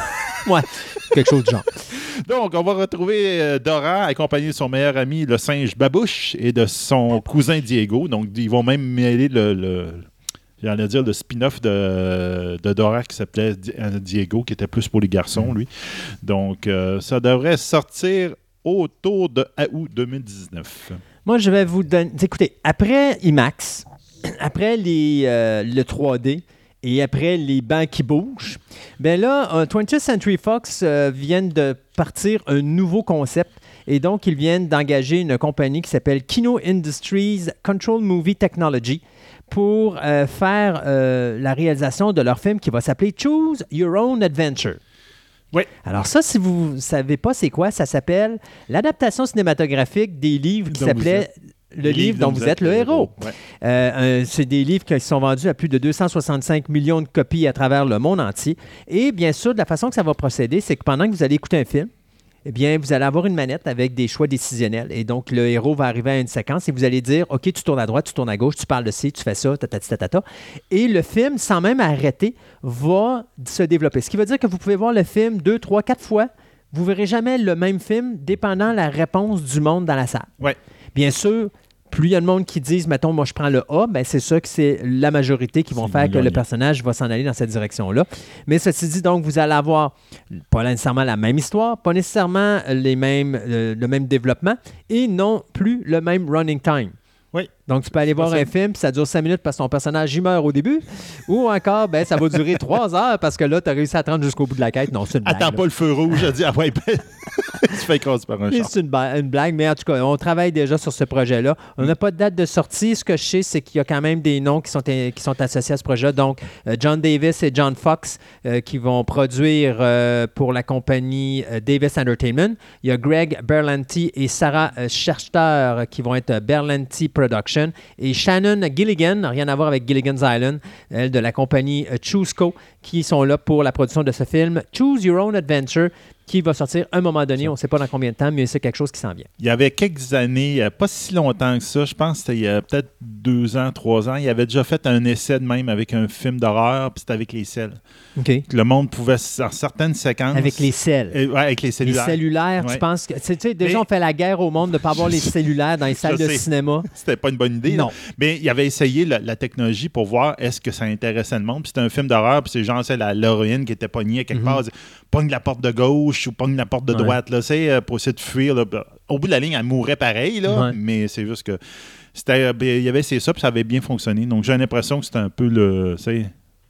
Ouais, quelque chose du genre. Donc, on va retrouver euh, Dora accompagnée de son meilleur ami, le singe Babouche, et de son cousin Diego. Donc, ils vont même mêler le, le j'allais dire le spin-off de, de Dora qui s'appelait Di- euh, Diego, qui était plus pour les garçons, lui. Donc, euh, ça devrait sortir autour de août deux mille dix-neuf. Moi, je vais vous donner... Écoutez, après IMAX, après les, euh, le trois D et après les bancs qui bougent, bien là, euh, twentieth Century Fox euh, viennent de partir un nouveau concept. Et donc, ils viennent d'engager une compagnie qui s'appelle Kino Industries Control Movie Technology pour euh, faire euh, la réalisation de leur film qui va s'appeler Choose Your Own Adventure. Oui. Alors ça, si vous ne savez pas c'est quoi, ça s'appelle l'adaptation cinématographique des livres qui Dont vous s'appelait Le livre dont vous êtes le héros. Ouais. Euh, un- c'est des livres qui sont vendus à plus de deux cent soixante-cinq millions de copies à travers le monde entier. Et bien sûr, de la façon que ça va procéder, c'est que pendant que vous allez écouter un film, eh bien, vous allez avoir une manette avec des choix décisionnels. Et donc, le héros va arriver à une séquence et vous allez dire, OK, tu tournes à droite, tu tournes à gauche, tu parles de ci, tu fais ça, tatati tatata. Et le film, sans même arrêter, va se développer. Ce qui veut dire que vous pouvez voir le film deux, trois, quatre fois. Vous ne verrez jamais le même film dépendant de la réponse du monde dans la salle. Ouais. Bien sûr, plus il y a de monde qui disent, mettons, moi je prends le A, ben c'est ça que c'est la majorité qui vont C'est faire que gagnant. le personnage va s'en aller dans cette direction-là. Mais ceci dit, donc, vous allez avoir pas nécessairement la même histoire, pas nécessairement les mêmes, euh, le même développement et non plus le même running time. Oui. Donc, tu peux aller voir possible. un film, puis ça dure cinq minutes parce que ton personnage, il meurt au début. Ou encore, ben, ça va durer trois heures parce que là, tu as réussi à te rendre jusqu'au bout de la quête. Non, c'est une blague. Attends là. pas le feu rouge, je dis, ah ouais, ben, tu fais écraser par un Mais char. c'est une, ba- une blague, mais en tout cas, on travaille déjà sur ce projet-là. On n'a pas de date de sortie. Ce que je sais, c'est qu'il y a quand même des noms qui sont, qui sont associés à ce projet. Donc, euh, John Davis et John Fox euh, qui vont produire euh, pour la compagnie euh, Davis Entertainment. Il y a Greg Berlanti et Sarah euh, Scherchter qui vont être euh, Berlanti Production. Et Shannon Gilligan, rien à voir avec Gilligan's Island, elle de la compagnie euh, Chooseco, qui sont là pour la production de ce film Choose Your Own Adventure, qui va sortir à un moment donné. On ne sait pas dans combien de temps, mais c'est quelque chose qui s'en vient. Il y avait quelques années, il y a pas si longtemps que ça, je pense que c'était il y a peut-être deux ans, trois ans, il avait déjà fait un essai de même avec un film d'horreur, puis c'était avec les selles. OK. Le monde pouvait, dans certaines séquences... Avec les selles. Euh, ouais, avec les Les cellulaires. cellulaires, Ouais. tu penses que... Tu sais, tu sais, déjà, Mais- on fait la guerre au monde de ne pas avoir les cellulaires dans les salles Je de sais. cinéma. C'était pas une bonne idée. là. Non. Mais il avait essayé la, la technologie pour voir est-ce que ça intéressait le monde. Puis c'était un film d'horreur, puis c'est genre c'est la l'héroïne qui était pognée à quelque Mhm. part. Elle dit, pogne la porte de gauche ou pogne la porte de Ouais. droite, là, c'est euh, pour essayer de fuir. Là. Au bout de la ligne, elle mourrait pareil, là, Ouais. mais c'est juste que c'était, euh, ben, il y avait essayé ça, puis ça avait bien fonctionné. Donc j'ai l'impression que c'était un peu le. c'est-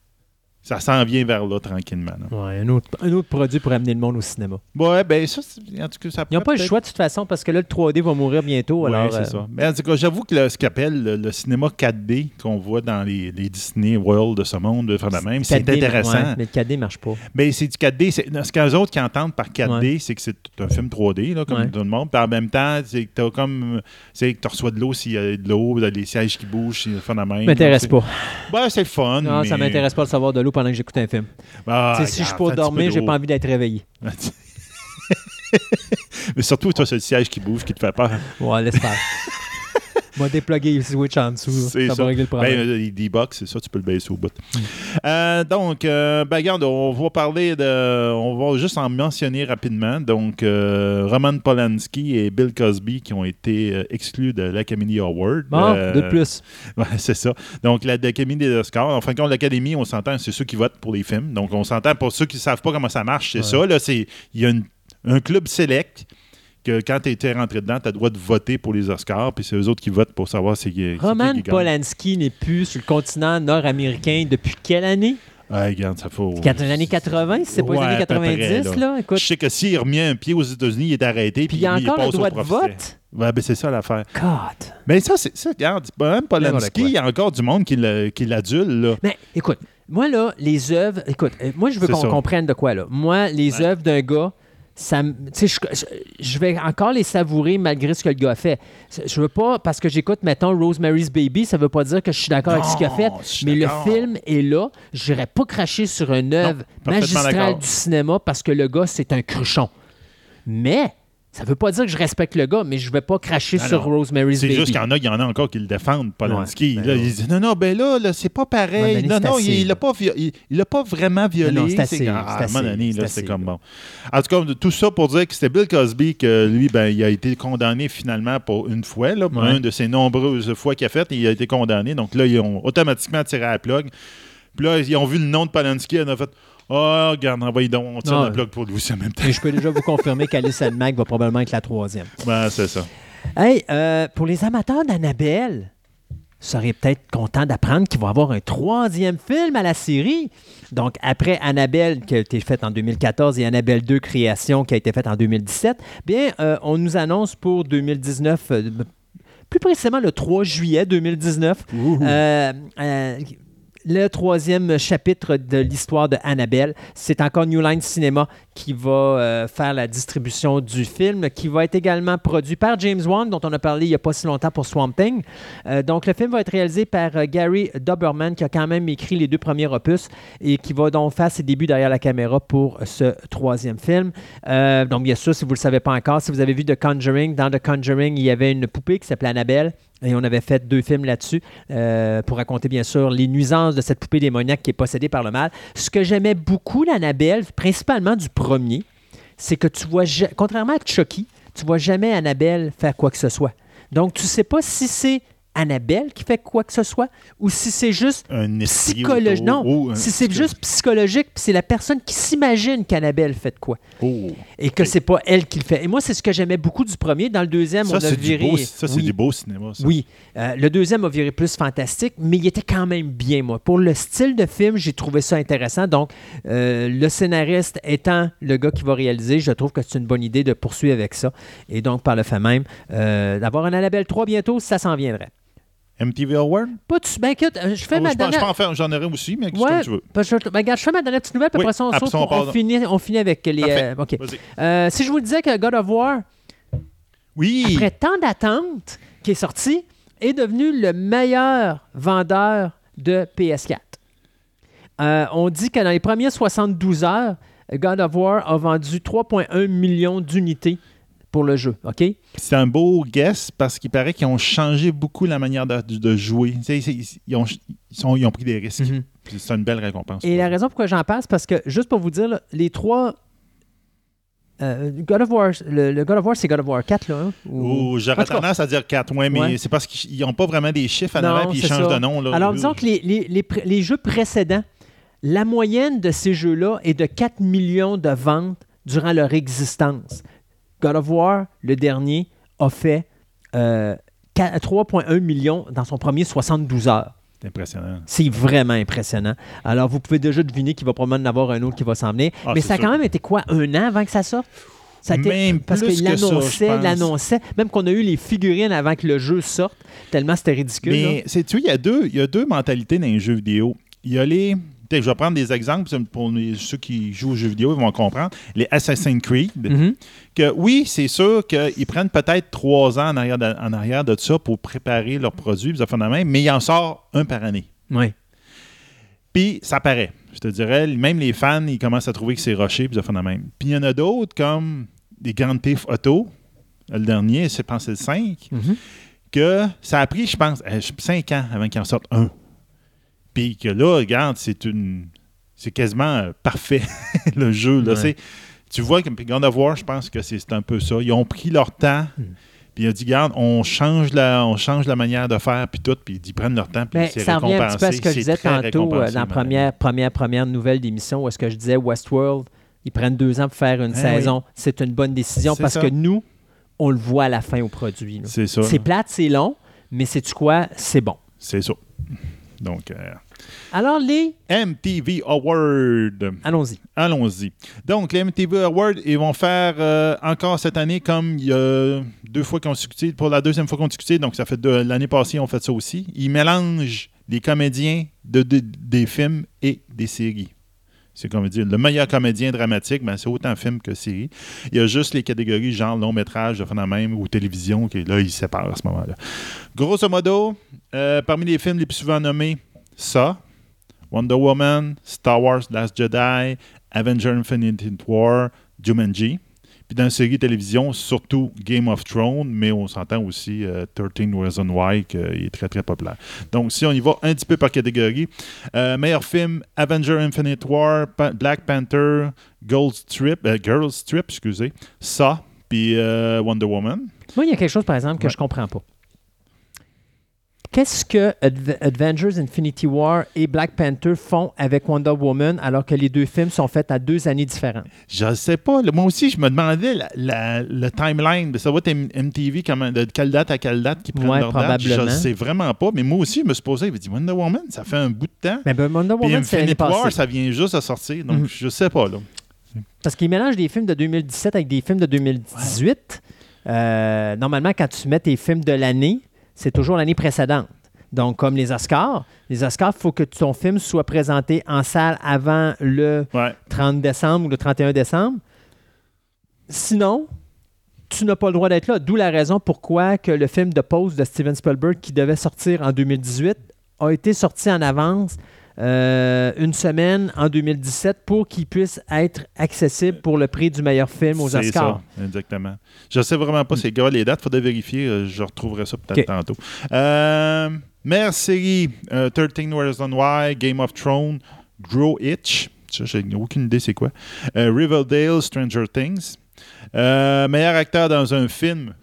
Ça s'en vient vers là tranquillement. là. Ouais, un autre, un autre produit pour amener le monde au cinéma. Ouais, ben ça, c'est- en tout cas, ça Ils n'ont pourrait pas le peut-être- choix de toute façon parce que là, le trois D va mourir bientôt. Oui, alors, c'est euh, ça. Mais en tout cas, j'avoue que le- ce qu'appelle le, le cinéma quatre D qu'on voit dans les, les Disney World de ce monde, de faire de même, c'est quatre D, intéressant. ouais, mais le quatre D ne marche pas. Mais c'est du quatre D. C'est, ce qu'eux autres qui entendent par quatre D, c'est que c'est un film trois D, là, comme Ouais. tout le monde. Puis en même temps, c'est que t'as comme. C'est que tu reçois de l'eau s'il y a de l'eau, les sièges qui bougent, c'est faire de même. Ça m'intéresse C'est- pas. Ben, c'est le fun. Non, mais... ça m'intéresse pas de savoir de l'eau pendant que j'écoute un film. Ah, Tu sais, si je regarde, suis pas fais un petit dormir, peu j'ai d'eau. pas envie d'être réveillé. Mais surtout, toi, c'est le siège qui bouge qui te fait peur. Ouais, laisse faire. Moi, dépluguer le switch en dessous. là. C'est ça, ça. va régler le problème. Ben, euh, les D-Box, c'est ça, tu peux le baisser au bout. Euh, donc, euh, ben, regarde, on va parler de. On va juste en mentionner rapidement. Donc, euh, Roman Polanski et Bill Cosby qui ont été euh, exclus de l'Academy Award. Bon, Euh, deux de plus. Ouais, c'est ça. Donc, l'Académie des Oscars. En fin de compte, l'Académie, on s'entend, c'est ceux qui votent pour les films. Donc, on s'entend pour ceux qui ne savent pas comment ça marche. C'est Ouais. ça. Là, c'est, il y a une- un club select que quand tu étais rentré dedans, tu as le droit de voter pour les Oscars. Puis c'est eux autres qui votent pour savoir c'est qui, c'est qui Roman qui gagne. Polanski n'est plus sur le continent nord-américain depuis quelle année? Ouais, regarde, ça faut. Quatre- Les années quatre-vingt? Si c'est pas Ouais, les années à peu près, quatre-vingt-dix, là. là? Écoute. Je sais que s'il remet un pied aux États-Unis, il est arrêté. Puis il y a il encore le passe au droit de professeur. vote? Ouais, ben c'est ça l'affaire. God! Mais ça, c'est ça, regarde, même N'importe Polanski, quoi. il y a encore du monde qui, le- qui l'adule, là. Mais écoute, moi, là, les œuvres... Écoute, euh, moi, je veux C'est qu'on ça. comprenne de quoi, là. Moi, les Ouais. œuvres d'un gars... Ça, m- tu sais, je, je- je vais encore les savourer malgré ce que le gars a fait. Je veux pas, parce que j'écoute, mettons, Rosemary's Baby, ça veut pas dire que je suis d'accord avec ce qu'il a fait, Non, je suis mais le d'accord. film est là. Je n'irais pas cracher sur une œuvre parfaitement magistrale d'accord. du cinéma parce que le gars, c'est un cruchon. Mais Ça veut pas dire que je respecte le gars, mais je vais pas cracher Non, sur non. Rosemary's C'est Baby. juste qu'il y en a, il y en a encore qui le défendent, Polanski. Ouais, ben là, oui. ils disent non, non, ben là, là c'est pas pareil. À un moment Non, donné, non, c'est il assez, il l'a pas, vi- il, il l'a pas vraiment violé. Non, non, c'est assez, ah, c'est à un moment assez, donné, c'est là, assez, c'est comme là. bon. En tout cas, tout ça pour dire que c'était Bill Cosby, que lui, ben, il a été condamné finalement pour une fois, là, pour Ouais. une de ses nombreuses fois qu'il a fait, il a été condamné. Donc là, ils ont automatiquement tiré à la plug. Puis là, ils ont vu le nom de Polanski, ils ont fait oh, regarde, envoyez donc, on tire Non, la plug pour lui aussi en même temps. Et je peux déjà vous confirmer qu'Alice and Mac va probablement être la troisième. Ben, c'est ça. Hey, euh, pour les amateurs d'Annabelle, vous seriez peut-être content d'apprendre qu'il va y avoir un troisième film à la série. Donc, après Annabelle, qui a été faite en deux mille quatorze, et Annabelle deux, Création, qui a été faite en deux mille dix-sept, bien, euh, on nous annonce pour deux mille dix-neuf, euh, plus précisément le trois juillet deux mille dix-neuf, euh, euh, le troisième chapitre de l'histoire de Annabelle. C'est encore New Line Cinema qui va euh, faire la distribution du film, qui va être également produit par James Wan, dont on a parlé il n'y a pas si longtemps pour Swamp Thing. Euh, donc, le film va être réalisé par euh, Gary Doberman, qui a quand même écrit les deux premiers opus et qui va donc faire ses débuts derrière la caméra pour ce troisième film. Euh, donc, bien sûr, si vous ne le savez pas encore, si vous avez vu The Conjuring, dans The Conjuring, il y avait une poupée qui s'appelait Annabelle. Et on avait fait deux films là-dessus euh, pour raconter, bien sûr, les nuisances de cette poupée démoniaque qui est possédée par le mal. Ce que j'aimais beaucoup d'Annabelle, principalement du premier, c'est que tu vois, ja- contrairement à Chucky, tu vois jamais Annabelle faire quoi que ce soit. Donc, tu sais pas si c'est Annabelle qui fait quoi que ce soit ou si c'est juste Un esprit psychologique. autour. Non, Oh, un- si c'est juste psychologique, puis c'est la personne qui s'imagine qu'Annabelle fait de quoi Oh. et que c'est pas elle qui le fait. Et moi, c'est ce que j'aimais beaucoup du premier. Dans le deuxième, Ça, on a c'est du viré... beau, ça, c'est Oui. du beau cinéma. Ça. Oui. Euh, le deuxième a viré plus fantastique, mais il était quand même bien, moi. Pour le style de film, j'ai trouvé ça intéressant. Donc, euh, le scénariste étant le gars qui va réaliser, je trouve que c'est une bonne idée de poursuivre avec ça. Et donc, par le fait même, euh, d'avoir un Annabelle trois bientôt, ça s'en viendrait. M T V Award? Pas de... Ben, écoute, euh, je fais Oh, ma je, pense, je dernière... peux en faire, j'en aurais aussi, mais c'est Ouais, comme tu veux. parce que je, ben, regarde, je fais ma dernière petite nouvelle, puis Oui, après ça, on, après saute, ça, on on, part- finit, on finit avec les... Parfait. euh, OK. Vas-y. Euh, si je vous disais que God of War, Oui! après tant d'attentes, qui est sorti, est devenu le meilleur vendeur de P S quatre. Euh, on dit que dans les premières soixante-douze heures, God of War a vendu trois virgule un millions d'unités pour le jeu. OK? C'est un beau guess parce qu'il paraît qu'ils ont changé beaucoup la manière de, de jouer. Tu sais, c'est- ils, ont, ils, sont- ils ont pris des risques. Mhm. Puis C'est une belle récompense. Et la raison pourquoi j'en parle, c'est parce que, juste pour vous dire, là, les trois... euh, God of War, le, le God of War, c'est God of War quatre, là. Hein? Ou- Oh, j'aurais En tout cas, tendance à dire quatre, ouais, mais Ouais. c'est parce qu'ils n'ont pas vraiment des chiffres à Non, l'avant puis ils c'est changent ça. de nom. Là. Alors, disons que les, les, les, pré- les jeux précédents, la moyenne de ces jeux-là est de quatre millions de ventes durant leur existence. God of War, le dernier, a fait euh, quatre- trois virgule un millions dans son premier soixante-douze heures. C'est impressionnant. C'est vraiment impressionnant. Alors, vous pouvez déjà deviner qu'il va probablement en avoir un autre qui va s'en venir. Ah, Mais c'est ça a sûr. quand même été quoi, un an avant que ça sorte? Ça a été- Même parce plus qu'il que ça, je l'annonçait, pense. l'annonçait. Même qu'on a eu les figurines avant que le jeu sorte, tellement c'était ridicule. là. Mais c'est, tu vois, il y a deux, il y a deux mentalités dans les jeux vidéo. Il y a les. peut-être que Je vais prendre des exemples pour les- ceux qui jouent aux jeux vidéo, ils vont comprendre. Les Assassin's Creed. Mhm. Que oui, c'est sûr qu'ils prennent peut-être trois ans en arrière de, en arrière de ça pour préparer leurs produits, puis ça fait de même, mais ils en sortent un par année. Oui. Puis ça paraît. Je te dirais, même les fans, ils commencent à trouver que c'est rushé, puis ça fait de même. Puis il y en a d'autres, comme des Grand Theft Auto, le dernier, je pense que c'est le cinq, Mhm. que ça a pris, je pense, cinq ans avant qu'ils en sortent un. Puis que là, regarde, c'est une. C'est quasiment euh, parfait, le jeu. Là, Ouais. c'est- Tu vois que puis God of War, je pense que c'est, c'est un peu ça. Ils ont pris leur temps, Hmm. puis ils ont dit, regarde, on change la, on change la manière de faire, puis tout, puis ils prennent leur temps, puis Mais c'est ça revient un petit peu à ce récompensé. que je C'est disais très tantôt euh, récompensé, dans la madame. première, première, première nouvelle d'émission où est-ce que je disais Westworld, ils prennent deux ans pour faire une Eh saison. C'est une bonne décision C'est parce ça. que nous, on le voit à la fin au produit. là. C'est ça. C'est plate, c'est long, mais sais-tu quoi? C'est bon. C'est ça. Donc, euh, Alors, les... M T V Award. Allons-y. Allons-y. Donc, les M T V Awards, ils vont faire euh, encore cette année comme il y a deux fois consécutif, pour la deuxième fois consécutive, donc ça fait deux, l'année passée, ils ont fait ça aussi. Ils mélangent les comédiens de, de- des films et des séries. C'est comme dire, le meilleur comédien dramatique, ben, c'est autant film que série. Il y a juste les catégories genre long métrage, de phénomène ou télévision, qui là, ils se séparent à ce moment-là. Grosso modo, euh, parmi les films les plus souvent nommés, ça, Wonder Woman, Star Wars Last Jedi, Avengers Infinity War, Jumanji. Puis dans la série télévision, surtout Game of Thrones, mais on s'entend aussi euh, thirteen Reasons Why, qui est très, très populaire. Donc, si on y va un petit peu par catégorie, euh, meilleur film, Avenger Infinite War, pa- Black Panther, Gold Strip, euh, Girls Strip, excusez, Saw, puis euh, Wonder Woman. Moi, il y a quelque chose, par exemple, que Ouais. je comprends pas. Qu'est-ce que Adve- Avengers Infinity War et Black Panther font avec Wonder Woman alors que les deux films sont faits à deux années différentes? Je ne sais pas. Là, moi aussi, je me demandais la, la- le timeline. Ça va être M- MTV, comment, de quelle date à quelle date qui prennent Ouais, leur date. Je probablement. ne sais vraiment pas. Mais moi aussi, je me suis posé. Je me dit Wonder Woman, ça fait un bout de temps. Mais ben, Wonder Puis Woman, c'est l'année Infinite War, passée. ça vient juste de sortir. Donc, Mhm. je sais pas. Là. Parce qu'ils mélangent des films de deux mille dix-sept avec des films de deux mille dix-huit. Euh, normalement, quand tu mets tes films de l'année, c'est toujours l'année précédente. Donc, comme les Oscars, les Oscars, il faut que ton film soit présenté en salle avant le Ouais. trente décembre ou le trente et un décembre. Sinon, tu n'as pas le droit d'être là. D'où la raison pourquoi que le film de Pose de Steven Spielberg, qui devait sortir en deux mille dix-huit, a été sorti en avance euh, une semaine en deux mille dix-sept pour qu'il puisse être accessible pour le prix du meilleur film aux C'est Oscars. ça, exactement. Je ne sais vraiment pas c'est gars les dates. Il faudrait vérifier. Euh, Je retrouverai ça peut-être Ok. tantôt. Euh, meilleure série, euh, thirteen Reasons Why, Game of Thrones, Grow Itch. Ça, j'ai aucune idée c'est quoi. Euh, Riverdale, Stranger Things. Euh, meilleur acteur dans un film.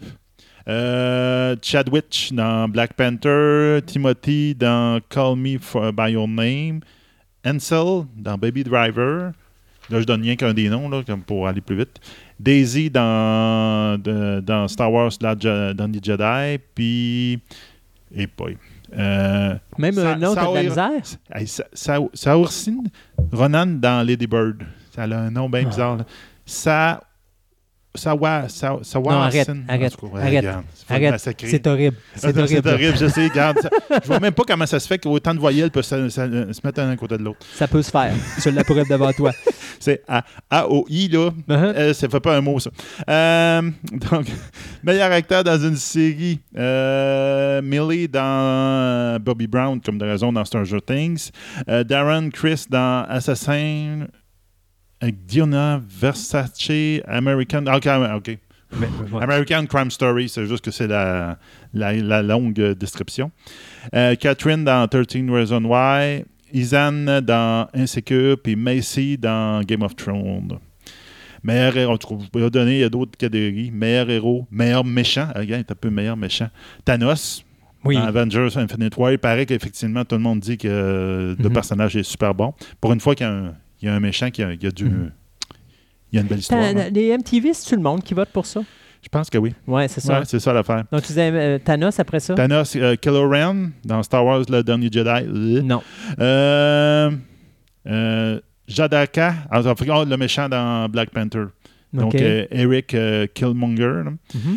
Euh, Chadwick dans Black Panther, Timothy dans Call Me for- by Your Name, Ansel dans Baby Driver. Là, je donne rien qu'un des noms là, comme pour aller plus vite. Daisy dans, de- dans Star Wars La Je- dans The Jedi, puis. Et boy. Euh, Même Sa- un autre a de la Saoir- misère. Hey, Sa- Sa- Saoirse Ronan dans Lady Bird. Ça a un nom bien Ah. bizarre. Là. Sa. Sawa, Sa- Saoirse. Non, arrête, En arrête, tout cas, ouais, arrête, regarde, c'est pas Arrête, massacré. c'est horrible. C'est Ah, horrible. C'est horrible, je sais. Regarde, ça- je vois même pas comment ça se fait qu'autant de voyelles peuvent se, se- se mettre un à côté de l'autre. Ça peut se faire. Tu l'as pour être devant toi. C'est A- A-O-I, là. Uh-huh. Euh, ça fait pas un mot, ça. Euh, donc, meilleur acteur dans une série. Euh, Millie dans Bobby Brown, comme de raison, dans Stranger Things. Euh, Darren Criss dans Assassin. Avec Diona Versace, American... OK, OK. Mais, ouais. American Crime Story, c'est juste que c'est la, la, la longue euh, description. Euh, Catherine dans thirteen Reasons Why. Izan dans Insecure, puis Macy dans Game of Thrones. Meilleur héros, je trouve, il y a donné, il y a d'autres catégories. Meilleur héros, meilleur méchant. Ah, regarde, il est un peu meilleur méchant. Thanos, Oui. dans Avengers Infinite War. Il paraît qu'effectivement, tout le monde dit que euh, le Mhm. personnage est super bon. Pour une fois qu'il y a un, il y a un méchant qui a, il y a du... Mhm. Il y a une belle histoire. T'as- là. Les M T V, c'est-tu le monde qui vote pour ça? Je pense que oui. Ouais, c'est ça. Ouais, c'est ça l'affaire. Donc, tu disais euh, Thanos après ça? Thanos, euh, Kylo Ren dans Star Wars, le dernier Jedi. Non. Euh, euh, Jadaka, en Afrique, le méchant dans Black Panther. Donc, OK. euh, Eric euh, Killmonger. là. Mhm.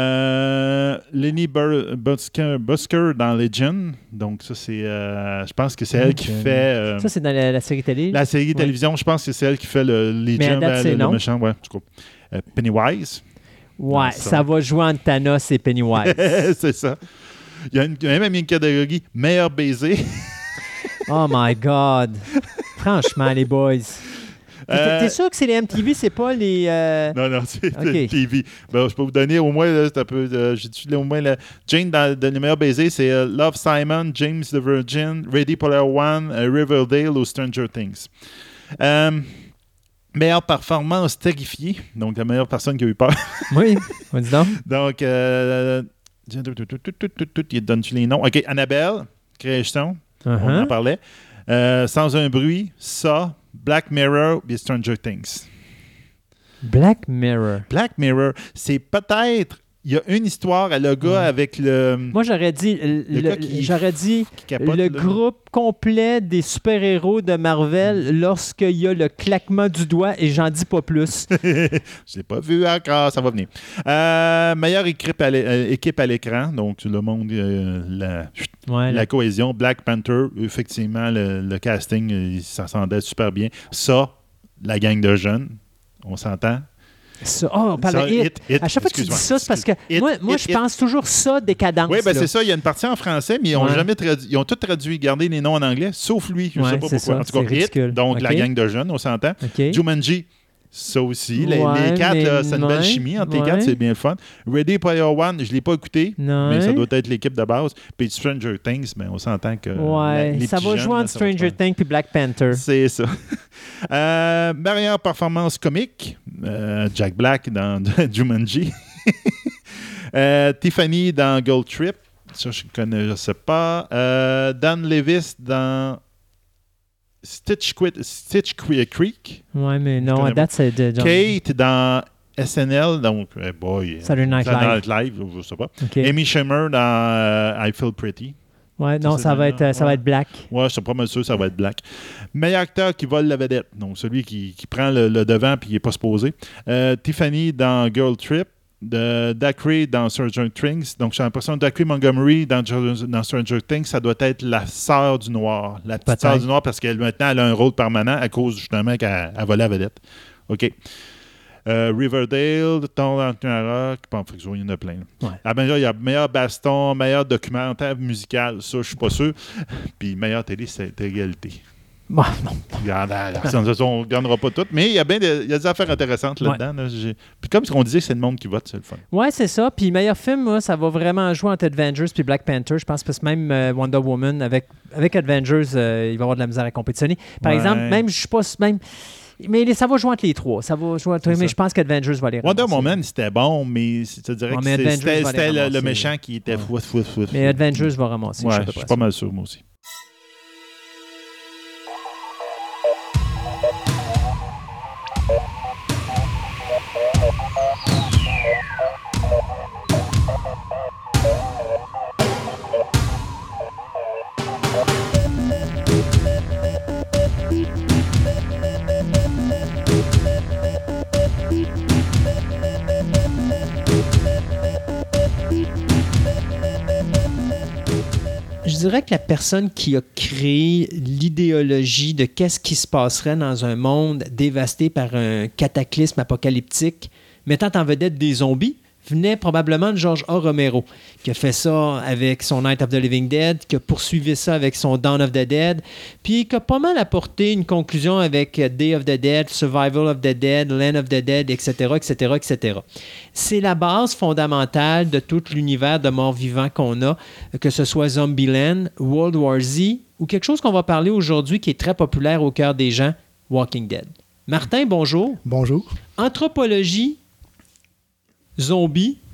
Euh, Lenny Bur- Busker, Busker dans Legend. Donc, ça, c'est. euh, je pense que c'est elle qui Legend. fait. euh, Ça, c'est dans la, la série télé? la série Ouais. télévision, je pense que c'est elle qui fait le Legion, Mais à date, ben, c'est le, le non. méchant. Ouais, en tout cas. Euh, Pennywise. Ouais, Non, ça. ça. va jouer entre Thanos et Pennywise. c'est ça. Il y a, une, il y a même une catégorie meilleur baiser. Oh my God. Franchement, les boys. T'es- Euh, T'es sûr que c'est les M T V, c'est pas les... euh, Non, non, c'est Ok. le T V. Ben, je peux vous donner au moins, là, c'est un peu. euh, J'ai-tu au moins. la- Jane dans, dans les meilleurs baisers, c'est euh, Love Simon, James the Virgin, Ready Player One, euh, Riverdale ou Stranger Things. Euh, meilleure performance terrifiée. Donc, la meilleure personne qui a eu peur. Oui, on dit donc. Donc, euh, il donne-tu les noms? OK, Annabelle, Création, on en Uh-huh. parlait. Euh, Sans un bruit, ça, Black Mirror et Stranger Things. Black Mirror. Black Mirror, c'est peut-être. Il y a une histoire à le gars Ouais. avec le. Moi, j'aurais dit, le- Le gars le- qui- j'aurais dit qui capote, le là. groupe complet des super-héros de Marvel lorsqu'il y a le claquement du doigt et j'en dis pas plus. Je l'ai pas vu encore, ça va venir. Euh, meilleure équipe à l'é- euh, équipe à l'écran, donc le monde, euh, la, Ouais, la là. cohésion. Black Panther, effectivement, le, le casting, euh, ça s'entendait super bien. Ça, la gang de jeunes, on s'entend. Ça, oh, on parle Ça, de hit. hit, hit, À chaque fois que tu dis excuse-moi, ça, c'est parce que Hit, moi, moi hit, je hit. pense toujours ça, décadence. Oui, ben là. c'est ça. Il y a une partie en français, mais ils ont Ouais. jamais traduit. Ils ont tout traduit, gardé les noms en anglais, sauf lui. Je ne Ouais, sais pas c'est pourquoi. ça, En tout cas, c'est Hit, ridicule. donc Ok. la gang de jeunes, on s'entend. OK. Jumanji, Ça aussi. Les, Ouais, les quatre, mais là, c'est une belle ouais, chimie entre les ouais. quatre, c'est bien le fun. Ready Player One, je ne l'ai pas écouté, Non. mais ça doit être l'équipe de base. Puis Stranger Things, mais on s'entend que. Ouais, la- les ça petits va jeunes, jouer là, entre ça va Stranger faire. Things et Black Panther. C'est ça. euh, meilleure performance comique, euh, Jack Black dans Jumanji. euh, Tiffany dans Gold Trip. Ça, je connais, je sais pas. Euh, Dan Levis dans Stitch, Quit- Stitch Creek. Ouais, mais non, connais à date, c'est de John- Kate dans S N L, donc, eh boy, Saturday Night Live. Live, je sais pas. OK. Amy Schumer dans euh, I Feel Pretty. Ouais, non, c'est ça va, dans- être, euh, ça va ouais. être Black. Ouais, je suis pas mal sûr que ça va être Black. Meilleur acteur qui vole la vedette, donc celui qui, qui prend le, le devant puis qui n'est pas supposé. Euh, Tiffany dans Girl Trip. De Dacre dans Stranger Things. Donc, j'ai l'impression que Dacre Montgomery dans, dans Stranger Things, ça doit être la sœur du noir. La petite Peut-être. sœur du noir parce qu'elle maintenant elle a un rôle permanent à cause justement qu'elle elle volait la vedette. OK. Euh, Riverdale, Ton Ragnarok, pas en friction, il y en a plein. là. Ouais. Ah ben là, il y a meilleur baston, meilleur documentaire musical, ça, je suis pas sûr. Puis meilleure télé, c'est réalité. Bon, non. Regarde, regarde, on ne gagnera pas tout, mais il y a bien des, il y a des affaires intéressantes là-dedans. Là. J'ai- Puis comme on disait, c'est le monde qui vote, c'est le fun. Ouais, c'est ça. Puis meilleur film, moi, ça va vraiment jouer entre Avengers puis Black Panther. Je pense parce que même euh, Wonder Woman, avec, avec Avengers, euh, il va avoir de la misère à compétitionner. Par Ouais. exemple, même, je sais pas, même... Mais les- ça va jouer entre les trois. Ça va jouer entre... C'est Mais ça. je pense qu'Avengers va les Wonder ramasser. Woman, c'était bon, mais je te dirais Ouais, que mais c'est- Avengers c'était, va les c'était le, le ramasser. méchant qui était Ouais. fou, fou, fou, fou. Mais Avengers va ramasser. Ouais, je suis à je peu suis près pas sûr. mal sûr, moi aussi. Je dirais que la personne qui a créé l'idéologie de qu'est-ce qui se passerait dans un monde dévasté par un cataclysme apocalyptique, mettant en vedette des zombies, venait probablement de George A. Romero, qui a fait ça avec son Night of the Living Dead, qui a poursuivi ça avec son Dawn of the Dead, puis qui a pas mal apporté une conclusion avec Day of the Dead, Survival of the Dead, Land of the Dead, et cetera, et cetera, et cetera. C'est la base fondamentale de tout l'univers de morts-vivants qu'on a, que ce soit Zombieland, World War Z, ou quelque chose qu'on va parler aujourd'hui qui est très populaire au cœur des gens, Walking Dead. Martin, bonjour. Bonjour. Anthropologie, zombie,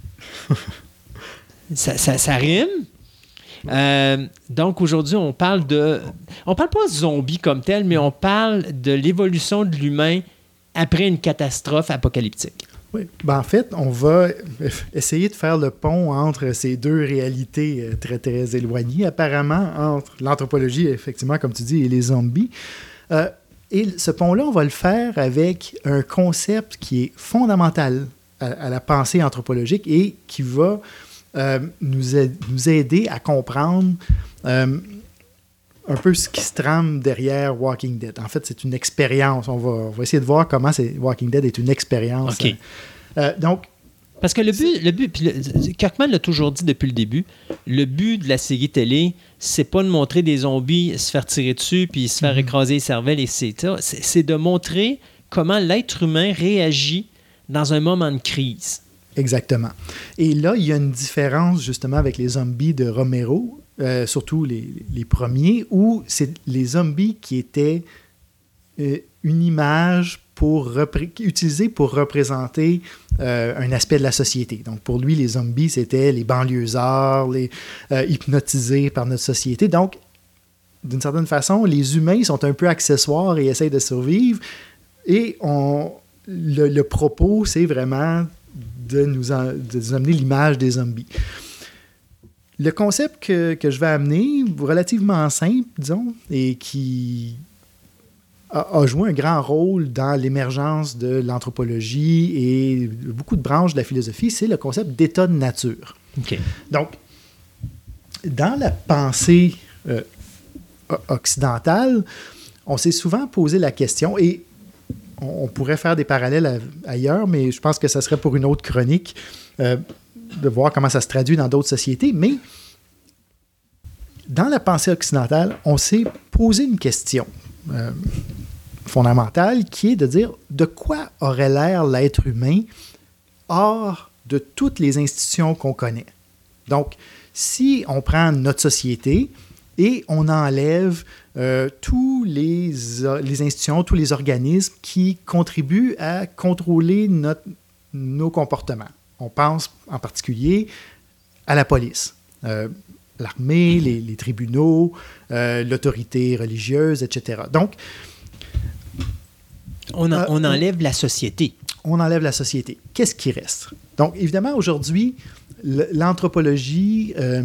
ça, ça, ça rime. Euh, donc aujourd'hui, on parle de... On parle pas de zombie comme tel, mais on parle de l'évolution de l'humain après une catastrophe apocalyptique. Oui. Ben, en fait, on va essayer de faire le pont entre ces deux réalités euh, très, très éloignées, apparemment, entre l'anthropologie, effectivement, comme tu dis, et les zombies. Euh, et ce pont-là, on va le faire avec un concept qui est fondamental à, à la pensée anthropologique et qui va euh, nous, a- nous aider à comprendre euh, un peu ce qui se trame derrière Walking Dead. En fait, c'est une expérience. On va, on va essayer de voir comment c'est, Walking Dead est une expérience. OK. Euh, donc, Parce que le but, le but puis le- Kirkman l'a toujours dit depuis le début, le but de la série télé, c'est pas de montrer des zombies se faire tirer dessus puis se faire Mhm. écraser les cervelles, et cetera. C'est c'est de montrer comment l'être humain réagit dans un moment de crise. exactement. Et là, il y a une différence justement avec les zombies de Romero, euh, surtout les, les premiers, où c'est les zombies qui étaient euh, une image pour repré- utilisée pour représenter euh, un aspect de la société. Donc pour lui, les zombies, c'était les banlieusards, les euh, hypnotisés par notre société. Donc, d'une certaine façon, les humains sont un peu accessoires et essayent de survivre. Et on, le, le propos, c'est vraiment de nous, en- de nous amener l'image des zombies. Le concept que, que je vais amener, relativement simple, disons, et qui a, a joué un grand rôle dans l'émergence de l'anthropologie et beaucoup de branches de la philosophie, c'est le concept d'état de nature. OK. Donc, dans la pensée euh, o- occidentale, on s'est souvent posé la question, et on, on pourrait faire des parallèles à- ailleurs, mais je pense que ça serait pour une autre chronique, euh, de voir comment ça se traduit dans d'autres sociétés, mais dans la pensée occidentale, on s'est posé une question. Euh, fondamentale qui est de dire de quoi aurait l'air l'être humain hors de toutes les institutions qu'on connaît. Donc, si on prend notre société et on enlève euh, tous les, les institutions, tous les organismes qui contribuent à contrôler notre, nos comportements. On pense en particulier à la police, euh, l'armée, les, les tribunaux, euh, l'autorité religieuse, et cetera. Donc, on, en, euh, on enlève la société. On enlève la société. Qu'est-ce qui reste? Donc, évidemment, aujourd'hui, l'anthropologie euh,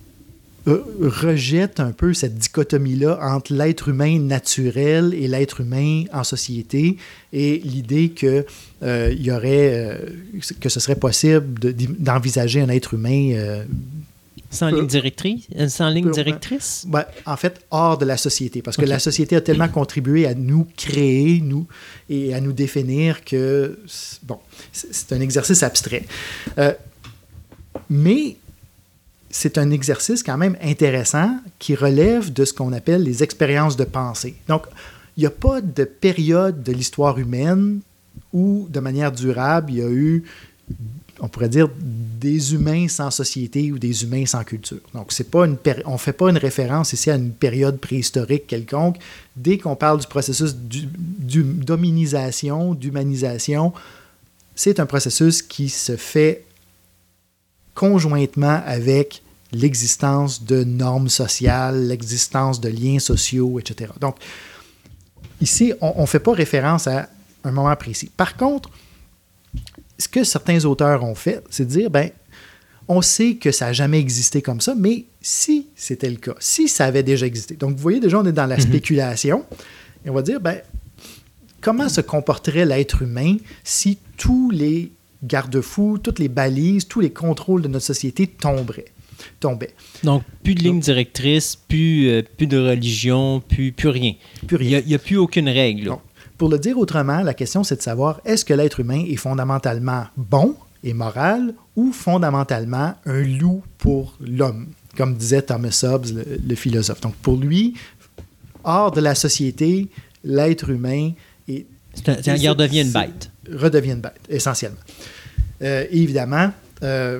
rejette un peu cette dichotomie-là entre l'être humain naturel et l'être humain en société et l'idée que euh, il y aurait, euh, que ce serait possible de, d'envisager un être humain euh, sans ligne directrice, sans ligne directrice. Ben, en fait, hors de la société, parce que okay. la société a tellement contribué à nous créer, nous, et à nous définir que bon, c'est un exercice abstrait. Euh, mais c'est un exercice quand même intéressant qui relève de ce qu'on appelle les expériences de pensée. Donc, il n'y a pas de période de l'histoire humaine où, de manière durable, il y a eu, on pourrait dire, des humains sans société ou des humains sans culture. Donc, c'est pas une péri- on ne fait pas une référence ici à une période préhistorique quelconque. Dès qu'on parle du processus du, du, d'hominisation, d'humanisation, c'est un processus qui se fait conjointement avec l'existence de normes sociales, l'existence de liens sociaux, et cetera. Donc, ici, on ne fait pas référence à un moment précis. Par contre, ce que certains auteurs ont fait, c'est de dire, ben, on sait que ça n'a jamais existé comme ça, mais si c'était le cas, si ça avait déjà existé. Donc, vous voyez, déjà, on est dans la mm-hmm. spéculation, et on va dire, ben, comment se comporterait l'être humain si tous les garde-fous, toutes les balises, tous les contrôles de notre société tomberaient, tombaient. Donc, plus de ligne Donc, directrice, plus, euh, plus de religion, plus, plus rien. Plus rien. Il n'y a, a plus aucune règle. Donc, pour le dire autrement, la question, c'est de savoir, est-ce que l'être humain est fondamentalement bon et moral ou fondamentalement un loup pour l'homme, comme disait Thomas Hobbes, le, le philosophe. Donc, pour lui, hors de la société, l'être humain est... C'est un, c'est un, il redevient une bête. redevient une bête, essentiellement. Euh, évidemment, euh,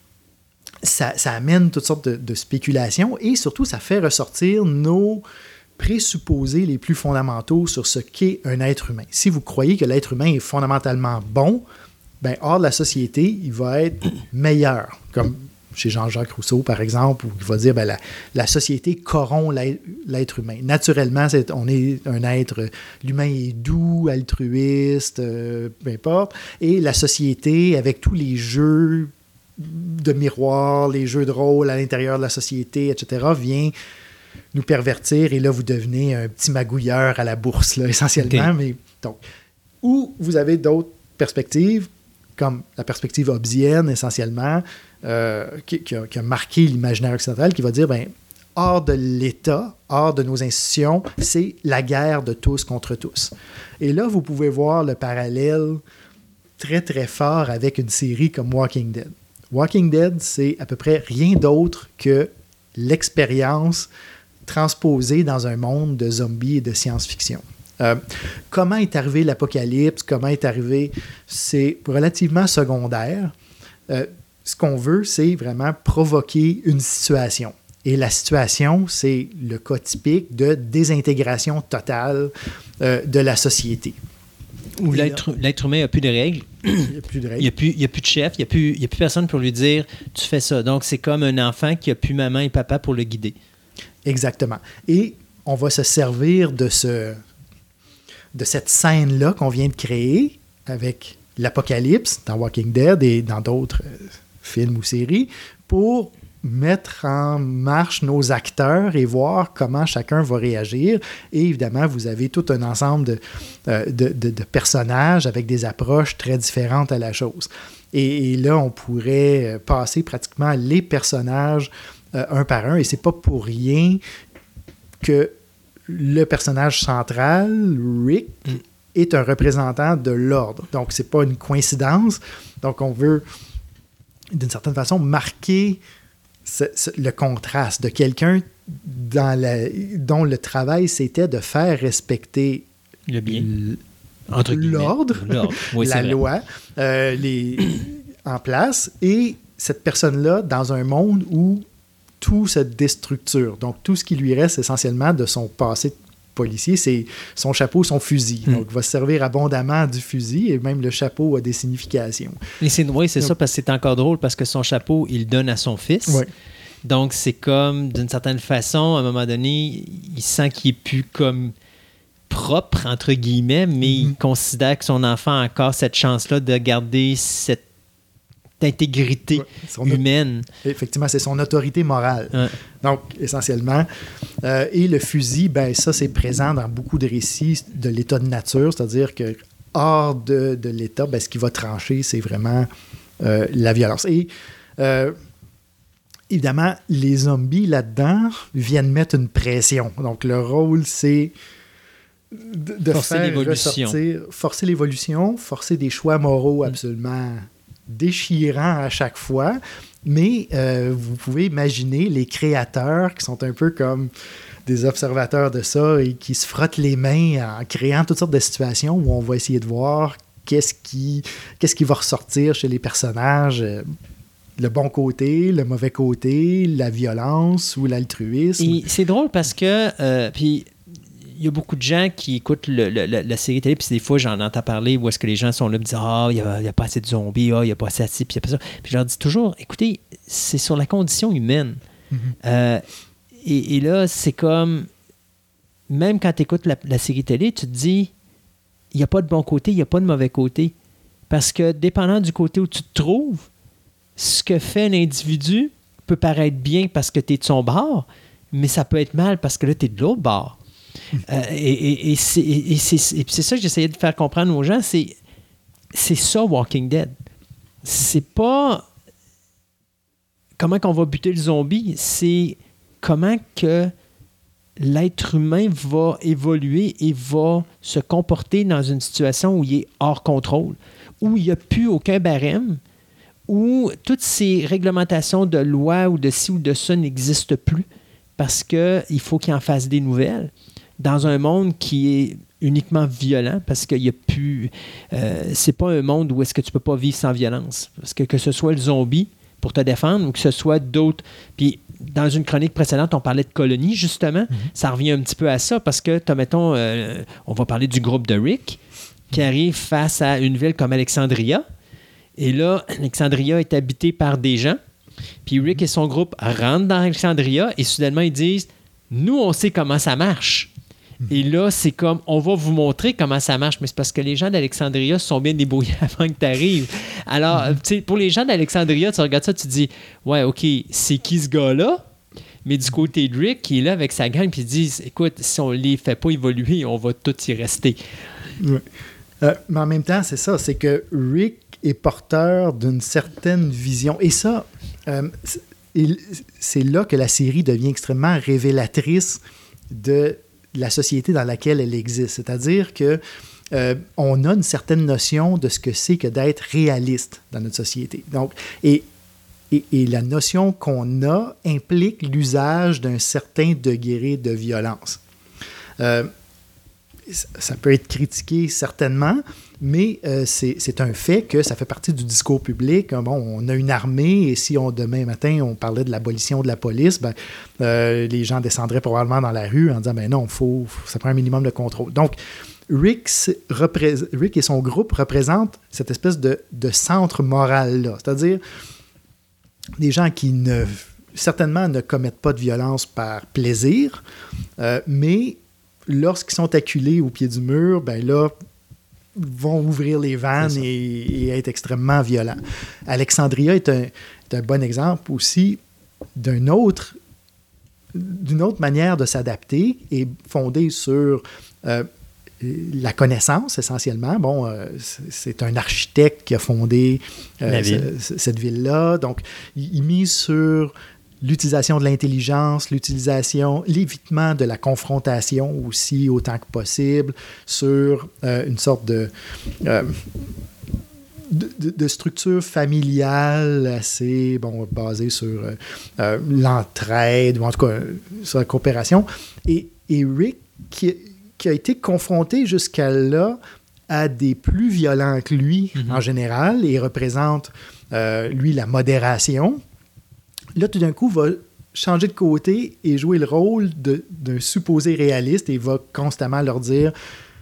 ça, ça amène toutes sortes de, de spéculations et surtout, ça fait ressortir nos présupposés les plus fondamentaux sur ce qu'est un être humain. Si vous croyez que l'être humain est fondamentalement bon, ben, hors de la société, il va être meilleur, comme chez Jean-Jacques Rousseau, par exemple, où il va dire ben, la, la société corrompt l'être humain. Naturellement, c'est, on est un être, l'humain est doux, altruiste, euh, peu importe, et la société, avec tous les jeux de miroir, les jeux de rôle à l'intérieur de la société, et cetera, vient nous pervertir, et là, vous devenez un petit magouilleur à la bourse, là, essentiellement. Okay. Mais, donc, ou vous avez d'autres perspectives, comme la perspective hobbesienne, essentiellement, euh, qui, qui, a, qui a marqué l'imaginaire occidental, qui va dire, ben, hors de l'État, hors de nos institutions, c'est la guerre de tous contre tous. Et là, vous pouvez voir le parallèle très, très fort avec une série comme Walking Dead. Walking Dead, c'est à peu près rien d'autre que l'expérience transposée dans un monde de zombies et de science-fiction. Euh, comment est arrivé l'apocalypse, comment est arrivé, c'est relativement secondaire. Euh, ce qu'on veut, c'est vraiment provoquer une situation. Et la situation, c'est le cas typique de désintégration totale euh, de la société. Où l'être, l'être humain n'a plus de règles. Il n'y a plus de règles. Il n'y a plus, il y a plus de chef, il n'y a plus, il y a plus personne pour lui dire « tu fais ça ». Donc, c'est comme un enfant qui n'a plus maman et papa pour le guider. Exactement. Et on va se servir de ce... de cette scène-là qu'on vient de créer avec l'apocalypse dans Walking Dead et dans d'autres euh, films ou séries pour mettre en marche nos acteurs et voir comment chacun va réagir. Et évidemment, vous avez tout un ensemble de, euh, de, de, de personnages avec des approches très différentes à la chose. Et, et là, on pourrait passer pratiquement les personnages euh, un par un. Et c'est pas pour rien que le personnage central, Rick, mm. est un représentant de l'ordre. Donc, c'est pas une coïncidence. Donc, on veut, d'une certaine façon, marquer ce, ce, le contraste de quelqu'un dans la, dont le travail, c'était de faire respecter Le bien. l- Entre guillemets. l'ordre, L'ordre. Oui, c'est la vrai. loi euh, les, en place, et cette personne-là dans un monde où tout se déstructure. Donc, tout ce qui lui reste essentiellement de son passé policier, c'est son chapeau, son fusil. Hmm. Donc, il va se servir abondamment du fusil, et même le chapeau a des significations. Et c'est, oui, c'est Donc- ça, parce que c'est encore drôle, parce que son chapeau, il le donne à son fils. Ouais. Donc, c'est comme, d'une certaine façon, à un moment donné, il sent qu'il est plus comme propre, entre guillemets, mais Mhm. il considère que son enfant a encore cette chance-là de garder cette intégrité Ouais. Son au- humaine. Effectivement, c'est son autorité morale. Ouais. Donc, essentiellement. Euh, et le fusil, ben ça, c'est présent dans beaucoup de récits de l'état de nature, c'est-à-dire que hors de, de l'état, ben, ce qui va trancher, c'est vraiment euh, la violence. Et euh, évidemment, les zombies là-dedans viennent mettre une pression. Donc, le rôle, c'est de, de Forcer faire l'évolution. ressortir, forcer l'évolution, forcer des choix moraux absolument déchirants à chaque fois. Mais euh, vous pouvez imaginer les créateurs qui sont un peu comme des observateurs de ça et qui se frottent les mains en créant toutes sortes de situations où on va essayer de voir qu'est-ce qui, qu'est-ce qui va ressortir chez les personnages. euh, le bon côté, le mauvais côté, la violence ou l'altruisme. Et c'est drôle parce que, euh, puis, il y a beaucoup de gens qui écoutent le- le- la, la série télé, puis des fois, j'en entends parler où est-ce que les gens sont là et disent « Ah, il n'y a, il y a pas assez de zombies, ah, il n'y a pas assez de ci, puis il y a pas ça. » Puis je leur dis toujours, écoutez, c'est sur la condition humaine. Mhm. Euh, et, et là, c'est comme, même quand tu écoutes la, la série télé, tu te dis, il n'y a pas de bon côté, il n'y a pas de mauvais côté. Parce que, dépendant du côté où tu te trouves, ce que fait l'individu peut paraître bien parce que tu es de son bord, mais ça peut être mal parce que là, tu es de l'autre bord. Euh, et et, et, c'est, et, c'est, et c'est ça que j'essayais de faire comprendre aux gens, c'est, c'est ça Walking Dead. C'est pas comment qu'on va buter le zombie, c'est comment que l'être humain va évoluer et va se comporter dans une situation où il est hors contrôle, où il n'y a plus aucun barème, où toutes ces réglementations de loi ou de ci ou de ça n'existent plus parce qu'il faut qu'il en fasse des nouvelles dans un monde qui est uniquement violent parce qu'il n'y a plus... Euh, c'est pas un monde où est-ce que tu peux pas vivre sans violence. Parce que que ce soit le zombie pour te défendre ou que ce soit d'autres... Puis dans une chronique précédente, on parlait de colonies, justement. Mm-hmm. Ça revient un petit peu à ça parce que, t'as, mettons, euh, on va parler du groupe de Rick qui arrive face à une ville comme Alexandria. Et là, Alexandria est habitée par des gens. Puis Rick et son groupe rentrent dans Alexandria et soudainement, ils disent « Nous, on sait comment ça marche. » Et là, c'est comme, on va vous montrer comment ça marche, mais c'est parce que les gens d'Alexandria se sont bien débrouillés avant que tu arrives. Alors, mm-hmm. tu sais, pour les gens d'Alexandria, tu regardes ça, tu te dis, ouais, OK, c'est qui ce gars-là? Mais du côté de Rick, qui est là avec sa gang, puis ils disent, écoute, si on les fait pas évoluer, on va tous y rester. Ouais. Euh, mais en même temps, c'est ça, c'est que Rick est porteur d'une certaine vision. Et ça, euh, c'est, c'est là que la série devient extrêmement révélatrice de la société dans laquelle elle existe. C'est-à-dire que euh, on a une certaine notion de ce que c'est que d'être réaliste dans notre société. Donc, et, et, et la notion qu'on a implique l'usage d'un certain degré de violence. Euh, ça peut être critiqué certainement, mais euh, c'est, c'est un fait que ça fait partie du discours public. Bon, on a une armée et si on, demain matin on parlait de l'abolition de la police, ben, euh, les gens descendraient probablement dans la rue en disant ben non, faut, faut, ça prend un minimum de contrôle. Donc, Rick, repré- Rick et son groupe représentent cette espèce de, de centre moral-là, c'est-à-dire des gens qui ne, certainement ne commettent pas de violence par plaisir, euh, mais lorsqu'ils sont acculés au pied du mur, ben là, vont ouvrir les vannes et, et être extrêmement violents. Alexandria est un, est un bon exemple aussi d'un autre, d'une autre manière de s'adapter et fondée sur euh, la connaissance essentiellement. Bon, euh, c'est un architecte qui a fondé euh, ville. ce, cette ville-là. Donc, il, il mise sur l'utilisation de l'intelligence, l'utilisation, l'évitement de la confrontation aussi autant que possible, sur euh, une sorte de, euh, de, de, de structure familiale assez bon, basée sur euh, euh, l'entraide, ou en tout cas sur la coopération. Et, et Rick, qui, qui a été confronté jusqu'à là à des plus violents que lui Mm-hmm. en général et représente, euh, lui, la modération, là, tout d'un coup, va changer de côté et jouer le rôle de, d'un supposé réaliste et va constamment leur dire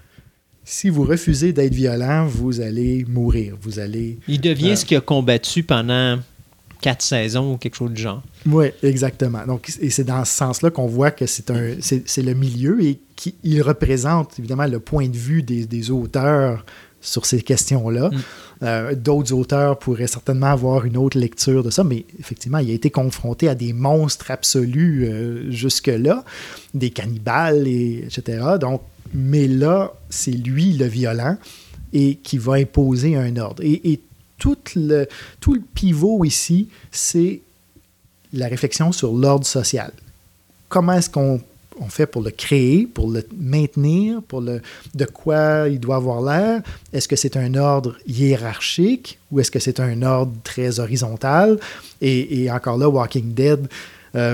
« Si vous refusez d'être violent, vous allez mourir, vous allez... » Il devient Euh, ce qu'il a combattu pendant quatre saisons ou quelque chose du genre. Oui, exactement. Donc, et c'est dans ce sens-là qu'on voit que c'est, un, c'est, c'est le milieu et qu'il représente évidemment le point de vue des, des auteurs sur ces questions-là. Mm. Euh, d'autres auteurs pourraient certainement avoir une autre lecture de ça, mais effectivement, il a été confronté à des monstres absolus euh, jusque-là, des cannibales, et, etc. Donc, mais là, c'est lui le violent et qui va imposer un ordre. Et, et tout, le, tout le pivot ici, c'est la réflexion sur l'ordre social. Comment est-ce qu'on on fait pour le créer, pour le maintenir, pour le de quoi il doit avoir l'air? Est-ce que c'est un ordre hiérarchique ou est-ce que c'est un ordre très horizontal? Et, et encore là, Walking Dead euh,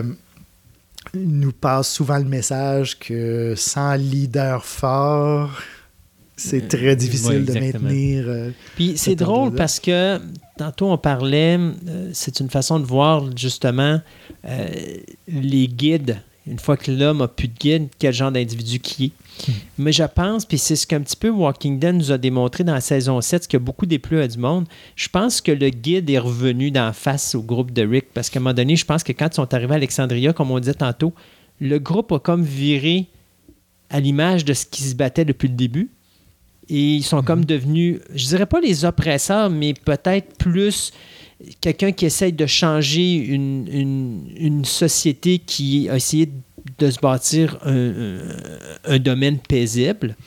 nous passe souvent le message que sans leader fort, c'est très difficile ouais, de exactement. maintenir... Euh, Puis c'est cet drôle ordre-là. parce que tantôt on parlait, euh, c'est une façon de voir justement euh, les guides. Une fois que l'homme n'a plus de guide, quel genre d'individu qui est. Hmm. Mais je pense, puis c'est ce qu'un petit peu Walking Dead nous a démontré dans la saison sept, ce qui a beaucoup déplu à du monde. Je pense que le guide est revenu d'en face au groupe de Rick, parce qu'à un moment donné, je pense que quand ils sont arrivés à Alexandria, comme on disait tantôt, le groupe a comme viré à l'image de ce qui se battait depuis le début. Et ils sont comme devenus, je dirais pas les oppresseurs, mais peut-être plus quelqu'un qui essaye de changer une, une, une société qui a essayé de se bâtir un, un, un domaine paisible.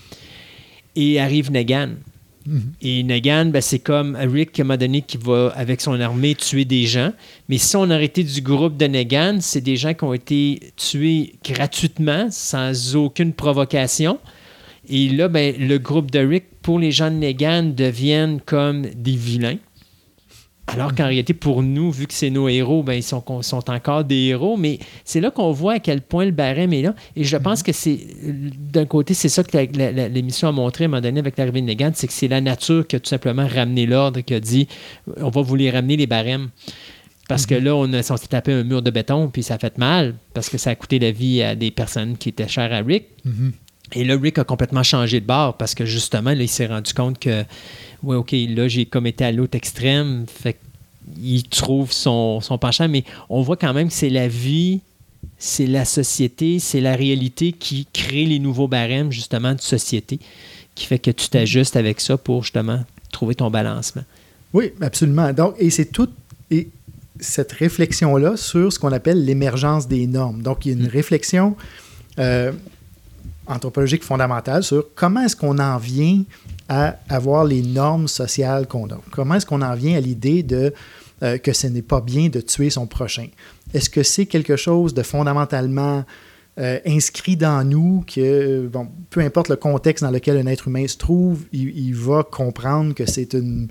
Et arrive Negan. Mhm. Et Negan, ben, c'est comme Rick, à un moment donné, qui va, avec son armée, tuer des gens. Mais si on a été du groupe de Negan, c'est des gens qui ont été tués gratuitement, sans aucune provocation. Et là, ben, le groupe de Rick, pour les gens de Negan, deviennent comme des vilains. Alors qu'en réalité, pour nous, vu que c'est nos héros, ben, ils sont, sont encore des héros. Mais c'est là qu'on voit à quel point le barème est là. Et je pense que c'est, d'un côté, c'est ça que la, la, la, l'émission a montré à un moment donné avec l'arrivée de Negan, c'est que c'est la nature qui a tout simplement ramené l'ordre, qui a dit on va vous les ramener les barèmes. Parce que là, on, a, on s'est tapé un mur de béton, puis ça a fait mal, parce que ça a coûté la vie à des personnes qui étaient chères à Rick. Mhm. Et là, Rick a complètement changé de bord parce que justement, là, il s'est rendu compte que, ouais, OK, là, j'ai comme été à l'autre extrême. Fait qu'il trouve son, son penchant, mais on voit quand même que c'est la vie, c'est la société, c'est la réalité qui crée les nouveaux barèmes, justement, de société, qui fait que tu t'ajustes avec ça pour, justement, trouver ton balancement. Oui, absolument. Donc, et c'est toute et cette réflexion-là sur ce qu'on appelle l'émergence des normes. Donc, il y a une Mm. réflexion euh, anthropologique fondamentale sur comment est-ce qu'on en vient à avoir les normes sociales qu'on a. Comment est-ce qu'on en vient à l'idée de euh, que ce n'est pas bien de tuer son prochain? Est-ce que c'est quelque chose de fondamentalement euh, inscrit dans nous que, bon, peu importe le contexte dans lequel un être humain se trouve, il, il va comprendre que c'est une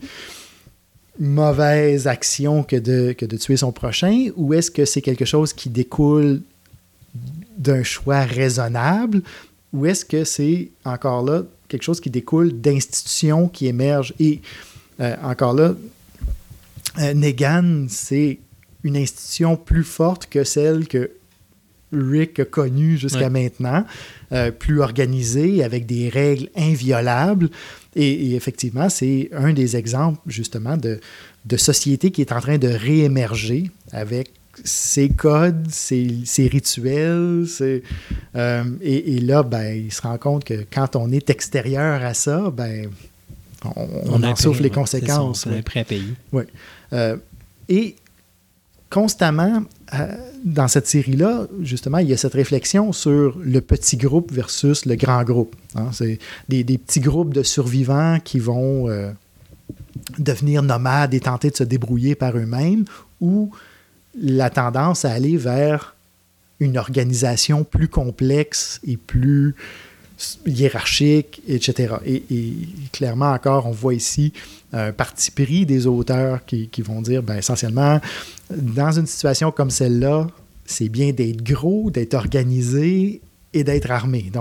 mauvaise action que de, que de tuer son prochain, ou est-ce que c'est quelque chose qui découle d'un choix raisonnable, ou est-ce que c'est, encore là, quelque chose qui découle d'institutions qui émergent? Et euh, encore là, euh, Negan, c'est une institution plus forte que celle que Rick a connue jusqu'à Ouais. maintenant, euh, plus organisée, avec des règles inviolables. Et, et effectivement, c'est un des exemples, justement, de, de société qui est en train de réémerger avec ses codes, ses, ses rituels. Ses, euh, et, et là, ben, il se rend compte que quand on est extérieur à ça, ben, on, on en souffre les conséquences. On est prêt à payer. Oui. Euh, et constamment, euh, dans cette série-là, justement, il y a cette réflexion sur le petit groupe versus le grand groupe. Hein. C'est des, des petits groupes de survivants qui vont euh, devenir nomades et tenter de se débrouiller par eux-mêmes, ou la tendance à aller vers une organisation plus complexe et plus hiérarchique, et cetera. Et, et clairement encore, on voit ici un parti pris des auteurs qui, qui vont dire, ben, essentiellement, dans une situation comme celle-là, c'est bien d'être gros, d'être organisé et d'être armé. Donc,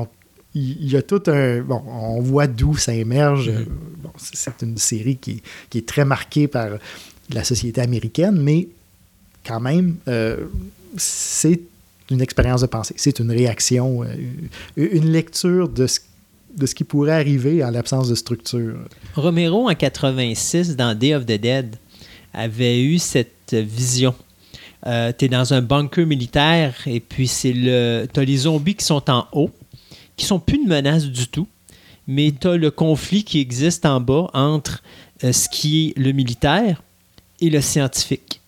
il y a tout un... Bon, on voit d'où ça émerge. Mm-hmm. Bon, c'est une série qui, qui est très marquée par la société américaine, mais quand même, euh, c'est une expérience de pensée. C'est une réaction, euh, une lecture de ce, de ce qui pourrait arriver en l'absence de structure. Romero, en quatre-vingt-six, dans Day of the Dead, avait eu cette vision. Euh, tu es dans un bunker militaire et puis c'est le tu as les zombies qui sont en haut, qui sont plus une menace du tout, mais tu as le conflit qui existe en bas entre euh, ce qui est le militaire et le scientifique.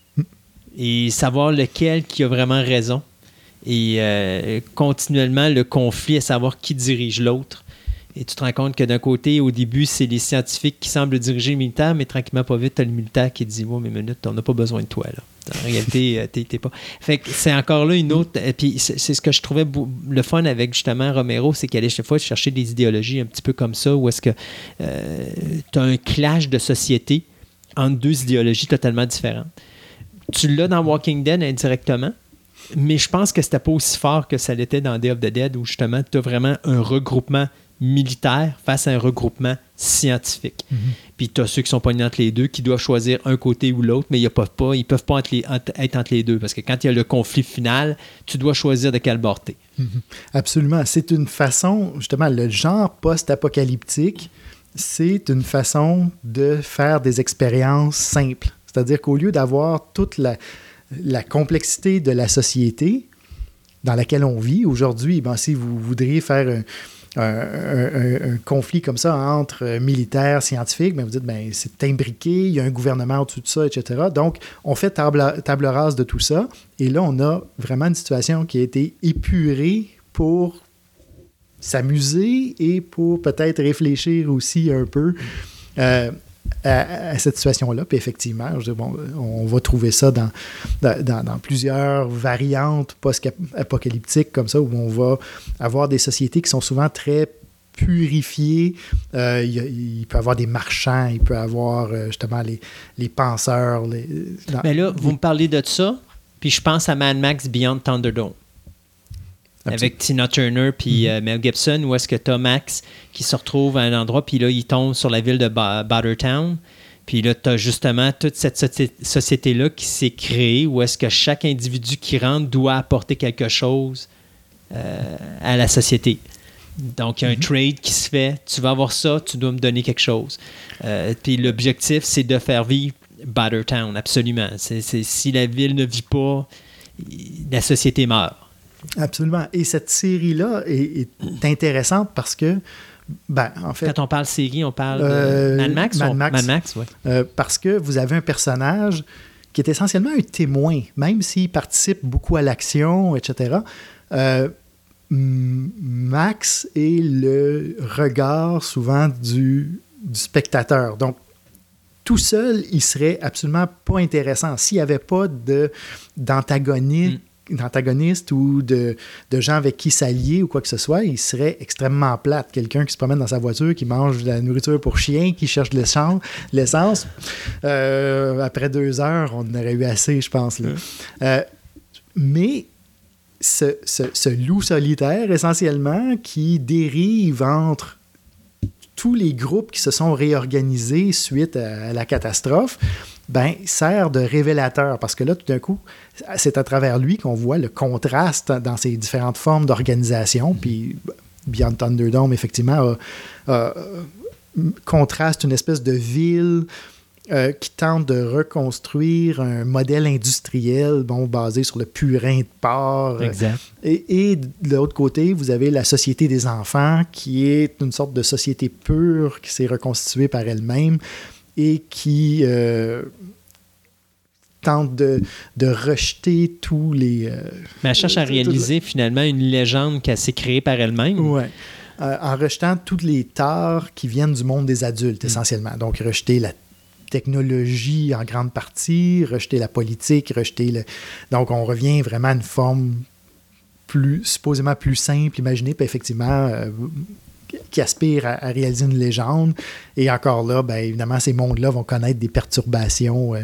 Et savoir lequel qui a vraiment raison. Et euh, continuellement, le conflit à savoir qui dirige l'autre. Et tu te rends compte que d'un côté, au début, c'est les scientifiques qui semblent diriger le militaire, mais tranquillement, pas vite, tu as le militaire qui dit « Ouais, mais minute, on n'a pas besoin de toi. » là. En réalité, t'es, t'es pas... Fait que c'est encore là une autre... Et puis c'est, c'est ce que je trouvais bou... le fun avec, justement, Romero, c'est qu'elle allait chaque fois chercher des idéologies un petit peu comme ça, où est-ce que euh, tu as un clash de société entre deux idéologies totalement différentes. Tu l'as dans Walking Dead indirectement, mais je pense que c'était pas aussi fort que ça l'était dans Day of the Dead, où justement, tu as vraiment un regroupement militaire face à un regroupement scientifique. Mm-hmm. Puis tu as ceux qui sont pognés entre les deux, qui doivent choisir un côté ou l'autre, mais ils ne peuvent pas, ils peuvent pas entre les, entre, être entre les deux, parce que quand il y a le conflit final, tu dois choisir de quel bord t'es. Mm-hmm. Absolument. C'est une façon, justement, le genre post-apocalyptique, c'est une façon de faire des expériences simples. C'est-à-dire qu'au lieu d'avoir toute la, la complexité de la société dans laquelle on vit aujourd'hui, ben, si vous voudriez faire un, un, un, un conflit comme ça entre militaires, scientifiques, ben, vous dites ben, c'est imbriqué, il y a un gouvernement au-dessus de ça, et cetera. Donc, on fait table, table rase de tout ça. Et là, on a vraiment une situation qui a été épurée pour s'amuser et pour peut-être réfléchir aussi un peu euh, à, à cette situation-là. Puis effectivement, je dis, bon, on va trouver ça dans, dans, dans plusieurs variantes post-apocalyptiques comme ça, où on va avoir des sociétés qui sont souvent très purifiées. Euh, il, il peut y avoir des marchands, il peut y avoir euh, justement les, les penseurs. Les, dans, Mais là, les... vous me parlez de ça, puis je pense à Mad Max Beyond Thunderdome. Absolument. Avec Tina Turner puis mm-hmm. euh, Mel Gibson, où est-ce que tu as Max qui se retrouve à un endroit, puis là, il tombe sur la ville de ba- Battertown. Puis là, tu as justement toute cette so- société-là qui s'est créée, où est-ce que chaque individu qui rentre doit apporter quelque chose euh, à la société. Donc, il y a un mm-hmm. trade qui se fait. Tu vas avoir ça, tu dois me donner quelque chose. Euh, puis l'objectif, c'est de faire vivre Battertown, absolument. C'est, c'est, si la ville ne vit pas, la société meurt. Absolument. Et cette série-là est, est intéressante parce que, ben, en fait... Quand on parle série, on parle euh, de Mad Max? Mad ou... Max, Mad Max oui. Euh, parce que vous avez un personnage qui est essentiellement un témoin, même s'il participe beaucoup à l'action, et cetera. Euh, Max est le regard souvent du, du spectateur. Donc, tout seul, il serait absolument pas intéressant. S'il n'y avait pas de, d'antagoniste, mm. d'antagonistes ou de, de gens avec qui s'allier ou quoi que ce soit, il serait extrêmement plate. Quelqu'un qui se promène dans sa voiture, qui mange de la nourriture pour chien, qui cherche de l'essence, l'essence. Euh, après deux heures, on en aurait eu assez, je pense. Là. Euh, mais ce, ce, ce loup solitaire, essentiellement, qui dérive entre tous les groupes qui se sont réorganisés suite à, à la catastrophe, ben, sert de révélateur, parce que là, tout d'un coup, c'est à travers lui qu'on voit le contraste dans ces différentes formes d'organisation. Puis Beyond Thunderdome, effectivement, a, a, contraste une espèce de ville euh, qui tente de reconstruire un modèle industriel bon, basé sur le purin de porc. Exact. Et, et de l'autre côté, vous avez la société des enfants, qui est une sorte de société pure qui s'est reconstituée par elle-même et qui euh, tente de, de rejeter tous les... Euh, Mais elle cherche à réaliser tout, finalement une légende qu'elle s'est créée par elle-même. Oui. Euh, en rejetant tous les torts qui viennent du monde des adultes, mm. essentiellement. Donc, rejeter la technologie en grande partie, rejeter la politique, rejeter le... Donc, on revient vraiment à une forme plus, supposément plus simple, imaginée, puis effectivement... Euh, qui aspirent à, à réaliser une légende. Et encore là, bien évidemment, ces mondes-là vont connaître des perturbations euh,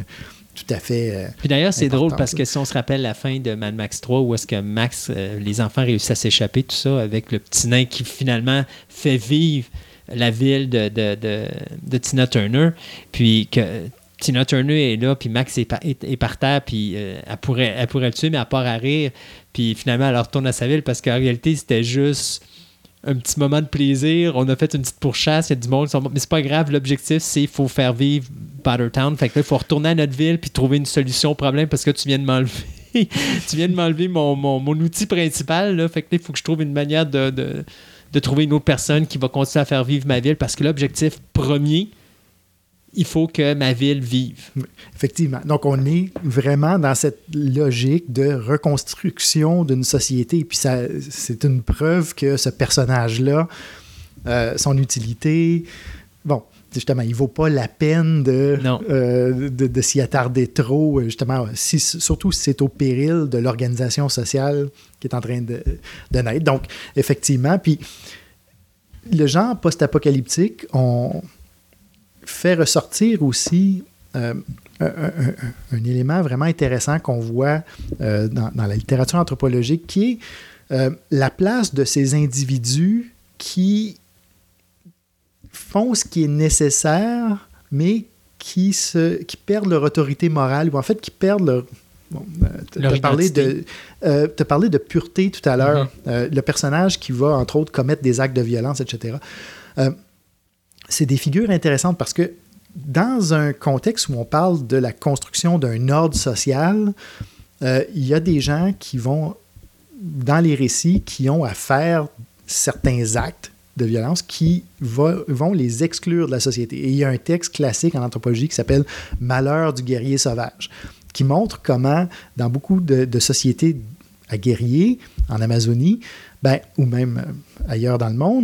tout à fait. Euh, Puis d'ailleurs, c'est important, drôle parce ça. que si on se rappelle la fin de Mad Max trois, où est-ce que Max, euh, les enfants réussissent à s'échapper, tout ça, avec le petit nain qui finalement fait vivre la ville de, de, de, de Tina Turner, puis que Tina Turner est là, puis Max est, par, est, est par terre, puis euh, elle, pourrait, elle pourrait le tuer, mais elle part à rire, puis finalement, elle retourne à sa ville parce qu'en réalité, c'était juste un petit moment de plaisir. On a fait une petite pourchasse, il y a du monde, mais c'est pas grave, l'objectif, c'est qu'il faut faire vivre Battertown. Fait que là, il faut retourner à notre ville puis trouver une solution au problème parce que tu viens de m'enlever. tu viens de m'enlever mon, mon, mon outil principal. Là. Fait que là, il faut que je trouve une manière de, de, de trouver une autre personne qui va continuer à faire vivre ma ville parce que l'objectif premier, il faut que ma ville vive. Effectivement. Donc, on est vraiment dans cette logique de reconstruction d'une société. Et puis, ça, c'est une preuve que ce personnage-là, euh, son utilité, bon, justement, il ne vaut pas la peine de, euh, de, de s'y attarder trop, justement, si, surtout si c'est au péril de l'organisation sociale qui est en train de, de naître. Donc, effectivement, puis le genre post-apocalyptique, on fait ressortir aussi euh, un, un, un élément vraiment intéressant qu'on voit euh, dans, dans la littérature anthropologique, qui est euh, la place de ces individus qui font ce qui est nécessaire, mais qui, se, qui perdent leur autorité morale, ou en fait qui perdent leur... Bon, euh, tu as parlé de, euh, t'as parlé de pureté tout à l'heure. Mm-hmm. Euh, le personnage qui va, entre autres, commettre des actes de violence, et cetera. Euh, c'est des figures intéressantes parce que dans un contexte où on parle de la construction d'un ordre social, euh, il y a des gens qui vont, dans les récits, qui ont à faire certains actes de violence qui va, vont les exclure de la société. Et il y a un texte classique en anthropologie qui s'appelle « Malheur du guerrier sauvage », qui montre comment, dans beaucoup de, de sociétés à guerriers, en Amazonie, ben, ou même ailleurs dans le monde,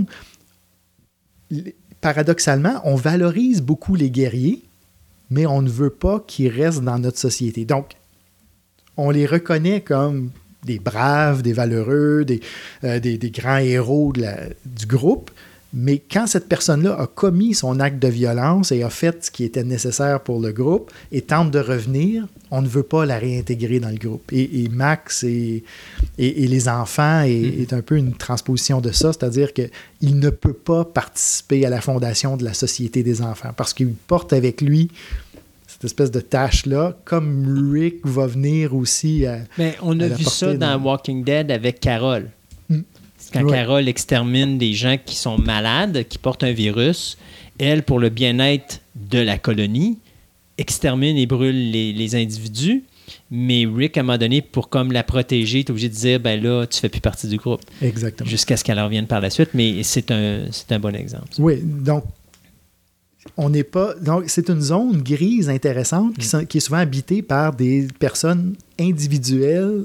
paradoxalement, on valorise beaucoup les guerriers, mais on ne veut pas qu'ils restent dans notre société. Donc, on les reconnaît comme des braves, des valeureux, des, euh, des, des grands héros de la, du groupe, mais quand cette personne-là a commis son acte de violence et a fait ce qui était nécessaire pour le groupe et tente de revenir, on ne veut pas la réintégrer dans le groupe. Et, et Max et, et, et les enfants est, mm-hmm. est un peu une transposition de ça, c'est-à-dire qu'il ne peut pas participer à la fondation de la Société des enfants parce qu'il porte avec lui cette espèce de tâche-là, comme Rick va venir aussi à... Mais on a vu ça dans de... Walking Dead avec Carol. Mm. Quand ouais. Carol extermine des gens qui sont malades, qui portent un virus, elle, pour le bien-être de la colonie, extermine et brûle les, les individus, mais Rick, à un moment donné, pour comme la protéger, est obligé de dire, ben là, tu fais plus partie du groupe. Exactement. Jusqu'à ce qu'elle revienne par la suite, mais c'est un, c'est un bon exemple. Oui, donc, on n'est pas... Donc, c'est une zone grise intéressante mm. qui, sont, qui est souvent habitée par des personnes individuelles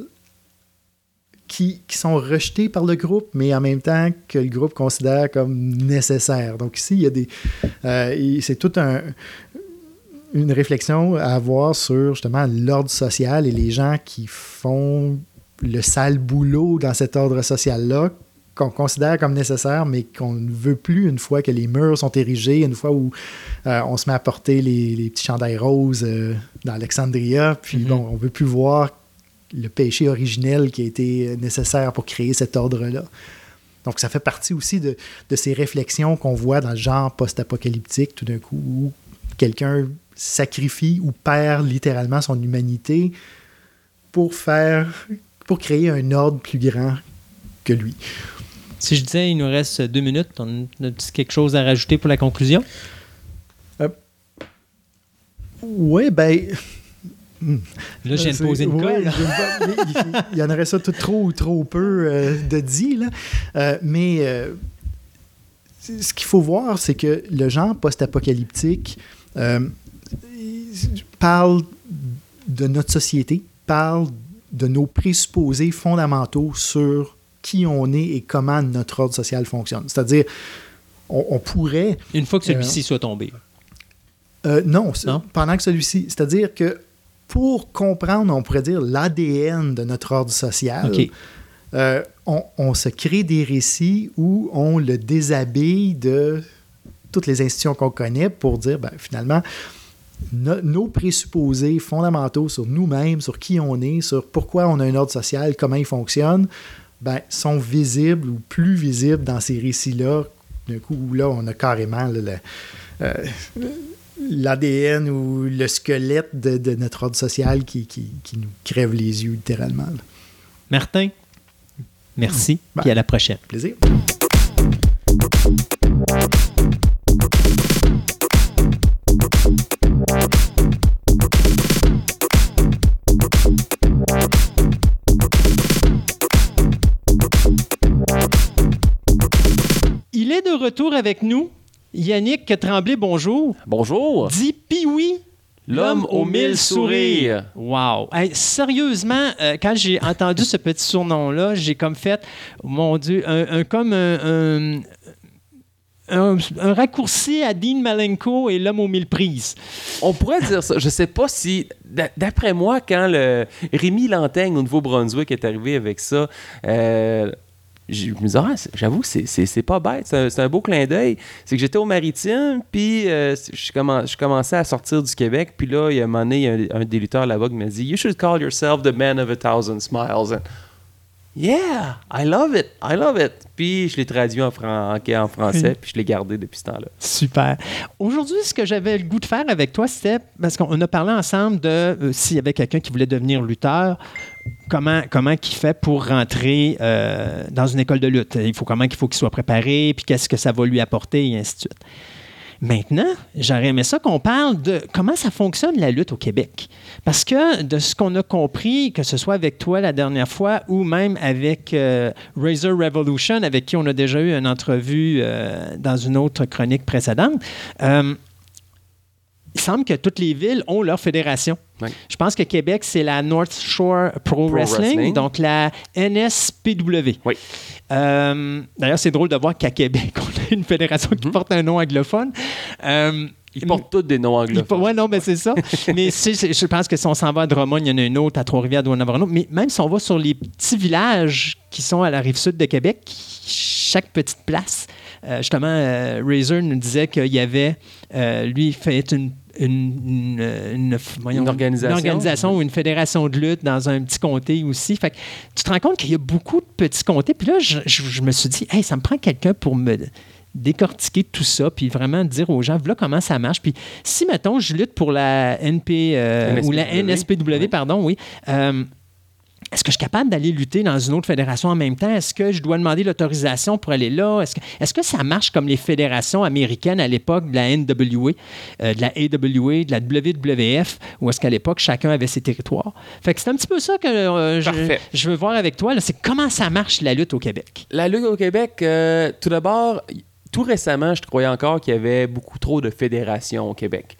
Qui, qui sont rejetés par le groupe, mais en même temps que le groupe considère comme nécessaire. Donc ici, il y a des... Euh, c'est toute un, une réflexion à avoir sur, justement, l'ordre social et les gens qui font le sale boulot dans cet ordre social-là, qu'on considère comme nécessaire, mais qu'on ne veut plus une fois que les murs sont érigés, une fois où euh, on se met à porter les, les petits chandails roses euh, dans Alexandria, puis mm-hmm. bon, on ne veut plus voir le péché originel qui a été nécessaire pour créer cet ordre-là. Donc, ça fait partie aussi de, de ces réflexions qu'on voit dans le genre post-apocalyptique, tout d'un coup, où quelqu'un sacrifie ou perd littéralement son humanité pour faire, pour créer un ordre plus grand que lui. Si je disais, il nous reste deux minutes, on a quelque chose à rajouter pour la conclusion? Euh, oui, ben... Là, je viens de poser une colle. Oui, il, il y en aurait ça tout trop ou trop peu euh, de dit. Là. Euh, mais euh, ce qu'il faut voir, c'est que le genre post-apocalyptique euh, parle de notre société, parle de nos présupposés fondamentaux sur qui on est et comment notre ordre social fonctionne. C'est-à-dire, on, on pourrait... Une fois que celui-ci euh, soit tombé. Euh, non, non, pendant que celui-ci... C'est-à-dire que pour comprendre, on pourrait dire, l'A D N de notre ordre social, okay. euh, on, on se crée des récits où on le déshabille de toutes les institutions qu'on connaît pour dire, ben, finalement, no- nos présupposés fondamentaux sur nous-mêmes, sur qui on est, sur pourquoi on a un ordre social, comment il fonctionne, ben, sont visibles ou plus visibles dans ces récits-là. D'un coup, où là, on a carrément là, le, euh, l'A D N ou le squelette de, de notre ordre social qui, qui, qui nous crève les yeux littéralement. Là. Martin, merci, Bye. puis à la prochaine. Plaisir. Il est de retour avec nous. Yannick Tremblay, bonjour. Bonjour. Dit Pee-wee, L'homme aux mille sourires. Wow. Hey, sérieusement, euh, quand j'ai entendu ce petit surnom-là, j'ai comme fait, mon Dieu, un, un- comme un, un, un- un raccourci à Dean Malenko et l'homme aux mille prises. On pourrait dire ça. Je sais pas si... d'a- D'après moi, quand le Rémi Lantaigne au Nouveau-Brunswick est arrivé avec ça, euh, je me disais, ah, c'est- j'avoue, c'est, c'est, c'est pas bête. C'est un, c'est un beau clin d'œil. C'est que j'étais au Maritime, puis euh, je, commen- je commençais à sortir du Québec, puis là, il y a un moment donné, il y a un, un des lutteurs là-bas qui m'a dit « You should call yourself the man of a thousand smiles. » And, Yeah, I love it, I love it. Puis je l'ai traduit en, fran- en, en français, puis je l'ai gardé depuis ce temps-là. Super. Aujourd'hui, ce que j'avais le goût de faire avec toi, c'était parce qu'on a parlé ensemble de euh, s'il y avait quelqu'un qui voulait devenir lutteur, comment comment qu'il fait pour rentrer euh, dans une école de lutte. Il faut comment qu'il faut qu'il soit préparé, puis qu'est-ce que ça va lui apporter, et ainsi de suite. Maintenant, j'aurais aimé ça qu'on parle de comment ça fonctionne la lutte au Québec. Parce que de ce qu'on a compris, que ce soit avec toi la dernière fois ou même avec euh, Razor Revolution, avec qui on a déjà eu une entrevue euh, dans une autre chronique précédente, euh, il semble que toutes les villes ont leur fédération. Oui. Je pense que Québec, c'est la North Shore Pro, Pro Wrestling, Wrestling. donc la N S P W. Oui. Euh, d'ailleurs, c'est drôle de voir qu'à Québec, on a une fédération qui Mm-hmm. porte un nom anglophone. Euh, Ils portent tous des noms il- anglophones. Ouais, non, mais c'est ça. mais c'est- c'est- je pense que si on s'en va à Drummond, il y en a une autre, à Trois-Rivières, il doit y en avoir une autre. Mais même si on va sur les petits villages qui sont à la rive sud de Québec, chaque petite place, euh, justement, euh, Razor nous disait qu'il y avait, euh, lui, fait une une, une, une, voyons, Une organisation. une organisation ou une fédération de lutte dans un petit comté aussi. Fait que tu te rends compte qu'il y a beaucoup de petits comtés. Puis là, je, je- je me suis dit, hey, ça me prend quelqu'un pour me décortiquer tout ça, puis vraiment dire aux gens, voilà comment ça marche. Puis si, mettons, je lutte pour la N P euh, ou la N S P W, Oui. pardon, oui, euh, est-ce que je suis capable d'aller lutter dans une autre fédération en même temps? Est-ce que je dois demander l'autorisation pour aller là? Est-ce que, est-ce que ça marche comme les fédérations américaines à l'époque de la N W A, euh, de la A W A, de la W W F, ou est-ce qu'à l'époque, chacun avait ses territoires? Fait que c'est un petit peu ça que euh, je, Parfait. je veux voir avec toi. là. C'est comment ça marche, la lutte au Québec? La lutte au Québec, euh, tout d'abord, tout récemment, je croyais encore qu'il y avait beaucoup trop de fédérations au Québec.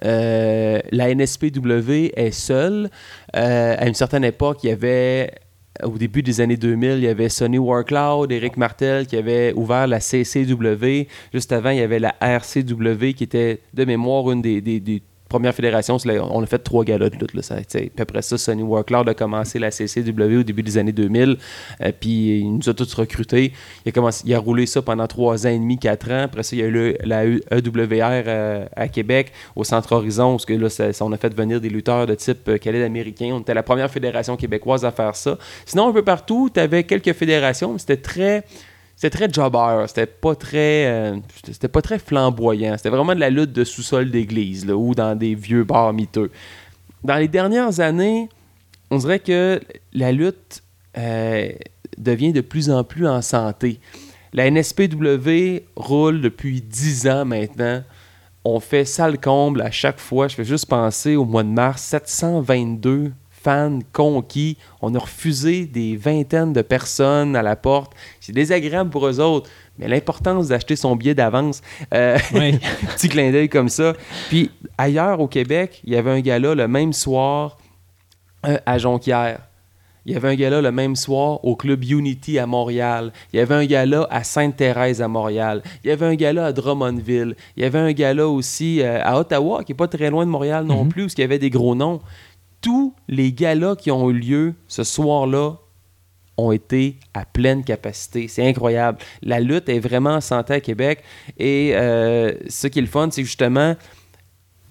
Euh, la N S P W est seule. Euh, à une certaine époque, il y avait, au début des années deux mille, il y avait Sonny Warcloud, Éric Martel qui avait ouvert la C C W. Juste avant, il y avait la R C W qui était, de mémoire, une des, des, des premières fédérations. C'est là, on a fait trois galas de lutte. Là, ça, puis après ça, Sonny Warcloud a commencé la C C W au début des années deux mille. Euh, puis il nous a tous recrutés. Il a, commencé, il a roulé ça pendant trois ans et demi, quatre ans. Après ça, il y a eu le- la E W R euh, à Québec, au Centre Horizon, parce que là, ça, ça, on a fait venir des lutteurs de type euh, Khaled américain. On était la première fédération québécoise à faire ça. Sinon, un peu partout, tu avais quelques fédérations, mais c'était très... C'était très jobber, c'était pas très euh, c'était pas très flamboyant. C'était vraiment de la lutte de sous-sol d'église là, ou dans des vieux bars miteux. Dans les dernières années, on dirait que la lutte euh, devient de plus en plus en santé. La N S P W roule depuis dix ans maintenant. On fait sale comble à chaque fois. Je fais juste penser au mois de mars, sept cent vingt-deux fans conquis. On a refusé des vingtaines de personnes à la porte. C'est désagréable pour eux autres, mais l'importance d'acheter son billet d'avance, euh, Oui. petit clin d'œil comme ça. Puis ailleurs au Québec, il y avait un gala le même soir euh, à Jonquière. Il y avait un gala le même soir au Club Unity à Montréal. Il y avait un gala à Sainte-Thérèse à Montréal. Il y avait un gala à Drummondville. Il y avait un gala aussi euh, à Ottawa, qui n'est pas très loin de Montréal non Mhm. plus, où il y avait des gros noms. Tous les galas qui ont eu lieu ce soir-là ont été à pleine capacité. C'est incroyable. La lutte est vraiment en santé à Québec. Et euh, ce qui est le fun, c'est que justement,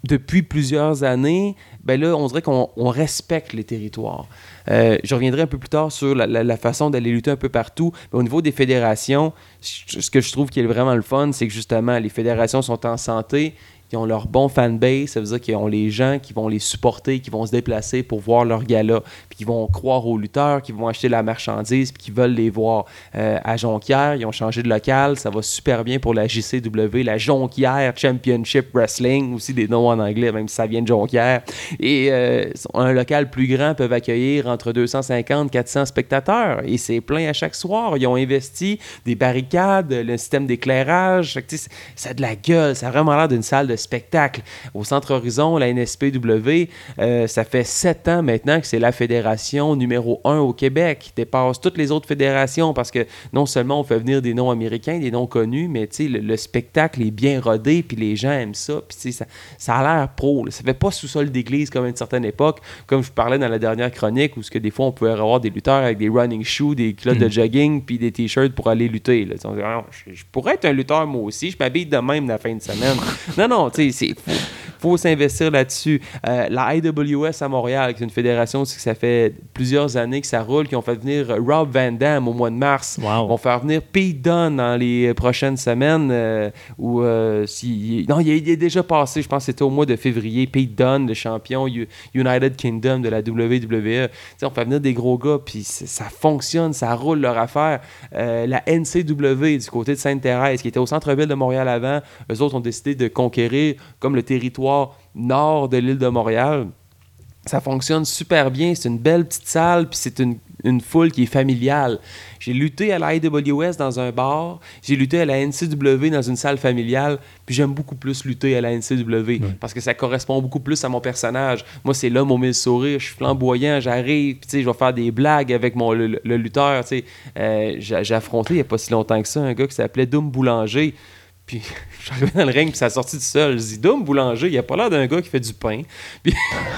depuis plusieurs années, ben là, on dirait qu'on on respecte les territoires. Euh, je reviendrai un peu plus tard sur la, la, la façon d'aller lutter un peu partout. Mais au niveau des fédérations, ce que je trouve qui est vraiment le fun, c'est que justement, les fédérations sont en santé, qui ont leur bon fanbase, ça veut dire qu'ils ont les gens qui vont les supporter, qui vont se déplacer pour voir leur gala, puis qui vont croire aux lutteurs, qui vont acheter la marchandise, puis qui veulent les voir. Euh, à Jonquière, ils ont changé de local, ça va super bien pour la J C W, la Jonquière Championship Wrestling, aussi des noms en anglais, même si ça vient de Jonquière. Et euh, un local plus grand peuvent accueillir entre deux cent cinquante et quatre cents spectateurs, et c'est plein à chaque soir. Ils ont investi des barricades, le système d'éclairage, fait que, ça a de la gueule, ça a vraiment l'air d'une salle de spectacle. Au Centre Horizon, la N S P W, euh, ça fait sept ans maintenant que c'est la fédération numéro un au Québec, qui dépasse toutes les autres fédérations parce que non seulement on fait venir des noms américains, des noms connus, mais le, le spectacle est bien rodé, puis les gens aiment ça, puis ça, ça a l'air pro. Là. Ça fait pas sous-sol d'église comme à une certaine époque, comme je parlais dans la dernière chronique, où ce que des fois on pouvait avoir des lutteurs avec des running shoes, des culottes mm. de jogging, puis des t-shirts pour aller lutter. Là. On dit, ah, je, je pourrais être un lutteur moi aussi, je m'habille de même la fin de semaine. non, non, tu sais, il faut, faut s'investir là-dessus. Euh, la I W S à Montréal, qui est une fédération aussi que ça fait plusieurs années que ça roule, qui ont fait venir Rob Van Dam au mois de mars. Wow. Vont faire venir Pete Dunne dans les prochaines semaines. Euh, où, euh, si, non, il est, il est déjà passé, je pense que c'était au mois de février. Pete Dunne, le champion U- United Kingdom de la W W E. T'sais, on fait venir des gros gars, puis ça fonctionne, ça roule leur affaire. Euh, la N C W du côté de Sainte-Thérèse, qui était au centre-ville de Montréal avant, eux autres ont décidé de conquérir comme le territoire nord de l'île de Montréal. Ça fonctionne super bien, c'est une belle petite salle, puis c'est une, une foule qui est familiale. J'ai lutté à la I W S dans un bar, j'ai lutté à la N C W dans une salle familiale, puis j'aime beaucoup plus lutter à la N C W, oui. parce que ça correspond beaucoup plus à mon personnage. Moi, c'est l'homme aux mille sourires, je suis flamboyant, j'arrive, puis je vais faire des blagues avec mon, le, le lutteur. Euh, j'ai, j'ai affronté il n'y a pas si longtemps que ça un gars qui s'appelait Doom Boulanger. Puis, je suis arrivé dans le ring, puis ça a sorti tout seul. Je dis, Doom Boulanger, il a pas l'air d'un gars qui fait du pain. Puis,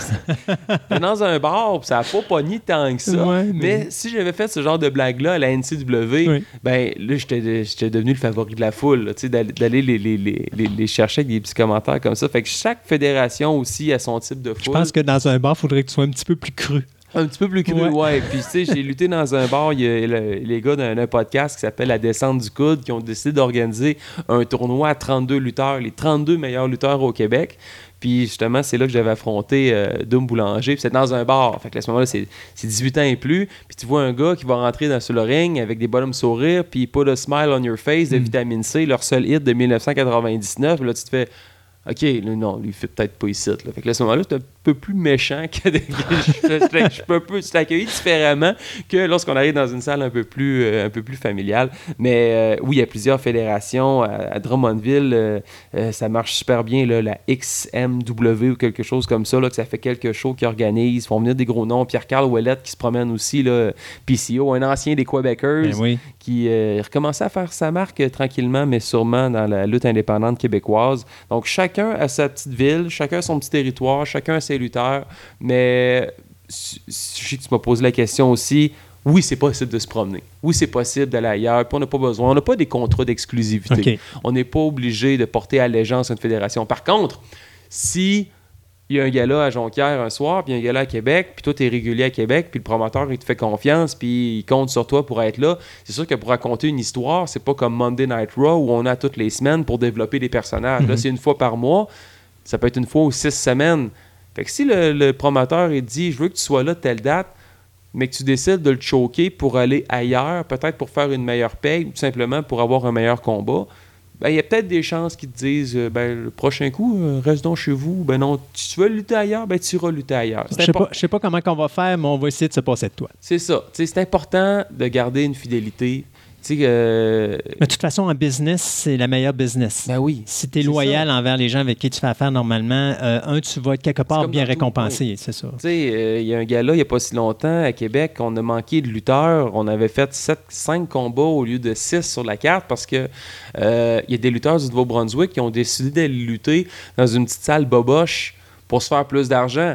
j'étais dans un bar, puis ça a pas pogné tant que ça. Ouais, mais... mais si j'avais fait ce genre de blague-là à la N C W, oui. ben là, j'étais, j'étais devenu le favori de la foule, tu sais, d'aller, d'aller les, les, les, les, les chercher avec des petits commentaires comme ça. Fait que chaque fédération aussi a son type de foule. Je pense que dans un bar, il faudrait que tu sois un petit peu plus cru. Un petit peu plus cru, ouais. ouais. Puis, tu sais, j'ai lutté dans un bar. Il y a le, les gars d'un, d'un podcast qui s'appelle La Descente du Coude qui ont décidé d'organiser un tournoi à trente-deux lutteurs, les trente-deux meilleurs lutteurs au Québec. Puis, justement, c'est là que j'avais affronté euh, Doom Boulanger. Puis, c'était dans un bar. Fait que à ce moment-là, c'est, c'est dix-huit ans et plus. Puis, tu vois un gars qui va rentrer dans, sur le ring avec des bonhommes sourires, puis Put a Smile on Your Face de mm. Vitamine C, leur seul hit de dix-neuf cent quatre-vingt-dix-neuf. Puis là, tu te fais. OK, là, non, lui, il fait peut-être pas ici. Là. Fait que là, à ce moment-là, c'est un peu plus méchant que de... je, je peux peu t'accueillir différemment que lorsqu'on arrive dans une salle un peu plus, euh, un peu plus familiale. Mais euh, oui, il y a plusieurs fédérations. À, à Drummondville, euh, euh, ça marche super bien, là, la X M W ou quelque chose comme ça, là, que ça fait quelques shows qui organisent. Ils font venir des gros noms. Pierre-Carl Ouellette qui se promène aussi, là, P C O, un ancien des Québecers ben oui. qui euh, recommençait à faire sa marque euh, tranquillement, mais sûrement dans la lutte indépendante québécoise. Donc, chacun Chacun a sa petite ville, chacun a son petit territoire, chacun a ses lutteurs, mais je sais que tu m'as posé la question aussi, oui, c'est possible de se promener. Oui, c'est possible d'aller ailleurs, puis on n'a pas besoin, on n'a pas des contrats d'exclusivité. Okay. On n'est pas obligé de porter allégeance à une fédération. Par contre, si il y a un gala à Jonquière un soir, puis un gala à Québec, puis toi, tu es régulier à Québec, puis le promoteur, il te fait confiance, puis il compte sur toi pour être là. C'est sûr que pour raconter une histoire, c'est pas comme Monday Night Raw où on a toutes les semaines pour développer des personnages. Mm-hmm. Là, c'est une fois par mois. Ça peut être une fois ou six semaines. Fait que si le, le promoteur, il dit « Je veux que tu sois là telle date », mais que tu décides de le choquer pour aller ailleurs, peut-être pour faire une meilleure paye, ou tout simplement pour avoir un meilleur combat, ben, il y a peut-être des chances qu'ils te disent euh, ben, le prochain coup, euh, reste donc chez vous. Ben non, si tu veux lutter ailleurs, ben tu iras lutter ailleurs. Je sais pas, je sais pas comment on va faire, mais on va essayer de se passer de toi. C'est ça. T'sais, c'est important de garder une fidélité. Euh... Mais de toute façon, en business, c'est la meilleure business. Ben oui. Si tu es loyal ça. envers les gens avec qui tu fais affaire normalement, euh, un, tu vas être quelque part bien récompensé, oui. c'est ça. Tu sais, il euh, y a un gars là, il n'y a pas si longtemps, à Québec, on a manqué de lutteurs. On avait fait sept, cinq combats au lieu de six sur la carte parce que il euh, y a des lutteurs du Nouveau-Brunswick qui ont décidé d'aller lutter dans une petite salle boboche pour se faire plus d'argent.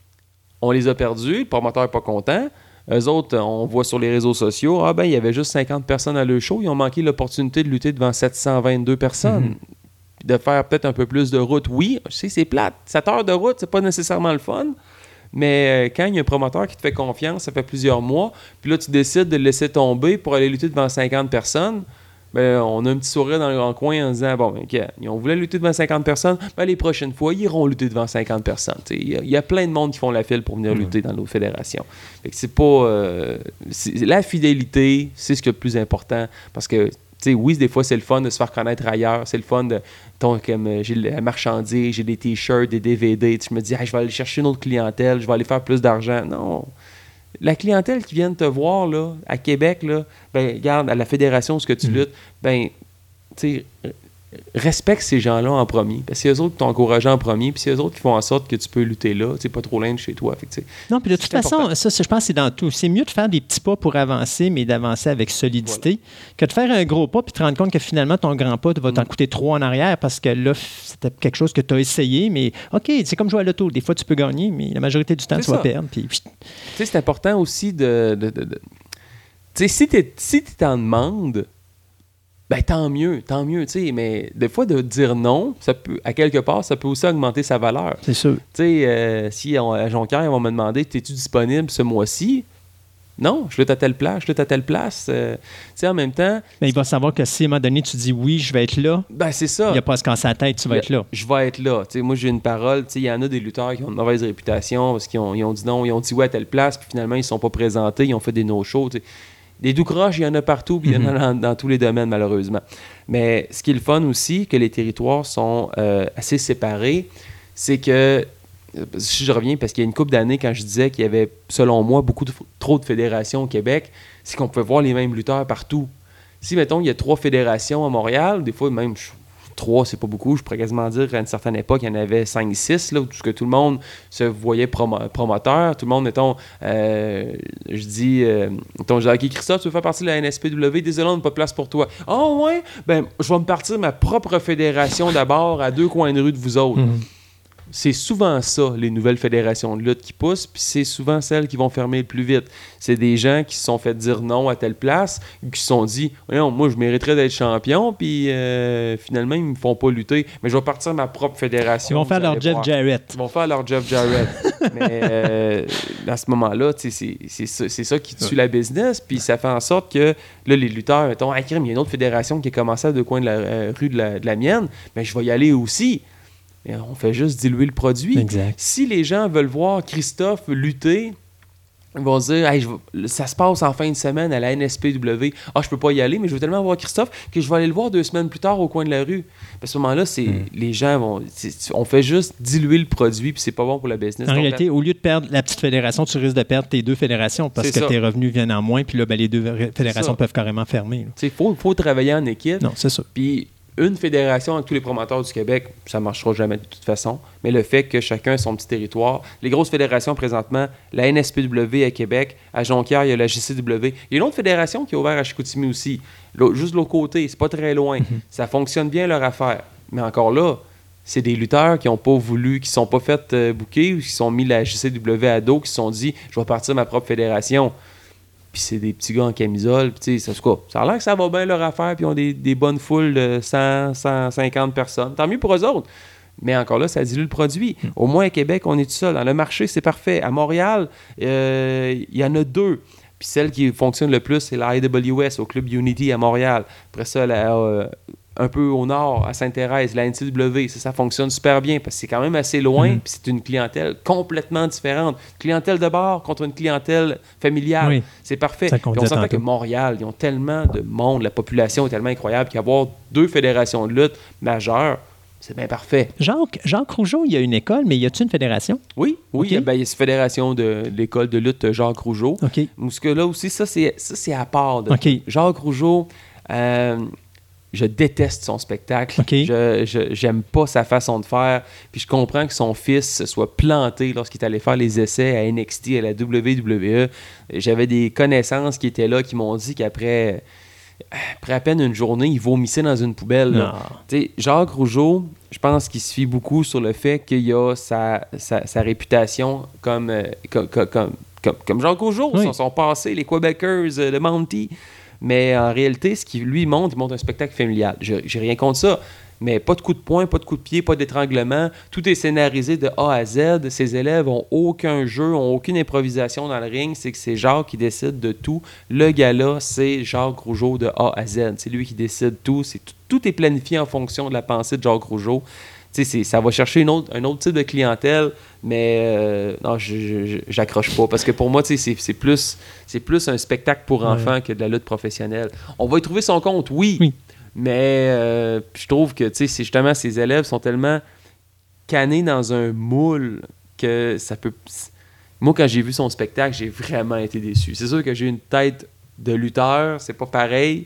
On les a perdus, le promoteur n'est pas content. Eux autres, on voit sur les réseaux sociaux, ah ben, il y avait juste cinquante personnes à leur show, ils ont manqué l'opportunité de lutter devant sept cent vingt-deux personnes. puis de faire peut-être un peu plus de route. Oui, je sais, c'est plate. Cette heure de route, c'est pas nécessairement le fun. Mais euh, quand il y a un promoteur qui te fait confiance, ça fait plusieurs mois, puis là, tu décides de le laisser tomber pour aller lutter devant cinquante personnes, ben, on a un petit sourire dans le grand coin en disant, bon, ben, okay, on voulait lutter devant cinquante personnes, ben, les prochaines fois, ils iront lutter devant cinquante personnes. Il y, y a plein de monde qui font la file pour venir mmh. lutter dans l'autre fédération. Fait que c'est pas... Euh, c'est, la fidélité, c'est ce qui est le plus important, parce que T'sais, oui, des fois, c'est le fun de se faire connaître ailleurs. C'est le fun de... Ton, comme, euh, j'ai la marchandise, j'ai des t-shirts, des D V D. Je me dis, hey, je vais aller chercher une autre clientèle, je vais aller faire plus d'argent. Non. La clientèle qui vient te voir là, à Québec, là, ben, regarde, à la fédération où ce que tu mmh. luttes, ben, tu sais, respecte ces gens-là en premier. Parce que c'est eux autres qui t'ont encouragé en premier, puis c'est eux autres qui font en sorte que tu peux lutter là, tu sais, pas trop loin de chez toi. Fait que, non, puis de toute façon, important. ça, je pense que c'est dans tout. C'est mieux de faire des petits pas pour avancer, mais d'avancer avec solidité, voilà. que de faire un gros pas puis te rendre compte que finalement, ton grand pas va t'en mmh. coûter trois en arrière parce que là, c'était quelque chose que tu as essayé, mais OK, c'est comme jouer à l'auto. Des fois, tu peux gagner, mais la majorité du temps, c'est tu ça. vas perdre. Puis... Tu sais, c'est important aussi de... de, de, de... Tu sais, si tu si t'en demandes, ben tant mieux, tant mieux, tu sais, mais des fois, de dire non, ça peut, à quelque part, ça peut aussi augmenter sa valeur. C'est sûr. Tu sais, euh, si on, à Jonquière, ils vont me demander, es-tu disponible ce mois-ci? Non, je lutte à telle place, je lutte à telle place. Euh, tu sais, en même temps... Mais il va savoir que si à un moment donné, tu dis oui, je vais être là, ben c'est ça. Il n'y a pas à se casser la tête, tu vas a, être là. Je vais être là. Tu sais, moi, j'ai une parole. Tu sais, il y en a des lutteurs qui ont une mauvaise réputation parce qu'ils ont, ils ont dit non, ils ont dit oui à telle place, puis finalement, ils ne sont pas présentés, ils ont fait des no-shows, tu sais. Des doux croches, il y en a partout, puis il y en a dans, dans tous les domaines, malheureusement. Mais ce qui est le fun aussi, que les territoires sont euh, assez séparés, c'est que, si je reviens, parce qu'il y a une couple d'années, quand je disais qu'il y avait, selon moi, beaucoup de, trop de fédérations au Québec, c'est qu'on pouvait voir les mêmes lutteurs partout. Si, mettons, il y a trois fédérations à Montréal, des fois, même... Je, Trois, c'est pas beaucoup. Je pourrais quasiment dire qu'à une certaine époque, il y en avait cinq six, là, où tout, que tout le monde se voyait promo- promoteur. Tout le monde, mettons, euh, je dis, euh, mettons, je dis, OK, Christophe, tu veux faire partie de la N S P W? Désolé, on n'a pas de place pour toi. Ah, oh, ouais? Ben, je vais me partir de ma propre fédération d'abord à deux coins de rue de vous autres. Mm-hmm. C'est souvent ça, les nouvelles fédérations de lutte qui poussent, puis c'est souvent celles qui vont fermer le plus vite. C'est des gens qui se sont fait dire non à telle place, qui se sont dit « Moi, je mériterais d'être champion, puis euh, finalement, ils ne me font pas lutter, mais je vais partir de ma propre fédération. » Ils vont faire leur Jeff voir. Jarrett. Ils vont faire leur Jeff Jarrett. Mais euh, à ce moment-là, c'est, c'est, ça, c'est ça qui tue ouais. la business, puis ça fait en sorte que là, les lutteurs, mettons, ah, il y a une autre fédération qui a commencé à deux coins de la euh, rue de la, de la mienne, mais je vais y aller aussi. Mais on fait juste diluer le produit. Exact. Si les gens veulent voir Christophe lutter, ils vont se dire hey, je vais, ça se passe en fin de semaine à la N S P W. Ah, je peux pas y aller, mais je veux tellement voir Christophe que je vais aller le voir deux semaines plus tard au coin de la rue. À ce moment-là, c'est, mm. les gens vont. C'est, on fait juste diluer le produit, puis c'est pas bon pour la business. En Donc, réalité, la... au lieu de perdre la petite fédération, tu risques de perdre tes deux fédérations parce c'est que ça. Tes revenus viennent en moins, puis là, ben, les deux fédérations peuvent carrément fermer. Il faut, faut travailler en équipe. Non, c'est ça. Puis une fédération avec tous les promoteurs du Québec, ça ne marchera jamais de toute façon. Mais le fait que chacun ait son petit territoire. Les grosses fédérations présentement, la N S P W à Québec, à Jonquière, il y a la J C W. Il y a une autre fédération qui est ouverte à Chicoutimi aussi. L'autre, juste de l'autre côté, c'est pas très loin. Mm-hmm. Ça fonctionne bien leur affaire. Mais encore là, c'est des lutteurs qui n'ont pas voulu, qui ne sont pas fait euh, booker ou qui sont mis la J C W à dos, qui se sont dit « je vais partir de ma propre fédération ». Puis c'est des petits gars en camisole. Puis ça, ça a l'air que ça va bien leur affaire. Puis ils ont des, des bonnes foules de cent, cent cinquante personnes. Tant mieux pour eux autres. Mais encore là, ça dilue le produit. Mm. Au moins, à Québec, on est tout seul. Dans le marché, c'est parfait. À Montréal, euh, il y en a deux. Puis celle qui fonctionne le plus, c'est la I W S au Club Unity à Montréal. Après ça, la, euh, un peu au nord, à Sainte-Thérèse, la N C W. Ça, ça fonctionne super bien parce que c'est quand même assez loin. Mm-hmm. Puis c'est une clientèle complètement différente. Clientèle de bar contre une clientèle familiale. Oui. C'est parfait. Puis on s'entend que Montréal, ils ont tellement de monde, la population est tellement incroyable qu'avoir deux fédérations de lutte majeures, c'est bien parfait. Jacques, Jacques Rougeau, il y a une école, mais y a-t-il une fédération? Oui, oui. Okay. Ben, il y a une fédération de, de l'école de lutte Jacques Rougeau. OK. Parce que là aussi, ça, c'est, ça, c'est à part. De okay. Jacques Rougeau, euh, je déteste son spectacle. Okay. Je, je j'aime pas sa façon de faire. Puis je comprends que son fils se soit planté lorsqu'il est allé faire les essais à N X T, à la W W E. J'avais des connaissances qui étaient là qui m'ont dit qu'après après à peine une journée, il vomissait dans une poubelle. Jacques Rougeau, je pense qu'il se fie beaucoup sur le fait qu'il a sa, sa, sa réputation comme, euh, comme, comme, comme, comme Jacques Rougeau, oui. son, son passé, les Quebecers, euh, le Mountie. Mais en réalité, ce qu'il lui montre, il montre un spectacle familial. Je, j'ai rien contre ça. mais pas de coup de poing, pas de coup de pied, pas d'étranglement. Tout est scénarisé de A à Z. Ces élèves ont aucun jeu, ont aucune improvisation dans le ring. C'est que c'est Jacques qui décide de tout. Le gars-là, c'est Jacques Rougeau de A à Z. C'est lui qui décide tout. C'est tout, tout est planifié en fonction de la pensée de Jacques Rougeau. Tu sais, ça va chercher une autre, un autre type de clientèle, mais euh, non, je, je, j'accroche pas. Parce que pour moi, tu sais, c'est, c'est, plus, c'est plus un spectacle pour enfants ouais. que de la lutte professionnelle. On va y trouver son compte, oui, oui. mais euh, je trouve que, tu sais, c'est justement, ces élèves sont tellement canés dans un moule que ça peut... Moi, quand j'ai vu son spectacle, j'ai vraiment été déçu. C'est sûr que j'ai une tête de lutteur, c'est pas pareil,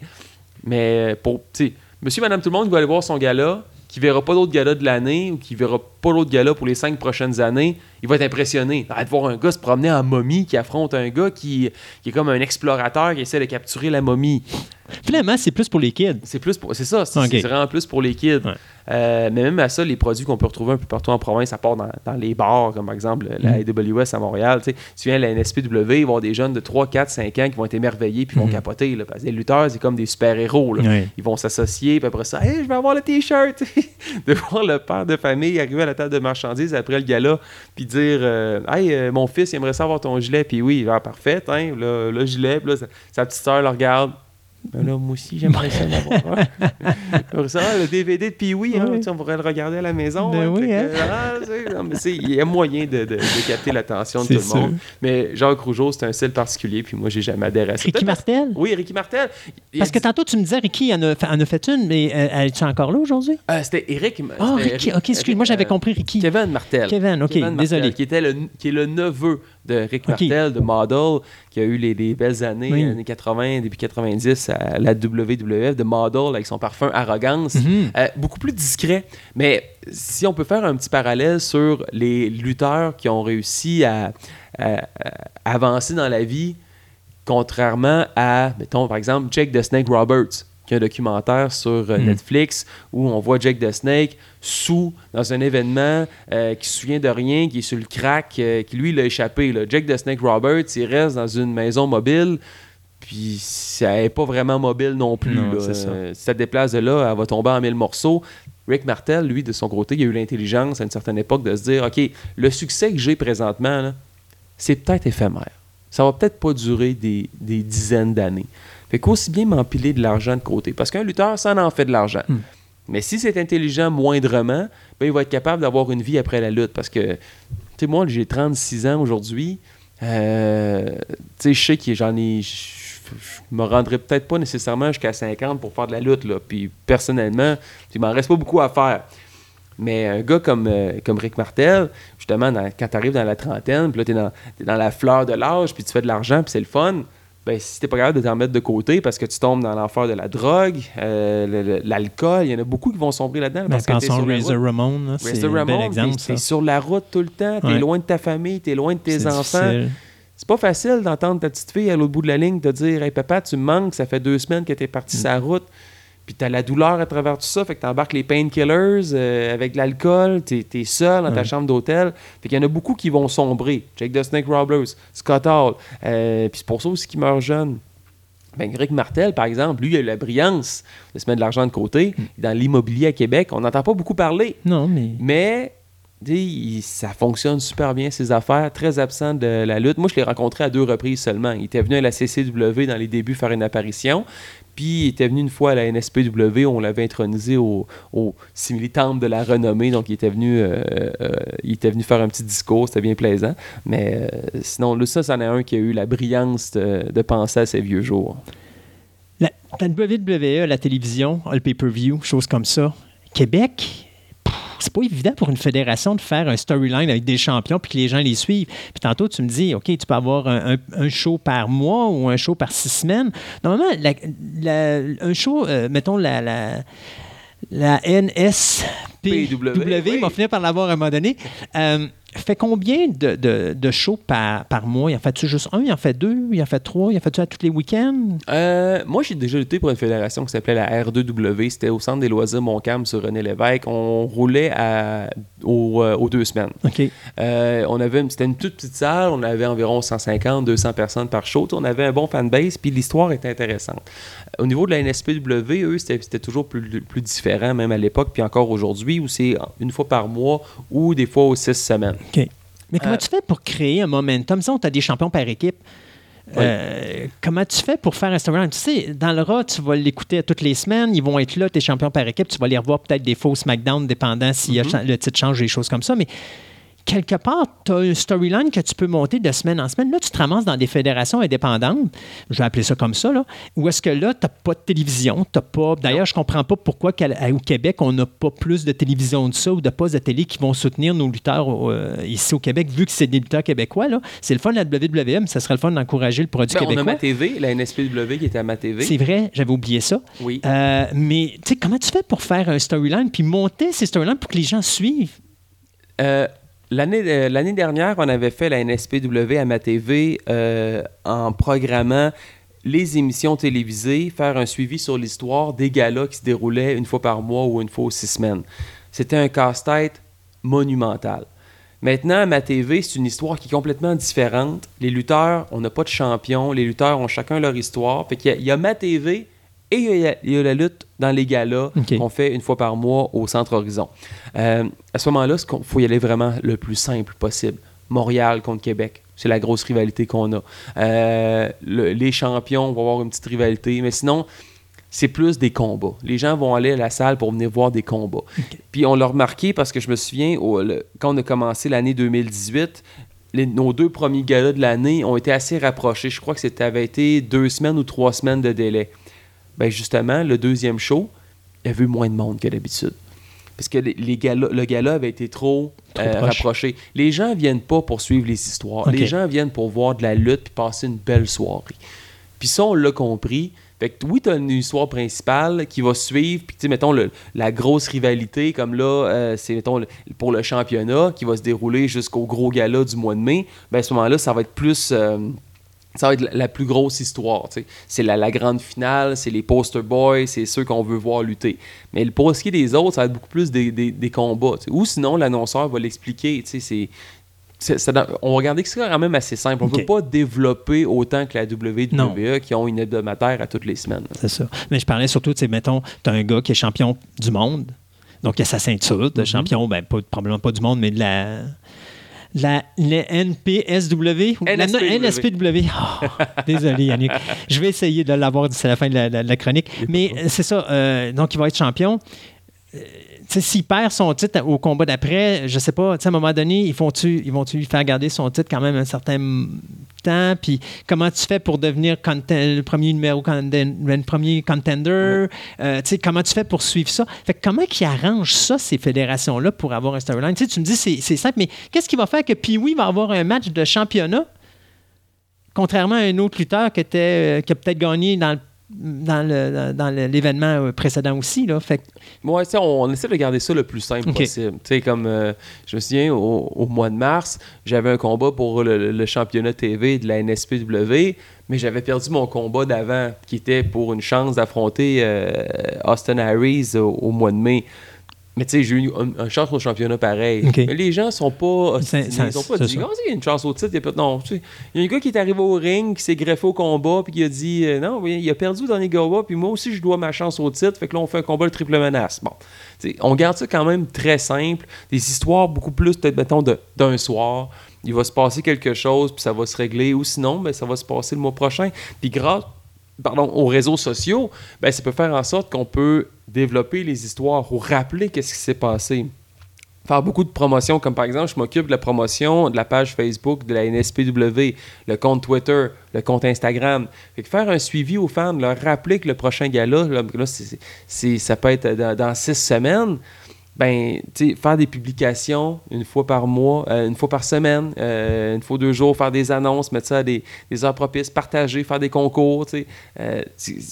mais pour, tu sais, monsieur, madame, tout le monde qui va aller voir son gala, qui verra pas d'autres galas de l'année ou qui verra pas l'autre gala pour les cinq prochaines années, il va être impressionné. Arrête de voir un gars se promener en momie qui affronte un gars qui, qui est comme un explorateur qui essaie de capturer la momie. Finalement, c'est plus pour les kids. C'est plus pour, c'est ça, c'est, okay. c'est vraiment plus pour les kids. Ouais. Euh, mais même à ça, les produits qu'on peut retrouver un peu partout en province, à part dans, dans les bars, comme par exemple la A W S à Montréal. Tu viens à la N S P W, il va y avoir des jeunes de trois, quatre, cinq ans qui vont être émerveillés puis mm-hmm. vont capoter. Là, parce que les lutteurs, c'est comme des super-héros. Là. Ouais. Ils vont s'associer, puis après ça, hey, je vais avoir le T-shirt. De voir le père de famille arriver à la table de marchandises après le gala, puis dire euh, hey, euh, mon fils, il aimerait ça avoir ton gilet. Puis oui, ah, parfait, hein, là, le gilet. Puis là, sa, sa petite sœur le regarde. Ben là, moi aussi, j'aimerais ça l'avoir. Hein. Ça, le D V D de Pee-Wee, hein, oui. On pourrait le regarder à la maison. Ben hein, oui, hein. que, ah, non, mais il y a moyen de, de, de capter l'attention de c'est tout sûr. Le monde. Mais Jacques Rougeau, c'est un style particulier, puis moi, j'ai jamais adhéré à ça. Ricky Martel? Oui, Ricky Martel. Parce que tantôt, tu me disais, Ricky en a, en a fait une, mais euh, elle est encore là aujourd'hui? Euh, c'était Eric. Ah, oh, Ricky, ok, excuse-moi, j'avais compris Ricky. Kevin Martel. Kevin, ok, Kevin désolé. Martel, qui, était le, qui est le neveu de Rick okay. Martel, de Model, qui a eu les, les belles années, oui. années quatre-vingts, début quatre-vingt-dix, à la W W F, de Model, avec son parfum Arrogance. Mm-hmm. Euh, beaucoup plus discret. Mais si on peut faire un petit parallèle sur les lutteurs qui ont réussi à, à, à avancer dans la vie, contrairement à, mettons, par exemple, Jake the Snake Roberts, qui a un documentaire sur euh, mm. Netflix où on voit Jake the Snake sous dans un événement euh, qui se souvient de rien, qui est sur le crack, euh, qui lui l'a échappé. Là. Jake the Snake Roberts, il reste dans une maison mobile, puis ça n'est pas vraiment mobile non plus. Non, là. C'est ça. Euh, si ça te déplace de là, elle va tomber en mille morceaux. Rick Martel, lui, de son côté, il a eu l'intelligence à une certaine époque de se dire, OK, le succès que j'ai présentement, là, c'est peut-être éphémère. Ça va peut-être pas durer des, des dizaines d'années. Fait qu'aussi bien m'empiler de l'argent de côté. Parce qu'un lutteur, ça en fait de l'argent. Mm. Mais si c'est intelligent moindrement, ben, il va être capable d'avoir une vie après la lutte. Parce que, tu sais, moi, j'ai trente-six ans aujourd'hui. Euh, tu sais, je sais que j'en ai... Je me rendrai peut-être pas nécessairement jusqu'à cinquante pour faire de la lutte. Là. Puis, personnellement, il m'en reste pas beaucoup à faire. Mais un gars comme, euh, comme Rick Martel, justement, dans, quand tu arrives dans la trentaine, puis là, tu es dans, t'es dans la fleur de l'âge, puis tu fais de l'argent, puis c'est le fun... Ben, si t'es pas capable de t'en mettre de côté parce que tu tombes dans l'enfer de la drogue, euh, le, le, l'alcool, il y en a beaucoup qui vont sombrer là-dedans. Parce ben, que t'es sur Razor Ramon, là, c'est un bel exemple. T'es, t'es sur la route tout le temps, t'es ouais. loin de ta famille, t'es loin de tes c'est enfants. Difficile. C'est pas facile d'entendre ta petite fille à l'autre bout de la ligne te dire « Hey papa, tu me manques, ça fait deux semaines que t'es parti mm. sur la route. » Puis t'as la douleur à travers tout ça, fait que t'embarques les painkillers euh, avec de l'alcool, t'es, t'es seul dans ta ouais. chambre d'hôtel. Fait qu'il y en a beaucoup qui vont sombrer. Jake the Snake Roberts, Scott Hall. Euh, puis c'est pour ça aussi qu'ils meurent jeunes. Ben, Rick Martel, par exemple, lui, il a eu la brillance de se mettre de l'argent de côté. Mm. Dans l'immobilier à Québec, on n'entend pas beaucoup parler. Non, mais... Mais, il, ça fonctionne super bien, ses affaires. Très absent de la lutte. Moi, je l'ai rencontré à deux reprises seulement. Il était venu à la C C W dans les débuts faire une apparition. Puis, il était venu une fois à la N S P W où on l'avait intronisé au, au simili-temple de la renommée. Donc, il était venu euh, euh, il était venu faire un petit discours. C'était bien plaisant. Mais euh, sinon, là, ça, c'en est un qui a eu la brillance de, de penser à ses vieux jours. La, la W W E, la télévision, le pay-per-view, choses comme ça. Québec... C'est pas évident pour une fédération de faire un storyline avec des champions puis que les gens les suivent. Puis tantôt, tu me dis, OK, tu peux avoir un, un, un show par mois ou un show par six semaines. Normalement, la, la, un show, euh, mettons, la, la, la N S P W, oui. va finir par l'avoir à un moment donné. Euh, fait combien de, de, de shows par, par mois? Il en fait-tu juste un? Il en fait deux? Il en fait trois? Il en fait-tu à tous les week-ends? Euh, moi, j'ai déjà lutté pour une fédération qui s'appelait la R deux W. C'était au Centre des loisirs Montcalm sur René Lévesque. On roulait à, aux, euh, aux deux semaines. OK. Euh, on avait une, c'était une toute petite salle. On avait environ cent cinquante, deux cents personnes par show. On avait un bon fanbase, puis l'histoire était intéressante. Au niveau de la N S P W, eux, c'était, c'était toujours plus, plus différent, même à l'époque, puis encore aujourd'hui, où c'est une fois par mois ou des fois aux six semaines. OK. Mais comment Euh, tu fais pour créer un momentum? Si on t'a des champions par équipe, Oui. euh, comment tu fais pour faire un storyline? Tu sais, dans le Raw, tu vas l'écouter toutes les semaines, ils vont être là, tes champions par équipe, tu vas les revoir peut-être des fois au SmackDown, dépendant si Mm-hmm. le titre change, des choses comme ça, mais quelque part, tu as une storyline que tu peux monter de semaine en semaine. Là, tu te ramasses dans des fédérations indépendantes, je vais appeler ça comme ça, là, où est-ce que là, tu n'as pas de télévision, t'as pas... D'ailleurs, je ne comprends pas pourquoi au Québec, on n'a pas plus de télévision de ça ou de postes de télé qui vont soutenir nos lutteurs euh, ici au Québec, vu que c'est des lutteurs québécois. Là. C'est le fun de la W W E, mais ça serait le fun d'encourager le produit Ben, on a québécois. ma T V, la N S P W qui était à ma T V. C'est vrai, j'avais oublié ça. Oui. Euh, mais tu sais, comment tu fais pour faire un storyline puis monter ces storylines pour que les gens suivent? Euh, L'année, euh, l'année dernière, on avait fait la N S P W à ma T V euh, en programmant les émissions télévisées, faire un suivi sur l'histoire des galas qui se déroulaient une fois par mois ou une fois aux six semaines. C'était un casse-tête monumental. Maintenant, à ma T V, c'est une histoire qui est complètement différente. Les lutteurs, on n'a pas de champion. Les lutteurs ont chacun leur histoire. Fait qu'il y a, il y a ma T V et il y a, il y a la lutte dans les galas OK. qu'on fait une fois par mois au Centre Horizon. Euh, à ce moment-là, il faut y aller vraiment le plus simple possible. Montréal contre Québec. C'est la grosse rivalité qu'on a. Euh, le- les champions vont avoir une petite rivalité, mais sinon, c'est plus des combats. Les gens vont aller à la salle pour venir voir des combats. Puis on l'a remarqué parce que je me souviens, au- le- quand on a commencé l'année deux mille dix-huit, les- nos deux premiers galas de l'année ont été assez rapprochés. Je crois que c'était avait été deux semaines ou trois semaines de délai. Ben justement, le deuxième show, il y avait eu moins de monde que d'habitude. Parce que les, les galas, le gala avait été trop, Trop euh, proche. rapproché. Les gens viennent pas pour suivre les histoires. OK. Les gens viennent pour voir de la lutte puis passer une belle soirée. Puis ça, on l'a compris. Fait que oui, tu as une histoire principale qui va suivre, puis tu sais, mettons, le- la grosse rivalité, comme là, euh, c'est, mettons, le- pour le championnat, qui va se dérouler jusqu'au gros gala du mois de mai, ben à ce moment-là, ça va être plus... euh, ça va être la, la plus grosse histoire, tu sais. C'est la, la grande finale, c'est les poster boys, c'est ceux qu'on veut voir lutter. Mais le- pour ce qui est des autres, ça va être beaucoup plus des, des, des combats, tu sais. Ou sinon, l'annonceur va l'expliquer, tu sais, c'est... c'est- c'est dans- on va regarder que c'est quand même assez simple. On ne OK. peut pas développer autant que la W W E qui ont une hebdomadaire à toutes les semaines. C'est ça. Mais je parlais surtout, tu sais, mettons, tu as un gars qui est champion du monde, donc il a sa ceinture de champion, ben, pas, probablement pas du monde, mais de la. La, la N P S W? ou la- N S P W. N S P W. Oh, désolé, Yannick. Je vais essayer de l'avoir d'ici la fin de la, la- la chronique. Mais euh, c'est ça. euh, donc, il va être champion. Euh, tu sais, s'il perd son titre au combat d'après, je sais pas, tu sais, à un moment donné, ils vont-tu ils vont-tu lui faire garder son titre quand même un certain m- temps? Puis comment tu fais pour devenir conten- le premier numéro conten- le premier contender? Euh, tu sais, comment tu fais pour suivre ça? Fait que comment ils arrangent ça, ces fédérations-là, pour avoir un storyline? Tu sais, tu me dis c'est c'est simple, mais qu'est-ce qui va faire que Pee-Wee va avoir un match de championnat, contrairement à un autre lutteur qui, était, euh, qui a peut-être gagné dans le dans, le, dans le- l'événement euh, précédent aussi. Là. Fait que- Ouais, tu sais, on, on essaie de garder ça le plus simple OK. possible. Tu sais, comme euh, je me souviens, au, au mois de mars, j'avais un combat pour le, le championnat T V de la N S P W, mais j'avais perdu mon combat d'avant, qui était pour une chance d'affronter euh, Austin Harris au, au mois de mai. Mais tu sais, j'ai eu une, une chance au championnat pareil. OK. Mais les gens sont pas Ça- ostinés, ça- ils sont pas c'est dit, ça. comment ça, il y a une chance au titre? Il y a, pas- non, tu sais, il y a un gars qui est arrivé au ring, qui s'est greffé au combat, puis qui a dit, euh, non, oui, il a perdu dans les gars, puis moi aussi, je dois ma chance au titre. Fait que là, on fait un combat de triple menace. Bon. Tu sais, on garde ça quand même très simple. Des histoires beaucoup plus, peut-être, mettons, de- d'un soir. Il va se passer quelque chose, puis ça va se régler. Ou sinon, ben, ça va se passer le mois prochain. Puis grâce pardon, aux réseaux sociaux, ben, ça peut faire en sorte qu'on peut développer les histoires ou rappeler qu'est-ce qui s'est passé. Faire beaucoup de promotions, comme par exemple, je m'occupe de la promotion de la page Facebook de la N S P W, le compte Twitter, le compte Instagram. Fait que faire un suivi aux fans, leur rappeler que le prochain gala, là, là, c'est, c'est, ça peut être dans, dans six semaines, ben, tu sais, faire des publications une fois par mois, euh, une fois par semaine, euh, une fois deux jours, faire des annonces, mettre ça à des, des heures propices, partager, faire des concours, tu sais. Euh, c'est- c'est-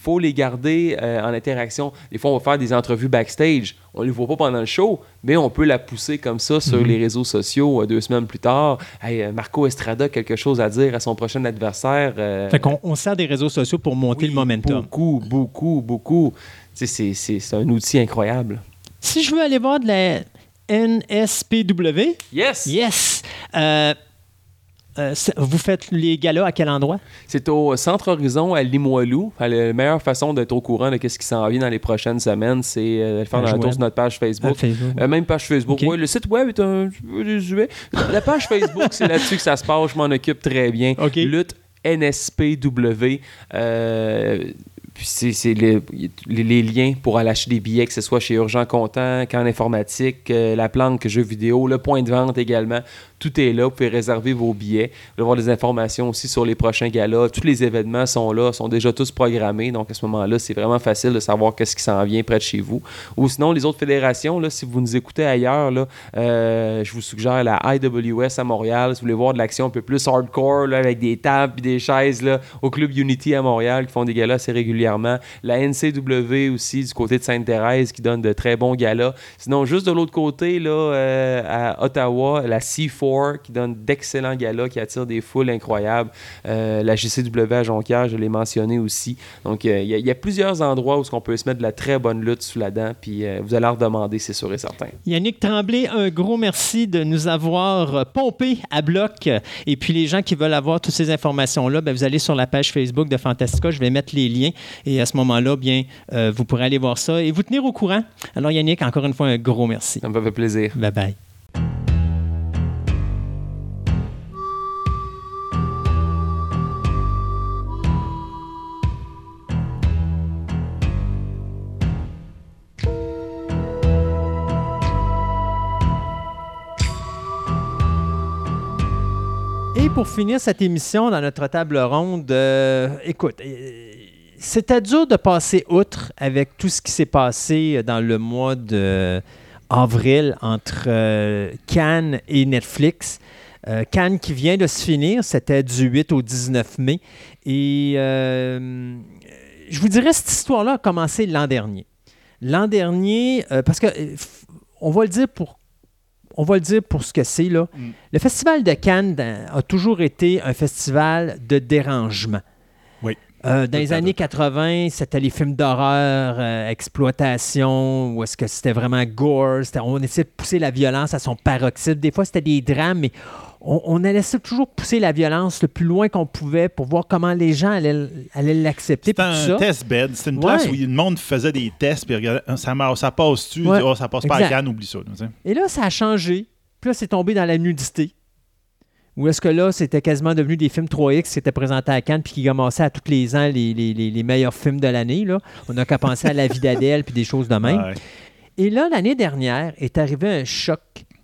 faut les garder euh, en interaction. Des fois, on va faire des entrevues backstage. On ne les voit pas pendant le show, mais on peut la pousser comme ça sur mm-hmm. les réseaux sociaux euh, deux semaines plus tard. Hey, euh, Marco Estrada a quelque chose à dire à son prochain adversaire. Euh, fait qu'on on sert des réseaux sociaux pour monter oui, le momentum. Beaucoup, beaucoup, beaucoup. C'est, c'est, c'est, c'est un outil incroyable. Si je veux aller voir de la N S P W... Yes! Yes! Euh, euh, vous faites les galas à quel endroit? C'est au Centre Horizon à Limoilou. La meilleure façon d'être au courant de ce qui s'en vient dans les prochaines semaines, c'est euh, de le faire dans le tour sur notre page Facebook. Facebook. Euh, même page Facebook. Okay. Ouais, le site web est un peu désuet. La page Facebook, c'est là-dessus que ça se passe. Je m'en occupe très bien. Okay. Lutte N S P W. Euh, Puis c'est, c'est les, les, les liens pour aller acheter des billets, que ce soit chez Urgent Content, Can Informatique, euh, La Planque, Jeux vidéo, le point de vente également. Tout est là. Vous pouvez réserver vos billets. Vous pouvez avoir des informations aussi sur les prochains galas. Tous les événements sont là, sont déjà tous programmés. Donc, à ce moment-là, c'est vraiment facile de savoir qu'est-ce qui s'en vient près de chez vous. Ou sinon, les autres fédérations, là, si vous nous écoutez ailleurs, là, euh, je vous suggère la I W S à Montréal. Si vous voulez voir de l'action un peu plus hardcore, là, avec des tables et des chaises, là, au Club Unity à Montréal, qui font des galas assez régulièrement. La N C W aussi, du côté de Sainte-Thérèse, qui donne de très bons galas. Sinon, juste de l'autre côté, là, euh, à Ottawa, la C quatre, qui donne d'excellents galas, qui attirent des foules incroyables. Euh, la G C W à Jonquière, je l'ai mentionné aussi. Donc, il euh, y, y a plusieurs endroits où on peut se mettre de la très bonne lutte sous la dent, puis euh, vous allez en redemander, c'est sûr et certain. Yannick Tremblay, un gros merci de nous avoir pompé à bloc. Et puis, les gens qui veulent avoir toutes ces informations-là, bien, vous allez sur la page Facebook de Fantastica, je vais mettre les liens. Et à ce moment-là, bien, euh, vous pourrez aller voir ça et vous tenir au courant. Alors, Yannick, encore une fois, un gros merci. Ça me fait plaisir. Bye-bye. Et pour finir cette émission dans notre table ronde, euh, écoute, euh, c'était dur de passer outre avec tout ce qui s'est passé dans le mois d'avril entre euh, Cannes et Netflix. Euh, Cannes qui vient de se finir, c'était du huit au dix-neuf mai. Et euh, je vous dirais, cette histoire-là a commencé l'an dernier. L'an dernier, euh, parce que euh, on va le dire pour On va le dire pour ce que c'est, là. Mm. Le Festival de Cannes a toujours été un festival de dérangement. Oui. Euh, dans les années quatre-vingts, c'était les films d'horreur, euh, exploitation, où est-ce que c'était vraiment gore. C'était, on essayait de pousser la violence à son paroxysme. Des fois, c'était des drames, mais on, on allait toujours pousser la violence le plus loin qu'on pouvait pour voir comment les gens allaient, allaient l'accepter. C'était un ça. test bed. C'était une ouais. place où le monde faisait des tests, puis regardait, ça, ça passe-tu? Ouais. Oh, ça passe pas exact. à Cannes, oublie ça. Là, et là, ça a changé. Puis là, c'est tombé dans la nudité. Ou est-ce que là, c'était quasiment devenu des films trois X qui étaient présentés à Cannes puis qui commençaient à tous les ans les, les, les, les meilleurs films de l'année. Là. On n'a qu'à penser à La vie d'Adèle puis des choses de même. Ouais. Et là, l'année dernière, est arrivé un choc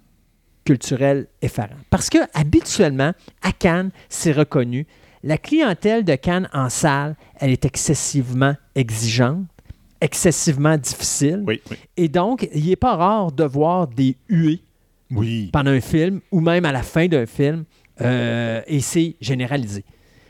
culturel effarant. Parce que habituellement, à Cannes, c'est reconnu, la clientèle de Cannes en salle, elle est excessivement exigeante, excessivement difficile. Oui, oui. Et donc, il n'est pas rare de voir des huées oui. pendant un film ou même à la fin d'un film, euh, et c'est généralisé.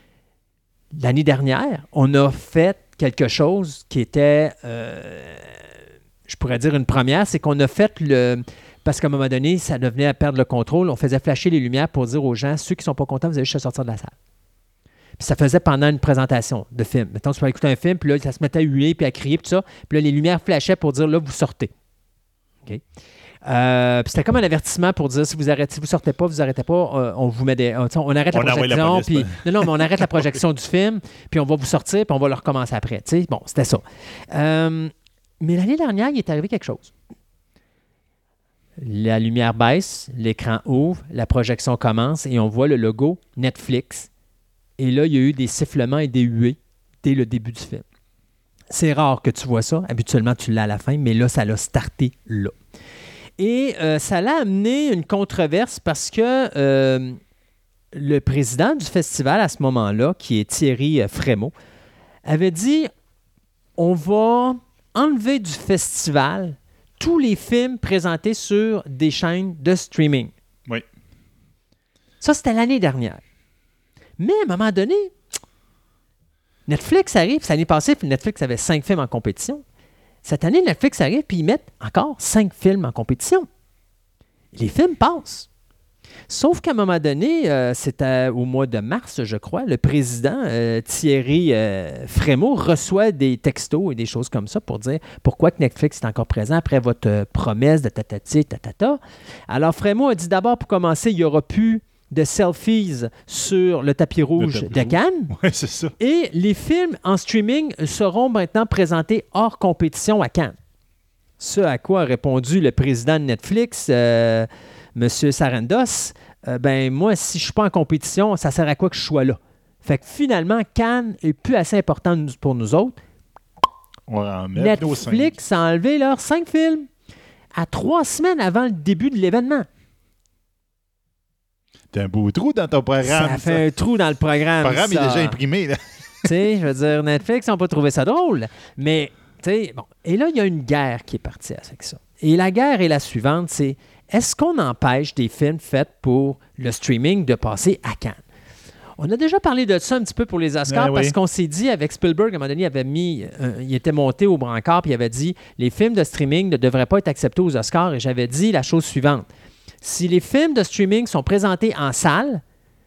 L'année dernière, on a fait quelque chose qui était, euh, je pourrais dire une première, c'est qu'on a fait le... Parce qu'à un moment donné, ça devenait à perdre le contrôle. On faisait flasher les lumières pour dire aux gens, ceux qui ne sont pas contents, vous avez juste à sortir de la salle. Puis ça faisait pendant une présentation de film. Mettons, tu vas écouter un film, puis là, ça se mettait à huer, puis à crier, puis tout ça. Puis là, les lumières flashaient pour dire, là, vous sortez. OK? Euh, puis c'était comme un avertissement pour dire si vous arrêtez, si vous sortez pas, vous arrêtez pas, euh, on vous met des, on, on arrête on la projection, la puis non non, mais on arrête la projection du film, puis on va vous sortir, puis on va le recommencer après. Tu sais, bon, c'était ça. Euh, mais l'année dernière, il est arrivé quelque chose. La lumière baisse, l'écran ouvre, la projection commence et on voit le logo Netflix. Et là, il y a eu des sifflements et des huées dès le début du film. C'est rare que tu vois ça. Habituellement, tu l'as à la fin, mais là, ça l'a starté là. Et euh, ça l'a amené une controverse parce que euh, le président du festival à ce moment-là, qui est Thierry Frémaux, avait dit « On va enlever du festival tous les films présentés sur des chaînes de streaming. » Oui. Ça, c'était l'année dernière. Mais à un moment donné, Netflix arrive, l'année passée, Netflix avait cinq films en compétition. Cette année, Netflix arrive et ils mettent encore cinq films en compétition. Les films passent. Sauf qu'à un moment donné, euh, c'était au mois de mars, je crois, le président euh, Thierry euh, Frémaux reçoit des textos et des choses comme ça pour dire pourquoi que Netflix est encore présent après votre euh, promesse de tatati, tatata. Alors, Frémaux a dit d'abord, pour commencer, il n'y aura plus de selfies sur le tapis rouge Le tapis de Cannes. Oui, c'est ça. Et les films en streaming seront maintenant présentés hors compétition à Cannes. Ce à quoi a répondu le président de Netflix, euh, M. Sarandos, euh, ben moi, si je ne suis pas en compétition, ça sert à quoi que je sois là? Fait que finalement, Cannes est plus assez important pour nous autres. On va en mettre nos cinq. Netflix a enlevé leurs cinq films à trois semaines avant le début de l'événement. T'as un beau trou dans ton programme. Ça fait ça. un trou dans le programme. Le programme ça. est déjà imprimé. Là. Tu sais, je veux dire, Netflix n'a pas trouvé ça drôle. Mais, tu sais, bon. Et là, il y a une guerre qui est partie avec ça. Et la guerre est la suivante, c'est est-ce qu'on empêche des films faits pour le streaming de passer à Cannes? On a déjà parlé de ça un petit peu pour les Oscars Ben parce oui. qu'on s'est dit avec Spielberg, à un moment donné, il avait mis, euh, il était monté au brancard puis il avait dit les films de streaming ne devraient pas être acceptés aux Oscars. Et j'avais dit la chose suivante. Si les films de streaming sont présentés en salle,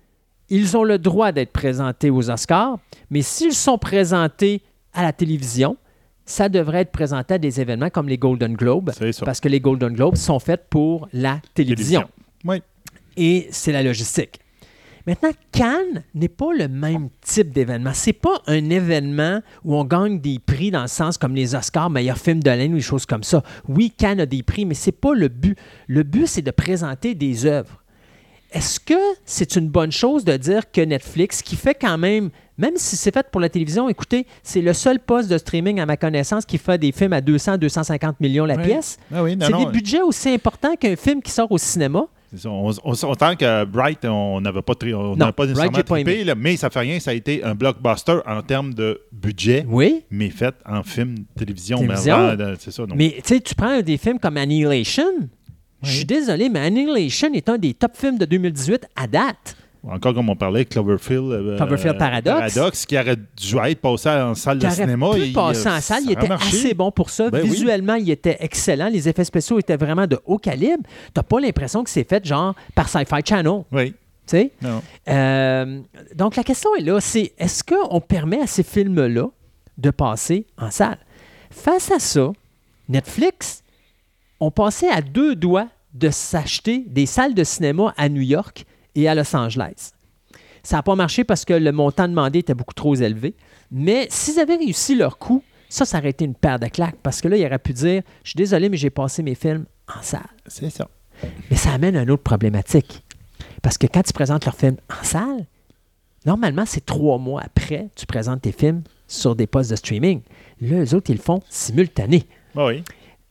ils ont le droit d'être présentés aux Oscars, mais s'ils sont présentés à la télévision, ça devrait être présenté à des événements comme les Golden Globes, C'est ça. parce que les Golden Globes sont faits pour la télévision. Télévision. Oui. Et c'est la logistique. Maintenant, Cannes n'est pas le même type d'événement. C'est pas un événement où on gagne des prix dans le sens comme les Oscars, meilleur film de l'année ou des choses comme ça. Oui, Cannes a des prix, mais c'est pas le but. Le but, c'est de présenter des œuvres. Est-ce que c'est une bonne chose de dire que Netflix, qui fait quand même, même si c'est fait pour la télévision, écoutez, c'est le seul poste de streaming à ma connaissance qui fait des films à deux cents à deux cent cinquante millions la Oui. pièce. Ah oui, non, C'est non. des budgets aussi importants qu'un film qui sort au cinéma. C'est ça. On, on s'entend que Bright, on n'avait pas, tri- on Non, n'avait pas Bright, nécessairement j'ai pas trippé, aimé. là, mais ça fait rien, ça a été un blockbuster en termes de budget, Oui. mais fait en film, télévision. Télévision. Mais avant, c'est ça. Donc. Mais tu sais, tu prends des films comme Annihilation. Je suis désolé, mais Annihilation est un des top films de deux mille dix-huit à date. Encore comme on parlait, Cloverfield, euh, Cloverfield Paradox. Paradox, qui aurait dû être passé en salle Qui de aurait cinéma. pu il- passer en ça salle. Il aurait était marché. assez bon pour ça. Ben oui. Visuellement, il était excellent. Les effets spéciaux étaient vraiment de haut calibre. Tu n'as pas l'impression que c'est fait genre par Sci-Fi Channel. Oui. Tu sais? Non. Euh, donc, la question est là, c'est est-ce qu'on permet à ces films-là de passer en salle? Face à ça, Netflix ont passé à deux doigts de s'acheter des salles de cinéma à New York et à Los Angeles. Ça n'a pas marché parce que le montant demandé était beaucoup trop élevé. Mais s'ils avaient réussi leur coup, ça, ça aurait été une paire de claques parce que là, ils auraient pu dire « Je suis désolé, mais j'ai passé mes films en salle. » C'est ça. Mais ça amène à une autre problématique. Parce que quand tu présentes leurs films en salle, normalement, c'est trois mois après tu présentes tes films sur des postes de streaming. Là, eux autres, ils le font simultané. Ah oui.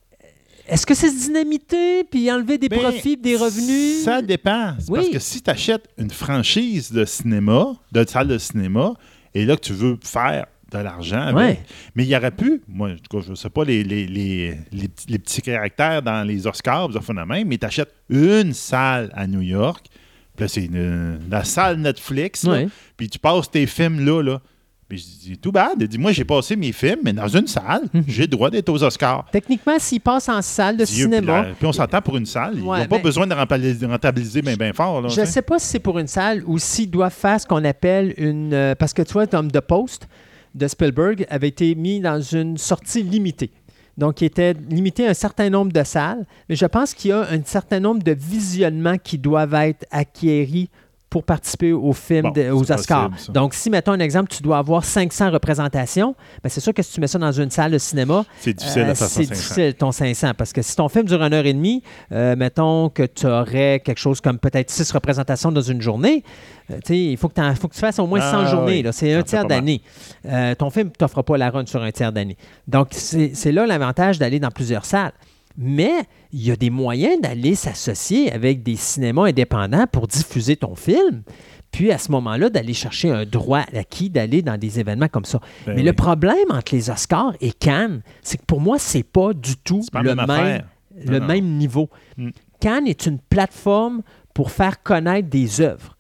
Est-ce que c'est se dynamiter puis enlever des Ben, profits, des revenus? Ça dépend. C'est Oui. Parce que si tu achètes une franchise de cinéma, de salle de cinéma, et là que tu veux faire de l'argent avec, Ouais. mais il y aurait pu, moi, en tout cas, je ne sais pas, les, les, les, les, petits- les petits caractères dans les Oscars, ça fait la même, mais tu achètes une salle à New York, puis là, c'est une- la salle Netflix, là, Ouais. puis tu passes tes films là, là. Puis je dis, tout bad. Il dit, moi, j'ai passé mes films, mais dans une salle, Mhm. j'ai le droit d'être aux Oscars. Techniquement, s'ils passent en salle de Dieu, puis, cinéma, là, puis on s'entend pour une salle. Ils n'ont Ouais, pas ben- besoin de rentabiliser, rentabiliser bien, bien fort. Là, je tu ne sais. sais pas si c'est pour une salle ou s'ils doivent faire ce qu'on appelle une... euh, parce que tu vois, comme The Post de Spielberg avait été mis dans une sortie limitée. Donc, il était limité à un certain nombre de salles. Mais je pense qu'il y a un certain nombre de visionnements qui doivent être acquéris pour participer au film, Bon, de- aux c'est Oscars. possible, ça. Donc, si, mettons un exemple, tu dois avoir cinq cents représentations, ben c'est sûr que si tu mets ça dans une salle de cinéma, C'est difficile euh, à faire c'est cinq cents. difficile, ton cinq cents. Parce que si ton film dure une heure et demie, euh, mettons que tu aurais quelque chose comme peut-être six représentations dans une journée, euh, tu sais, il faut que, t'en- faut que tu fasses au moins Ah, cent journées. oui. là. C'est Ça un fait tiers pas mal. d'année. Euh, ton film ne t'offre pas la run sur un tiers d'année. Donc, c'est c'est là l'avantage d'aller dans plusieurs salles. Mais il y a des moyens d'aller s'associer avec des cinémas indépendants pour diffuser ton film. Puis à ce moment-là, d'aller chercher un droit acquis, d'aller dans des événements comme ça. Ben Mais oui. le problème entre les Oscars et Cannes, c'est que pour moi, c'est pas du tout C'est pas le la même, même affaire. le Non, même niveau. Mm. Cannes est une plateforme pour faire connaître des œuvres.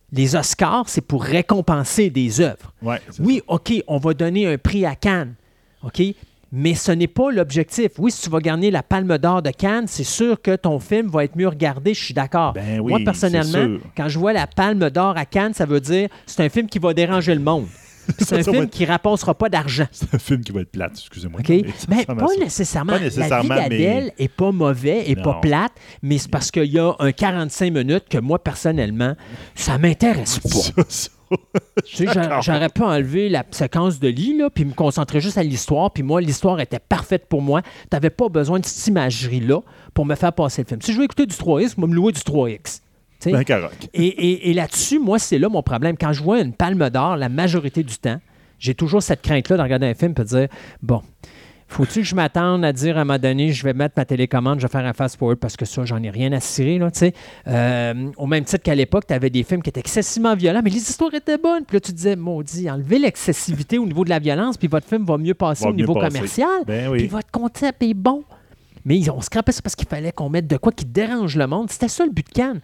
Les Oscars, c'est pour récompenser des œuvres. Ouais, c'est Oui, OK, on va donner un prix à Cannes, OK? Mais ce n'est pas l'objectif. Oui, si tu vas gagner la Palme d'Or de Cannes, c'est sûr que ton film va être mieux regardé, je suis d'accord. Ben oui, Moi, personnellement, c'est sûr. quand je vois la Palme d'Or à Cannes, ça veut dire c'est un film qui va déranger le monde. C'est un Ça film va être- qui ne rapportera pas d'argent. C'est un film qui va être plate, excusez-moi. OK? Mais ça Mais ressemble pas à ça. nécessairement. Pas nécessairement, La vie mais- d'Adèle n'est pas mauvais et pas Non. plate, mais c'est parce qu'il y a un quarante-cinq minutes que moi, personnellement, ça m'intéresse pas. Ça, ça. Tu sais, j'a- j'aurais pu enlever la séquence de lit, là, puis me concentrer juste à l'histoire. Puis moi, l'histoire était parfaite pour moi. Tu n'avais pas besoin de cette imagerie-là pour me faire passer le film. Si je veux écouter du trois X, moi, me louer du trois X. Tu sais. Ben correct. Et, et- et là-dessus, moi, c'est là mon problème. Quand je vois une palme d'or, la majorité du temps, j'ai toujours cette crainte-là de regarder un film et de dire, bon, faut-tu que je m'attende à dire à un moment donné, je vais mettre ma télécommande, je vais faire un fast-forward parce que ça, j'en ai rien à cirer, là, tu sais. Euh, au même titre qu'à l'époque, tu avais des films qui étaient excessivement violents, mais les histoires étaient bonnes. Puis là, tu disais, maudit, enlevez l'excessivité au niveau de la violence, puis votre film va mieux passer Va au mieux niveau passer. commercial, Ben oui. puis votre concept est bon. Mais ils- on se crapait ça parce qu'il fallait qu'on mette de quoi qui dérange le monde. C'était ça le but de Cannes.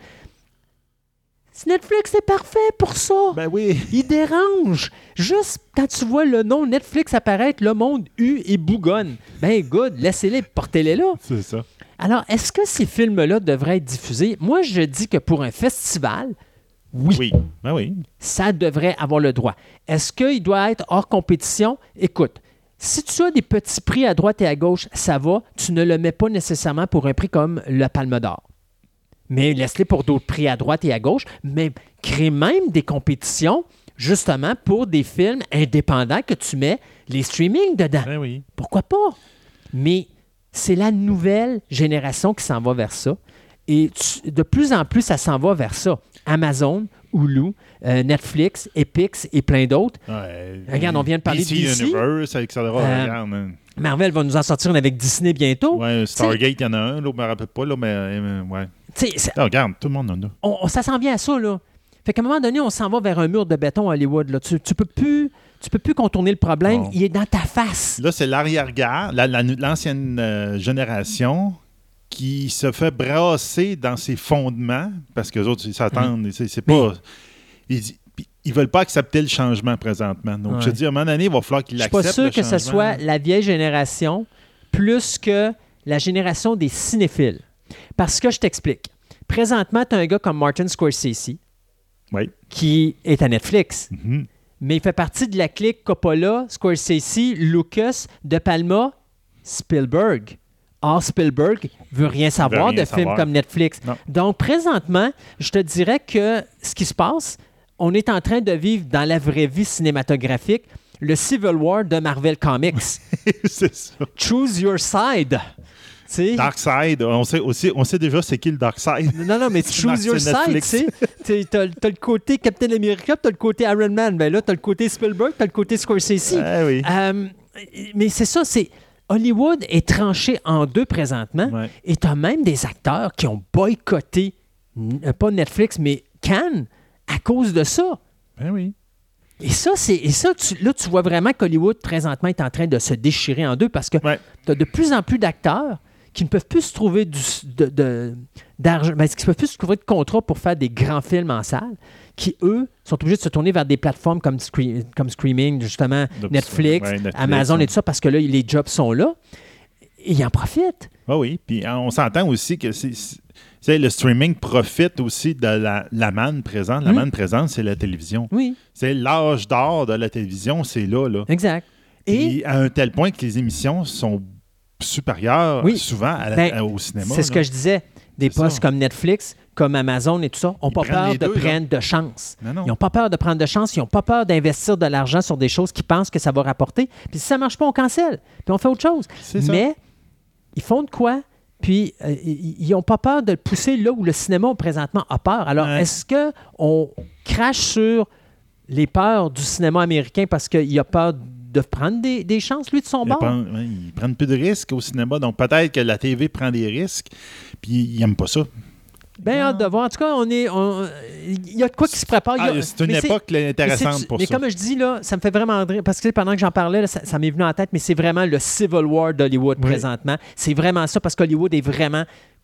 Netflix est parfait pour ça. Ben oui. Il dérange. Juste quand tu vois le nom Netflix apparaître, le monde hue et bougonne. Ben, good, laissez-les, portez-les là. C'est ça. Alors, est-ce que ces films-là devraient être diffusés? Moi, je dis que pour un festival, oui, Oui. Ben oui. ça devrait avoir le droit. Est-ce qu'il doit être hors compétition? Écoute, si tu as des petits prix à droite et à gauche, ça va. Tu ne le mets pas nécessairement pour un prix comme le Palme d'Or. Mais laisse-les pour d'autres prix à droite et à gauche. Mais crée même des compétitions, justement, pour des films indépendants que tu mets les streamings dedans. Ben oui. Pourquoi pas? Mais c'est la nouvelle génération qui s'en va vers ça. Et tu- de plus en plus, ça s'en va vers ça. Amazon, Hulu, euh, Netflix, Epix et plein d'autres. Ouais. Regarde, on vient de parler D C de D C. Universe, et cetera. Euh, Regarde, hein. Marvel va nous en sortir une avec Disney bientôt. Ouais, Stargate, il y en a un. L'autre, je me rappelle pas, là, mais euh, ouais. Tu sais, c'est- Ah, regarde, tout le monde en a. on- on- ça s'en vient à ça, là. Fait qu'à un moment donné, on s'en va vers un mur de béton à Hollywood. Là. Tu, tu peux plus, tu peux plus contourner le problème. Non. Il est dans ta face. Là, c'est l'arrière-garde, la- la- l'ancienne euh, génération qui se fait brasser dans ses fondements parce que les autres, ils s'attendent. C'est, c'est pas. Ils, puis ils veulent pas accepter le changement présentement. Donc, Ouais. je te dis, à un moment donné, il va falloir qu'ils Je suis l'acceptent. pas sûr le que ce changement. soit la vieille génération plus que la génération des cinéphiles. Parce que je t'explique. Présentement, tu as un gars comme Martin Scorsese Oui. qui est à Netflix. Mhm. Mais il fait partie de la clique Coppola, Scorsese, Lucas, De Palma, Spielberg. Or, Spielberg veut rien savoir rien de savoir. films comme Netflix. Non. Donc, présentement, je te dirais que ce qui se passe, on est en train de vivre dans la vraie vie cinématographique le Civil War de Marvel Comics. c'est ça. Choose your side. Tu sais? Darkseid, on sait, aussi, on sait déjà c'est qui le Darkseid. Non, non, mais C'est choose your side, tu Netflix. sais. T'as t'as le côté Captain America, t'as le côté Iron Man. Ben là, t'as le côté Spielberg, t'as le côté Scorsese. Ah oui. Euh, mais c'est ça, c'est... Hollywood est tranché en deux présentement. Ouais. Et t'as même des acteurs qui ont boycotté, n- pas Netflix, mais Cannes, à cause de ça. Ben oui. Et ça, c'est, et ça tu, là, tu vois vraiment qu'Hollywood, présentement, est en train de se déchirer en deux parce que Ouais. tu as de plus en plus d'acteurs qui ne peuvent plus se trouver du, de, de- d'argent, ben, qui ne peuvent plus se trouver de contrat pour faire des grands films en salle, qui, eux, sont obligés de se tourner vers des plateformes comme, Scree- comme Streaming, justement, Donc, Netflix, ouais, Netflix, Amazon ouais. et tout ça, parce que là, les jobs sont là. Et ils en profitent. Ah oui, puis on s'entend aussi que c'est, c'est- c'est le streaming profite aussi de la, la manne présente. La Mm. manne présente, c'est la télévision. Oui, C'est l'âge d'or de la télévision, c'est là. là. exact. Et Puis à un tel point que les émissions sont supérieures Oui. souvent à la- Ben, à- au cinéma. c'est ce là. que je disais. Des C'est postes ça. comme Netflix, comme Amazon et tout ça, n'ont Ils pas prennent peur les de deux, là. prendre de chance. Non, non. Ils n'ont pas peur de prendre de chance, ils n'ont pas peur d'investir de l'argent sur des choses qu'ils pensent que ça va rapporter. Puis si ça ne marche pas, on cancelle. Puis on fait autre chose. C'est ça. Mais ils font de quoi? Puis euh, ils n'ont pas peur de le pousser là où le cinéma présentement a peur. Alors, Ouais. est-ce qu'on crache sur les peurs du cinéma américain parce qu'il a peur de prendre des, des chances, lui, de son Ils bord? prennent, ouais, ils prennent peu de risques au cinéma, donc peut-être que la T V prend des risques, puis ils n'aiment pas ça. Bien hâte de voir. En tout cas, on est, on- il y a de quoi qui se prépare. Il y a- Ah, c'est une mais époque là, mais intéressante c'est- pour mais ça. comme je dis, là, ça me fait vraiment rire, parce que pendant que j'en parlais, là, ça, ça m'est venu en tête, mais c'est vraiment le Civil War d'Hollywood Oui. présentement. C'est vraiment ça, parce qu'Hollywood est vraiment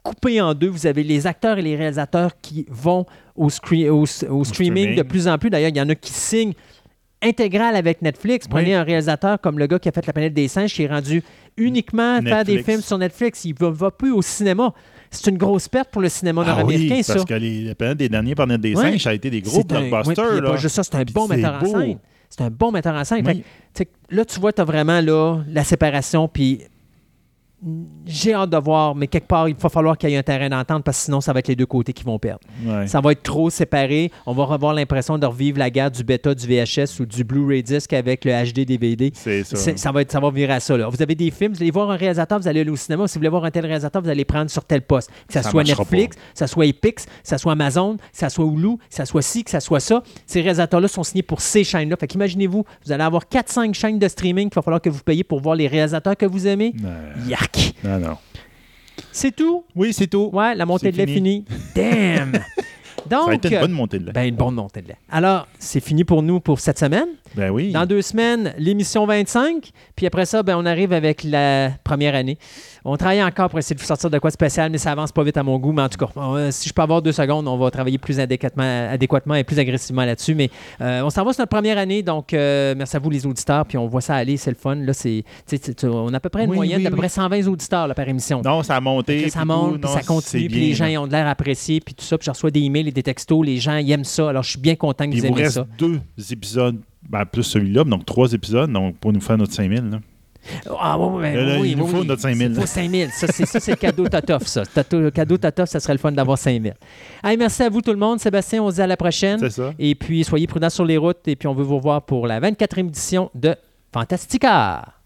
coupé en deux. Vous avez les acteurs et les réalisateurs qui vont au, scre- au, au streaming, streaming. de plus en plus. D'ailleurs, il y en a qui signent intégral avec Netflix. Prenez Oui. un réalisateur comme le gars qui a fait La planète des singes, qui est rendu uniquement à faire des Netflix. films sur Netflix. Il ne va, va plus au cinéma. C'est une grosse perte pour le cinéma Ah nord-américain, oui, ça. parce que les, la planète des derniers Planètes des Ouais. singes, ça a été des gros C'est un- ouais, blockbusters. puis il y a là. pas juste ça, c'est un Puis bon c'est metteur en beau. scène. C'est un bon metteur en scène. Oui. Fait que, tu sais, là, tu vois, tu as vraiment là, la séparation, puis mm, j'ai hâte de voir, mais quelque part, il va falloir qu'il y ait un terrain d'entente parce que sinon, ça va être les deux côtés qui vont perdre. Ouais. Ça va être trop séparé. On va avoir l'impression de revivre la guerre du bêta, du V H S ou du Blu-ray disc avec le H D D V D. C'est ça. C'est- Ça va, être, ça va virer à ça. Là. Vous avez des films, vous allez voir un réalisateur, vous allez aller au cinéma. Si vous voulez voir un tel réalisateur, vous allez prendre sur tel poste. Que ça, Ça soit marchera Netflix, que ça soit Epix, que ça soit Amazon, que ça soit Hulu, que ça soit ci, que ça soit ça. Ces réalisateurs-là sont signés pour ces chaînes-là. Fait qu'imaginez-vous, vous allez avoir quatre cinq chaînes de streaming qu'il va falloir que vous payiez pour voir les réalisateurs que vous aimez. Non, Yark! non, non. C'est tout? Oui, c'est tout. Ouais, la montée C'est de lait fini. finie. Damn! Donc, Ça a été une bonne montée de lait. ben, une bonne montée de lait. Alors, c'est fini pour nous pour cette semaine. Ben oui. Dans deux semaines, l'émission vingt-cinq. Puis après ça, ben, on arrive avec la première année. On travaille encore pour essayer de vous sortir de quoi de spécial, mais ça avance pas vite à mon goût. Mais en tout cas, euh, si je peux avoir deux secondes, on va travailler plus adéquatement, adéquatement et plus agressivement là-dessus. Mais euh, on s'en va sur notre première année. Donc, euh, merci à vous, les auditeurs. Puis on voit ça aller. C'est le fun. Là, c'est, tu sais, tu- on a à peu près une Oui, moyenne oui, d'à peu oui. près cent vingt auditeurs là, par émission. Non, ça a monté. Que ça puis monte, tout. puis Non, ça continue, c'est puis les bien, gens là. ils ont de l'air appréciés, puis tout ça. Puis je reçois des emails et des textos. Les gens ils aiment ça. Alors, je suis bien content que Puis vous il vous aimez reste ça. deux épisodes, ben, plus celui-là, donc trois épisodes, donc pour nous faire notre cinq mille. Là. Ah, oui, oui, Là, là, oui, il nous oui, faut oui. notre cinq mille. Il faut cinq mille. Ça, c'est, ça, c'est le cadeau Totoff, ça. Tato- Le cadeau Totoff, ça serait le fun d'avoir cinq mille. Hey, merci à vous, tout le monde. Sébastien, on se dit à la prochaine. C'est ça. Et puis, soyez prudents sur les routes. Et puis, on veut vous revoir pour la vingt-quatrième édition de Fantastica.